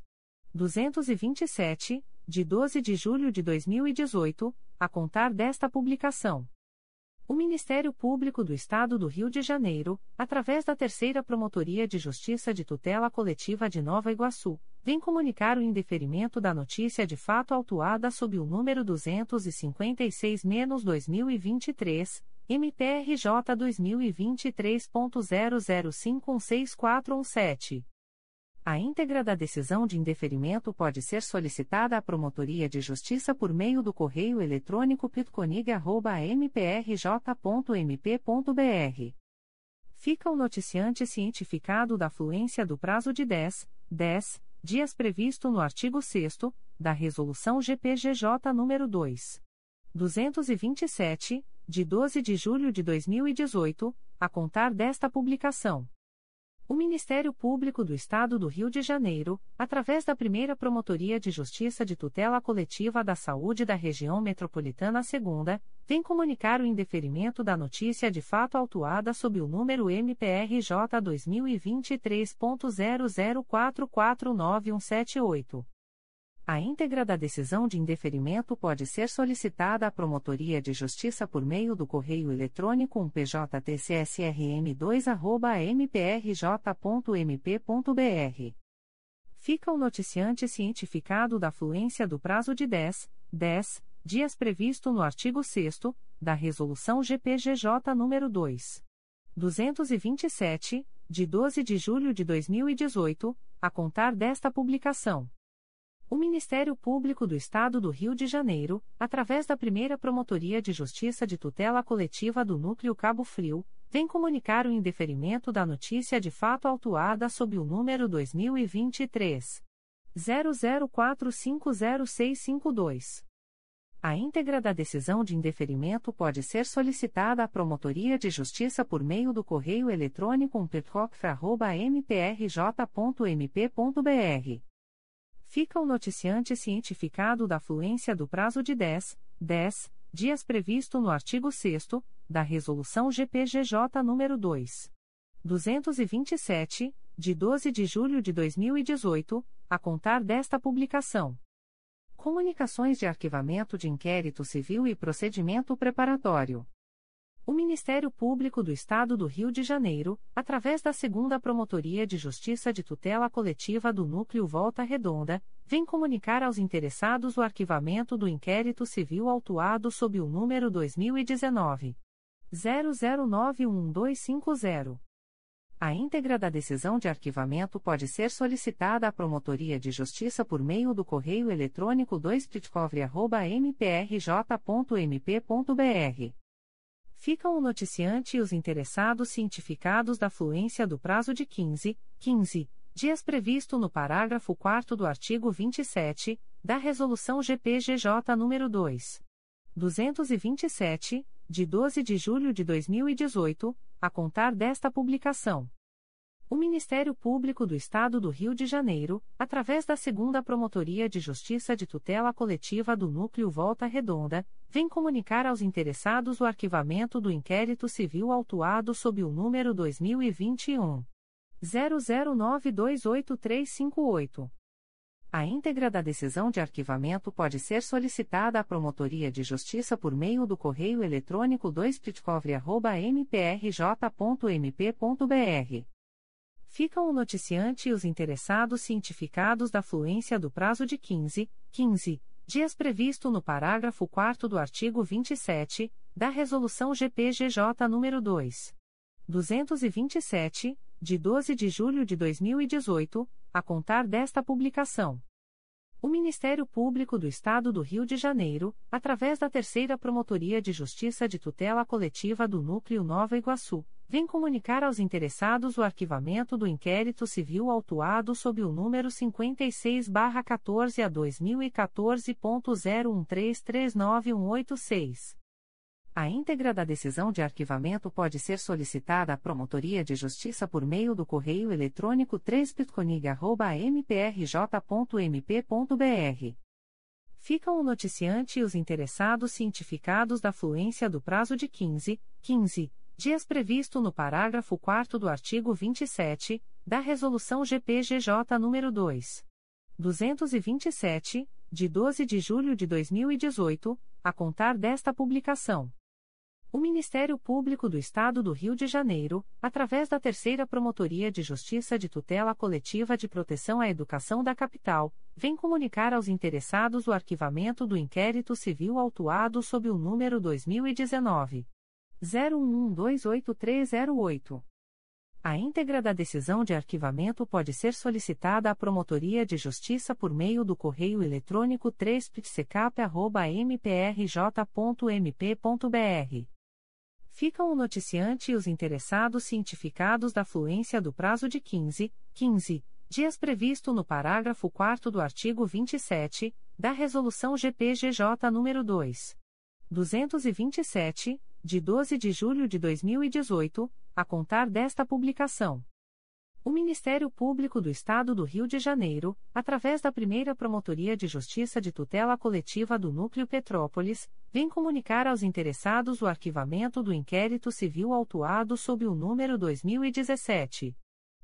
227, de 12 de julho de 2018, a contar desta publicação. O Ministério Público do Estado do Rio de Janeiro, através da Terceira Promotoria de Justiça de Tutela Coletiva de Nova Iguaçu, vem comunicar o indeferimento da notícia de fato autuada sob o número 256-2023, MPRJ 2023.00516417. A íntegra da decisão de indeferimento pode ser solicitada à Promotoria de Justiça por meio do correio eletrônico pitconig@mprj.mp.br. Fica o noticiante cientificado da fluência do prazo de 10 dias previsto no artigo 6º da Resolução GPGJ nº 227, de 12 de julho de 2018, a contar desta publicação. O Ministério Público do Estado do Rio de Janeiro, através da Primeira Promotoria de Justiça de Tutela Coletiva da Saúde da Região Metropolitana II, vem comunicar o indeferimento da notícia de fato autuada sob o número MPRJ 2023.00449178. A íntegra da decisão de indeferimento pode ser solicitada à Promotoria de Justiça por meio do correio eletrônico pjtcsrm2@mprj.mp.br. Fica o noticiante cientificado da fluência do prazo de 10 dias previsto no artigo 6º da Resolução GPGJ nº 227, de 12 de julho de 2018, a contar desta publicação. O Ministério Público do Estado do Rio de Janeiro, através da Primeira Promotoria de Justiça de Tutela Coletiva do Núcleo Cabo Frio, vem comunicar o indeferimento da notícia de fato autuada sob o número 2023 00450652. A íntegra da decisão de indeferimento pode ser solicitada à Promotoria de Justiça por meio do correio eletrônico umpercof@mprj.mp.br. Fica o noticiante cientificado da fluência do prazo de 10 dias previsto no artigo 6º da Resolução GPGJ nº 227, de 12 de julho de 2018, a contar desta publicação. Comunicações de arquivamento de inquérito civil e procedimento preparatório. O Ministério Público do Estado do Rio de Janeiro, através da 2ª Promotoria de Justiça de Tutela Coletiva do Núcleo Volta Redonda, vem comunicar aos interessados o arquivamento do inquérito civil autuado sob o número 2019 00911250. A íntegra da decisão de arquivamento pode ser solicitada à Promotoria de Justiça por meio do correio eletrônico 2ptcovre@mprj.mp.br. Ficam o noticiante e os interessados cientificados da fluência do prazo de 15 dias previsto no parágrafo 4º do artigo 27, da Resolução GPGJ nº 227, de 12 de julho de 2018, a contar desta publicação. O Ministério Público do Estado do Rio de Janeiro, através da 2ª Promotoria de Justiça de Tutela Coletiva do Núcleo Volta Redonda, vem comunicar aos interessados o arquivamento do inquérito civil autuado sob o número 2021 00928358. A íntegra da decisão de arquivamento pode ser solicitada à Promotoria de Justiça por meio do correio eletrônico 2ptcovre@mprj.mp.br. Ficam o noticiante e os interessados cientificados da fluência do prazo de 15 dias previsto no parágrafo 4º do artigo 27, da Resolução GPGJ nº 227, de 12 de julho de 2018, a contar desta publicação. O Ministério Público do Estado do Rio de Janeiro, através da 3ª Promotoria de Justiça de Tutela Coletiva do Núcleo Nova Iguaçu, vem comunicar aos interessados o arquivamento do inquérito civil autuado sob o número 56/14/2014.013391186. A íntegra da decisão de arquivamento pode ser solicitada à Promotoria de Justiça por meio do correio eletrônico 3pitconig@mprj.mp.br. Ficam o noticiante e os interessados cientificados da fluência do prazo de 15 dias previsto no parágrafo 4º do artigo 27, da Resolução GPGJ nº 227, de 12 de julho de 2018, a contar desta publicação. O Ministério Público do Estado do Rio de Janeiro, através da 3ª Promotoria de Justiça de Tutela Coletiva de Proteção à Educação da Capital, vem comunicar aos interessados o arquivamento do inquérito civil autuado sob o número 2019 01128308. A íntegra da decisão de arquivamento pode ser solicitada à Promotoria de Justiça por meio do correio eletrônico 3ptcap@mprj.mp.br. Ficam o noticiante e os interessados cientificados da fluência do prazo de 15 dias previsto no parágrafo 4º do artigo 27, da Resolução GPGJ nº 227, de 12 de julho de 2018, a contar desta publicação. O Ministério Público do Estado do Rio de Janeiro, através da 1ª Promotoria de Justiça de Tutela Coletiva do Núcleo Petrópolis, vem comunicar aos interessados o arquivamento do inquérito civil autuado sob o número 2017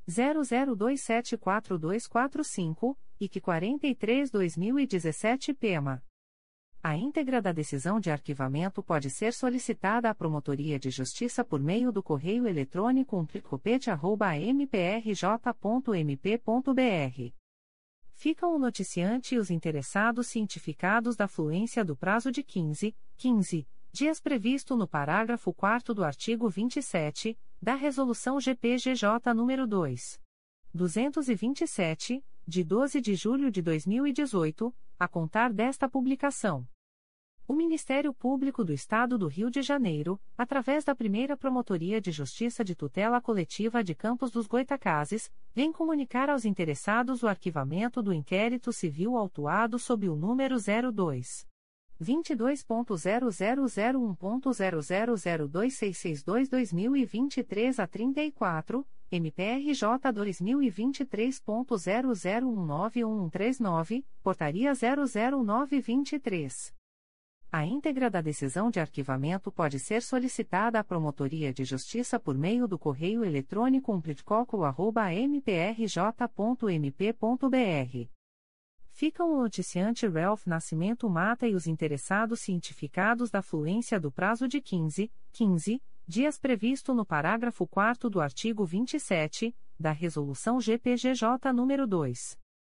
00274245 e que 43/2017 PEMA. A íntegra da decisão de arquivamento pode ser solicitada à Promotoria de Justiça por meio do correio eletrônico umplicopete@mprj.mp.br. Ficam o noticiante e os interessados cientificados da fluência do prazo de 15 dias previsto no parágrafo 4º do artigo 27, da Resolução GPGJ nº 227, de 12 de julho de 2018, a contar desta publicação. O Ministério Público do Estado do Rio de Janeiro, através da 1ª Promotoria de Justiça de Tutela Coletiva de Campos dos Goytacazes, vem comunicar aos interessados o arquivamento do inquérito civil autuado sob o número 02 22.0001.0002662/2023 a 34, MPRJ 2023.00191139, Portaria 00923. A íntegra da decisão de arquivamento pode ser solicitada à Promotoria de Justiça por meio do correio eletrônico umplitcoco@mprj.mp.br. Ficam o noticiante Ralph Nascimento Mata e os interessados cientificados da fluência do prazo de 15 dias previsto no parágrafo 4º do artigo 27, da Resolução GPGJ nº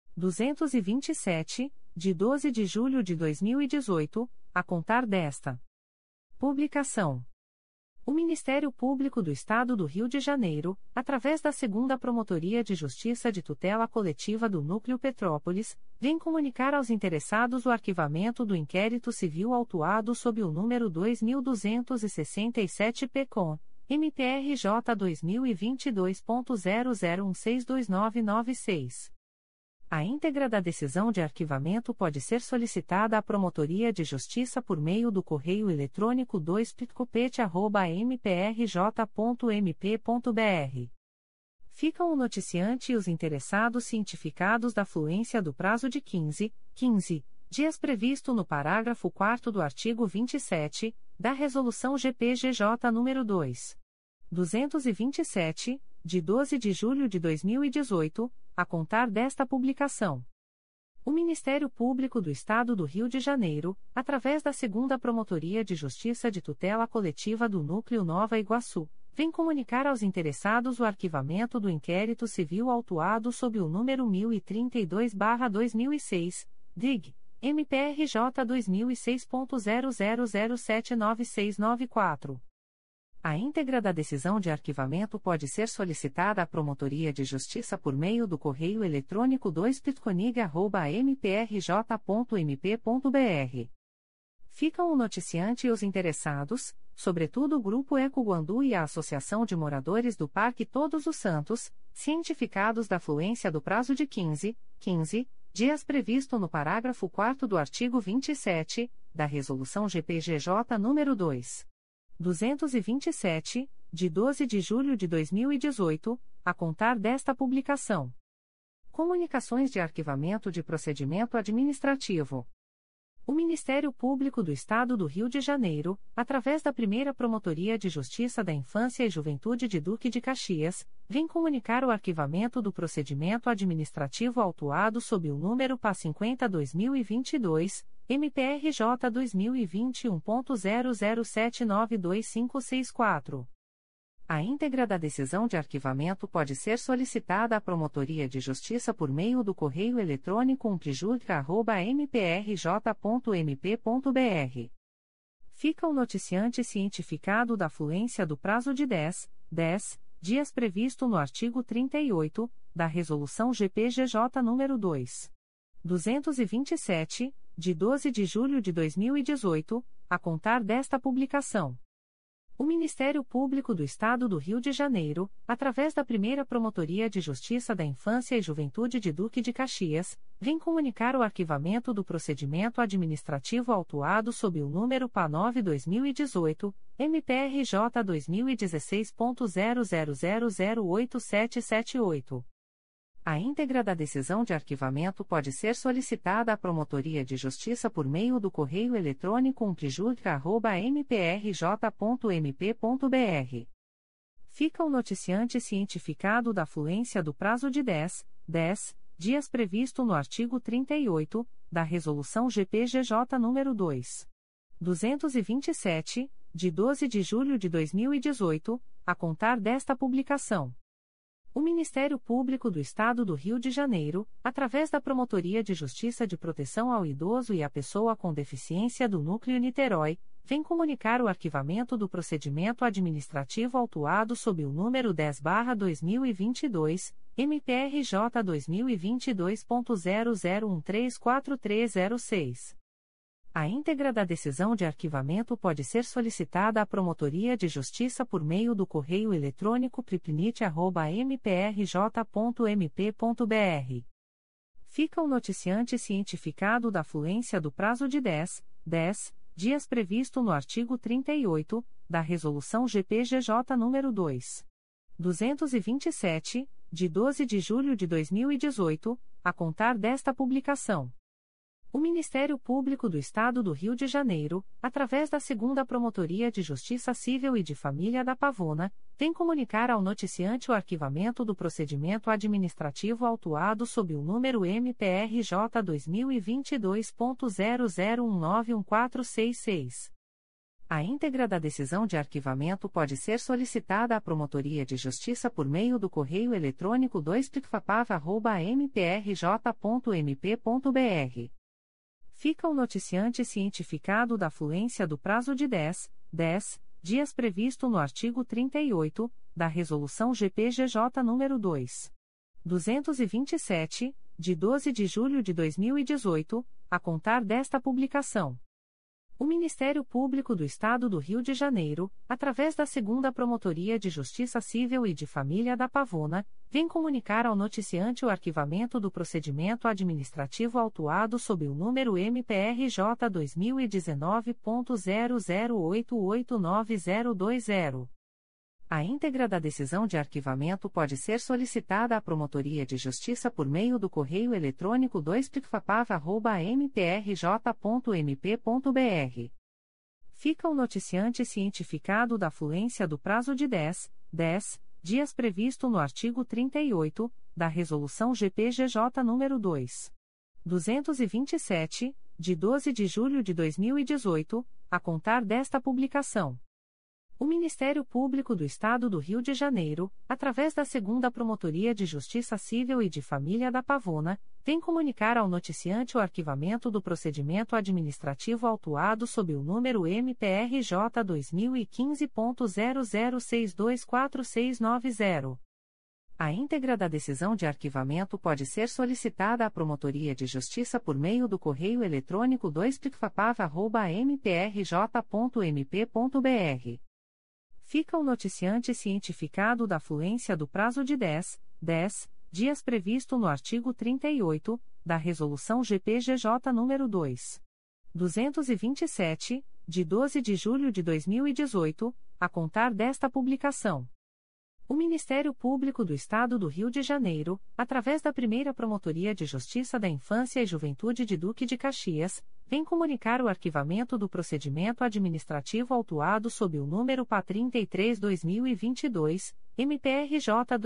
227, de 12 de julho de 2018, a contar desta publicação. O Ministério Público do Estado do Rio de Janeiro, através da 2ª Promotoria de Justiça de Tutela Coletiva do Núcleo Petrópolis, vem comunicar aos interessados o arquivamento do inquérito civil autuado sob o número 2267-PCOM, MPRJ 2022.00162996. A íntegra da decisão de arquivamento pode ser solicitada à Promotoria de Justiça por meio do correio eletrônico 2pitcopete@mprj.mp.br. Ficam o noticiante e os interessados cientificados da fluência do prazo de 15 dias previsto no parágrafo 4º do artigo 27, da Resolução GPGJ nº 227, de 12 de julho de 2018, a contar desta publicação. O Ministério Público do Estado do Rio de Janeiro, através da 2ª Promotoria de Justiça de Tutela Coletiva do Núcleo Nova Iguaçu, vem comunicar aos interessados o arquivamento do inquérito civil autuado sob o número 1032-2006, DIG, MPRJ 2006.00079694. A íntegra da decisão de arquivamento pode ser solicitada à Promotoria de Justiça por meio do correio eletrônico 2pitconig@mprj.mp.br. Ficam o noticiante e os interessados, sobretudo o Grupo Eco Guandu e a Associação de Moradores do Parque Todos os Santos, cientificados da fluência do prazo de 15 dias previsto no parágrafo 4º do artigo 27, da Resolução GPGJ nº 227, de 12 de julho de 2018, a contar desta publicação. Comunicações de arquivamento de procedimento administrativo. O Ministério Público do Estado do Rio de Janeiro, através da 1ª Promotoria de Justiça da Infância e Juventude de Duque de Caxias, vem comunicar o arquivamento do procedimento administrativo autuado sob o número PA 50/2022, MPRJ 2021.00792564. A íntegra da decisão de arquivamento pode ser solicitada à Promotoria de Justiça por meio do correio eletrônico umplijurica@mprj.mp.br. Fica o noticiante cientificado da fluência do prazo de 10 dias previsto no artigo 38, da Resolução GPGJ nº 227, de 12 de julho de 2018, a contar desta publicação. O Ministério Público do Estado do Rio de Janeiro, através da 1ª Promotoria de Justiça da Infância e Juventude de Duque de Caxias, vem comunicar o arquivamento do procedimento administrativo autuado sob o número PA 9/2018, MPRJ 2016.00008778. A íntegra da decisão de arquivamento pode ser solicitada à Promotoria de Justiça por meio do correio eletrônico umplijurica@mprj.mp.br. Fica o noticiante cientificado da fluência do prazo de 10 dias previsto no artigo 38, da Resolução GPGJ nº 227, de 12 de julho de 2018, a contar desta publicação. O Ministério Público do Estado do Rio de Janeiro, através da Promotoria de Justiça de Proteção ao Idoso e à Pessoa com Deficiência do Núcleo Niterói, vem comunicar o arquivamento do procedimento administrativo autuado sob o número 10/2022, MPRJ 2022.00134306. A íntegra da decisão de arquivamento pode ser solicitada à Promotoria de Justiça por meio do correio eletrônico pripnit@mprj.mp.br. Fica o noticiante cientificado da fluência do prazo de 10 dias previsto no artigo 38, da Resolução GPGJ nº 227, de 12 de julho de 2018, a contar desta publicação. O Ministério Público do Estado do Rio de Janeiro, através da 2ª Promotoria de Justiça Civil e de Família da Pavona, vem comunicar ao noticiante o arquivamento do procedimento administrativo autuado sob o número MPRJ 2022.00191466. A íntegra da decisão de arquivamento pode ser solicitada à Promotoria de Justiça por meio do correio eletrônico 2picfapava@mprj.mp.br. Fica o noticiante cientificado da fluência do prazo de 10 dias previsto no artigo 38 da Resolução GPGJ nº 227, de 12 de julho de 2018, a contar desta publicação. O Ministério Público do Estado do Rio de Janeiro, através da 2ª Promotoria de Justiça Civil e de Família da Pavona, vem comunicar ao noticiante o arquivamento do procedimento administrativo autuado sob o número MPRJ 2019.00889020. A íntegra da decisão de arquivamento pode ser solicitada à Promotoria de Justiça por meio do correio eletrônico 2picfapava@mprj.mp.br. Fica o noticiante cientificado da fluência do prazo de 10 dias previsto no artigo 38 da Resolução GPGJ nº 227, de 12 de julho de 2018, a contar desta publicação. O Ministério Público do Estado do Rio de Janeiro, através da 2ª Promotoria de Justiça Civil e de Família da Pavona, vem comunicar ao noticiante o arquivamento do procedimento administrativo autuado sob o número MPRJ 2015.00624690. A íntegra da decisão de arquivamento pode ser solicitada à Promotoria de Justiça por meio do correio eletrônico 2picfapava@mprj.mp.br. Fica o noticiante cientificado da fluência do prazo de 10 dias previsto no artigo 38 da Resolução GPGJ nº 227, de 12 de julho de 2018, a contar desta publicação. O Ministério Público do Estado do Rio de Janeiro, através da 1ª Promotoria de Justiça da Infância e Juventude de Duque de Caxias, vem comunicar o arquivamento do procedimento administrativo autuado sob o número PA 33/2022, MPRJ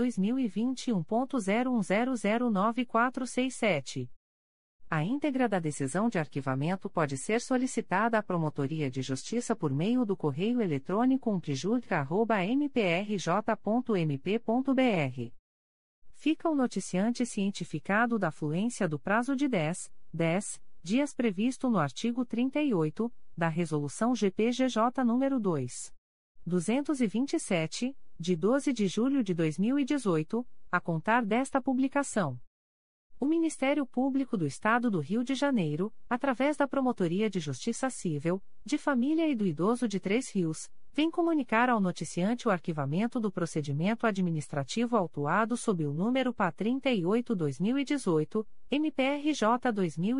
2021.01009467. A íntegra da decisão de arquivamento pode ser solicitada à Promotoria de Justiça por meio do correio eletrônico umprijudica@mprj.mp.br. Fica o noticiante cientificado da fluência do prazo de 10 dias previsto no artigo 38 da Resolução GPGJ nº 227, de 12 de julho de 2018, a contar desta publicação. O Ministério Público do Estado do Rio de Janeiro, através da Promotoria de Justiça Civil, de Família e do Idoso de Três Rios, vem comunicar ao noticiante o arquivamento do procedimento administrativo autuado sob o número PA 38/2018, MPRJ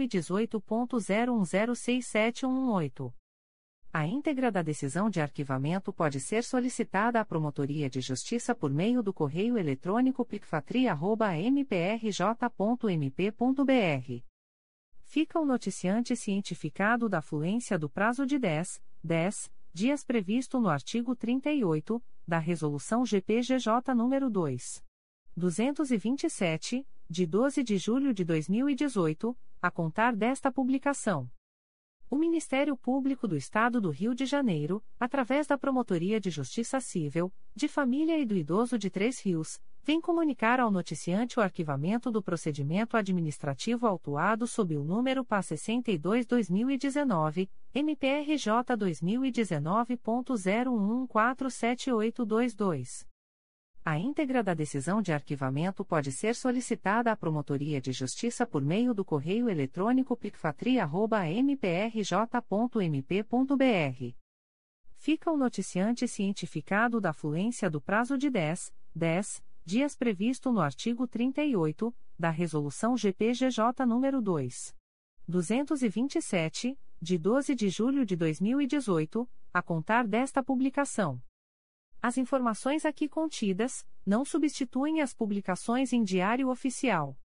2018.01067118. A íntegra da decisão de arquivamento pode ser solicitada à Promotoria de Justiça por meio do correio eletrônico picfatria@mprj.mp.br. Fica o noticiante cientificado da fluência do prazo de 10 dias previsto no artigo 38 da Resolução GPGJ nº 227, de 12 de julho de 2018, a contar desta publicação. O Ministério Público do Estado do Rio de Janeiro, através da Promotoria de Justiça Civil, de Família e do Idoso de Três Rios, vem comunicar ao noticiante o arquivamento do procedimento administrativo autuado sob o número PA 62/2019, MPRJ 2019.01147822. A íntegra da decisão de arquivamento pode ser solicitada à Promotoria de Justiça por meio do correio eletrônico picfatria@mprj.mp.br. Fica o noticiante cientificado da fluência do prazo de 10 dias previsto no artigo 38 da Resolução GPGJ nº 227, de 12 de julho de 2018, a contar desta publicação. As informações aqui contidas não substituem as publicações em Diário Oficial.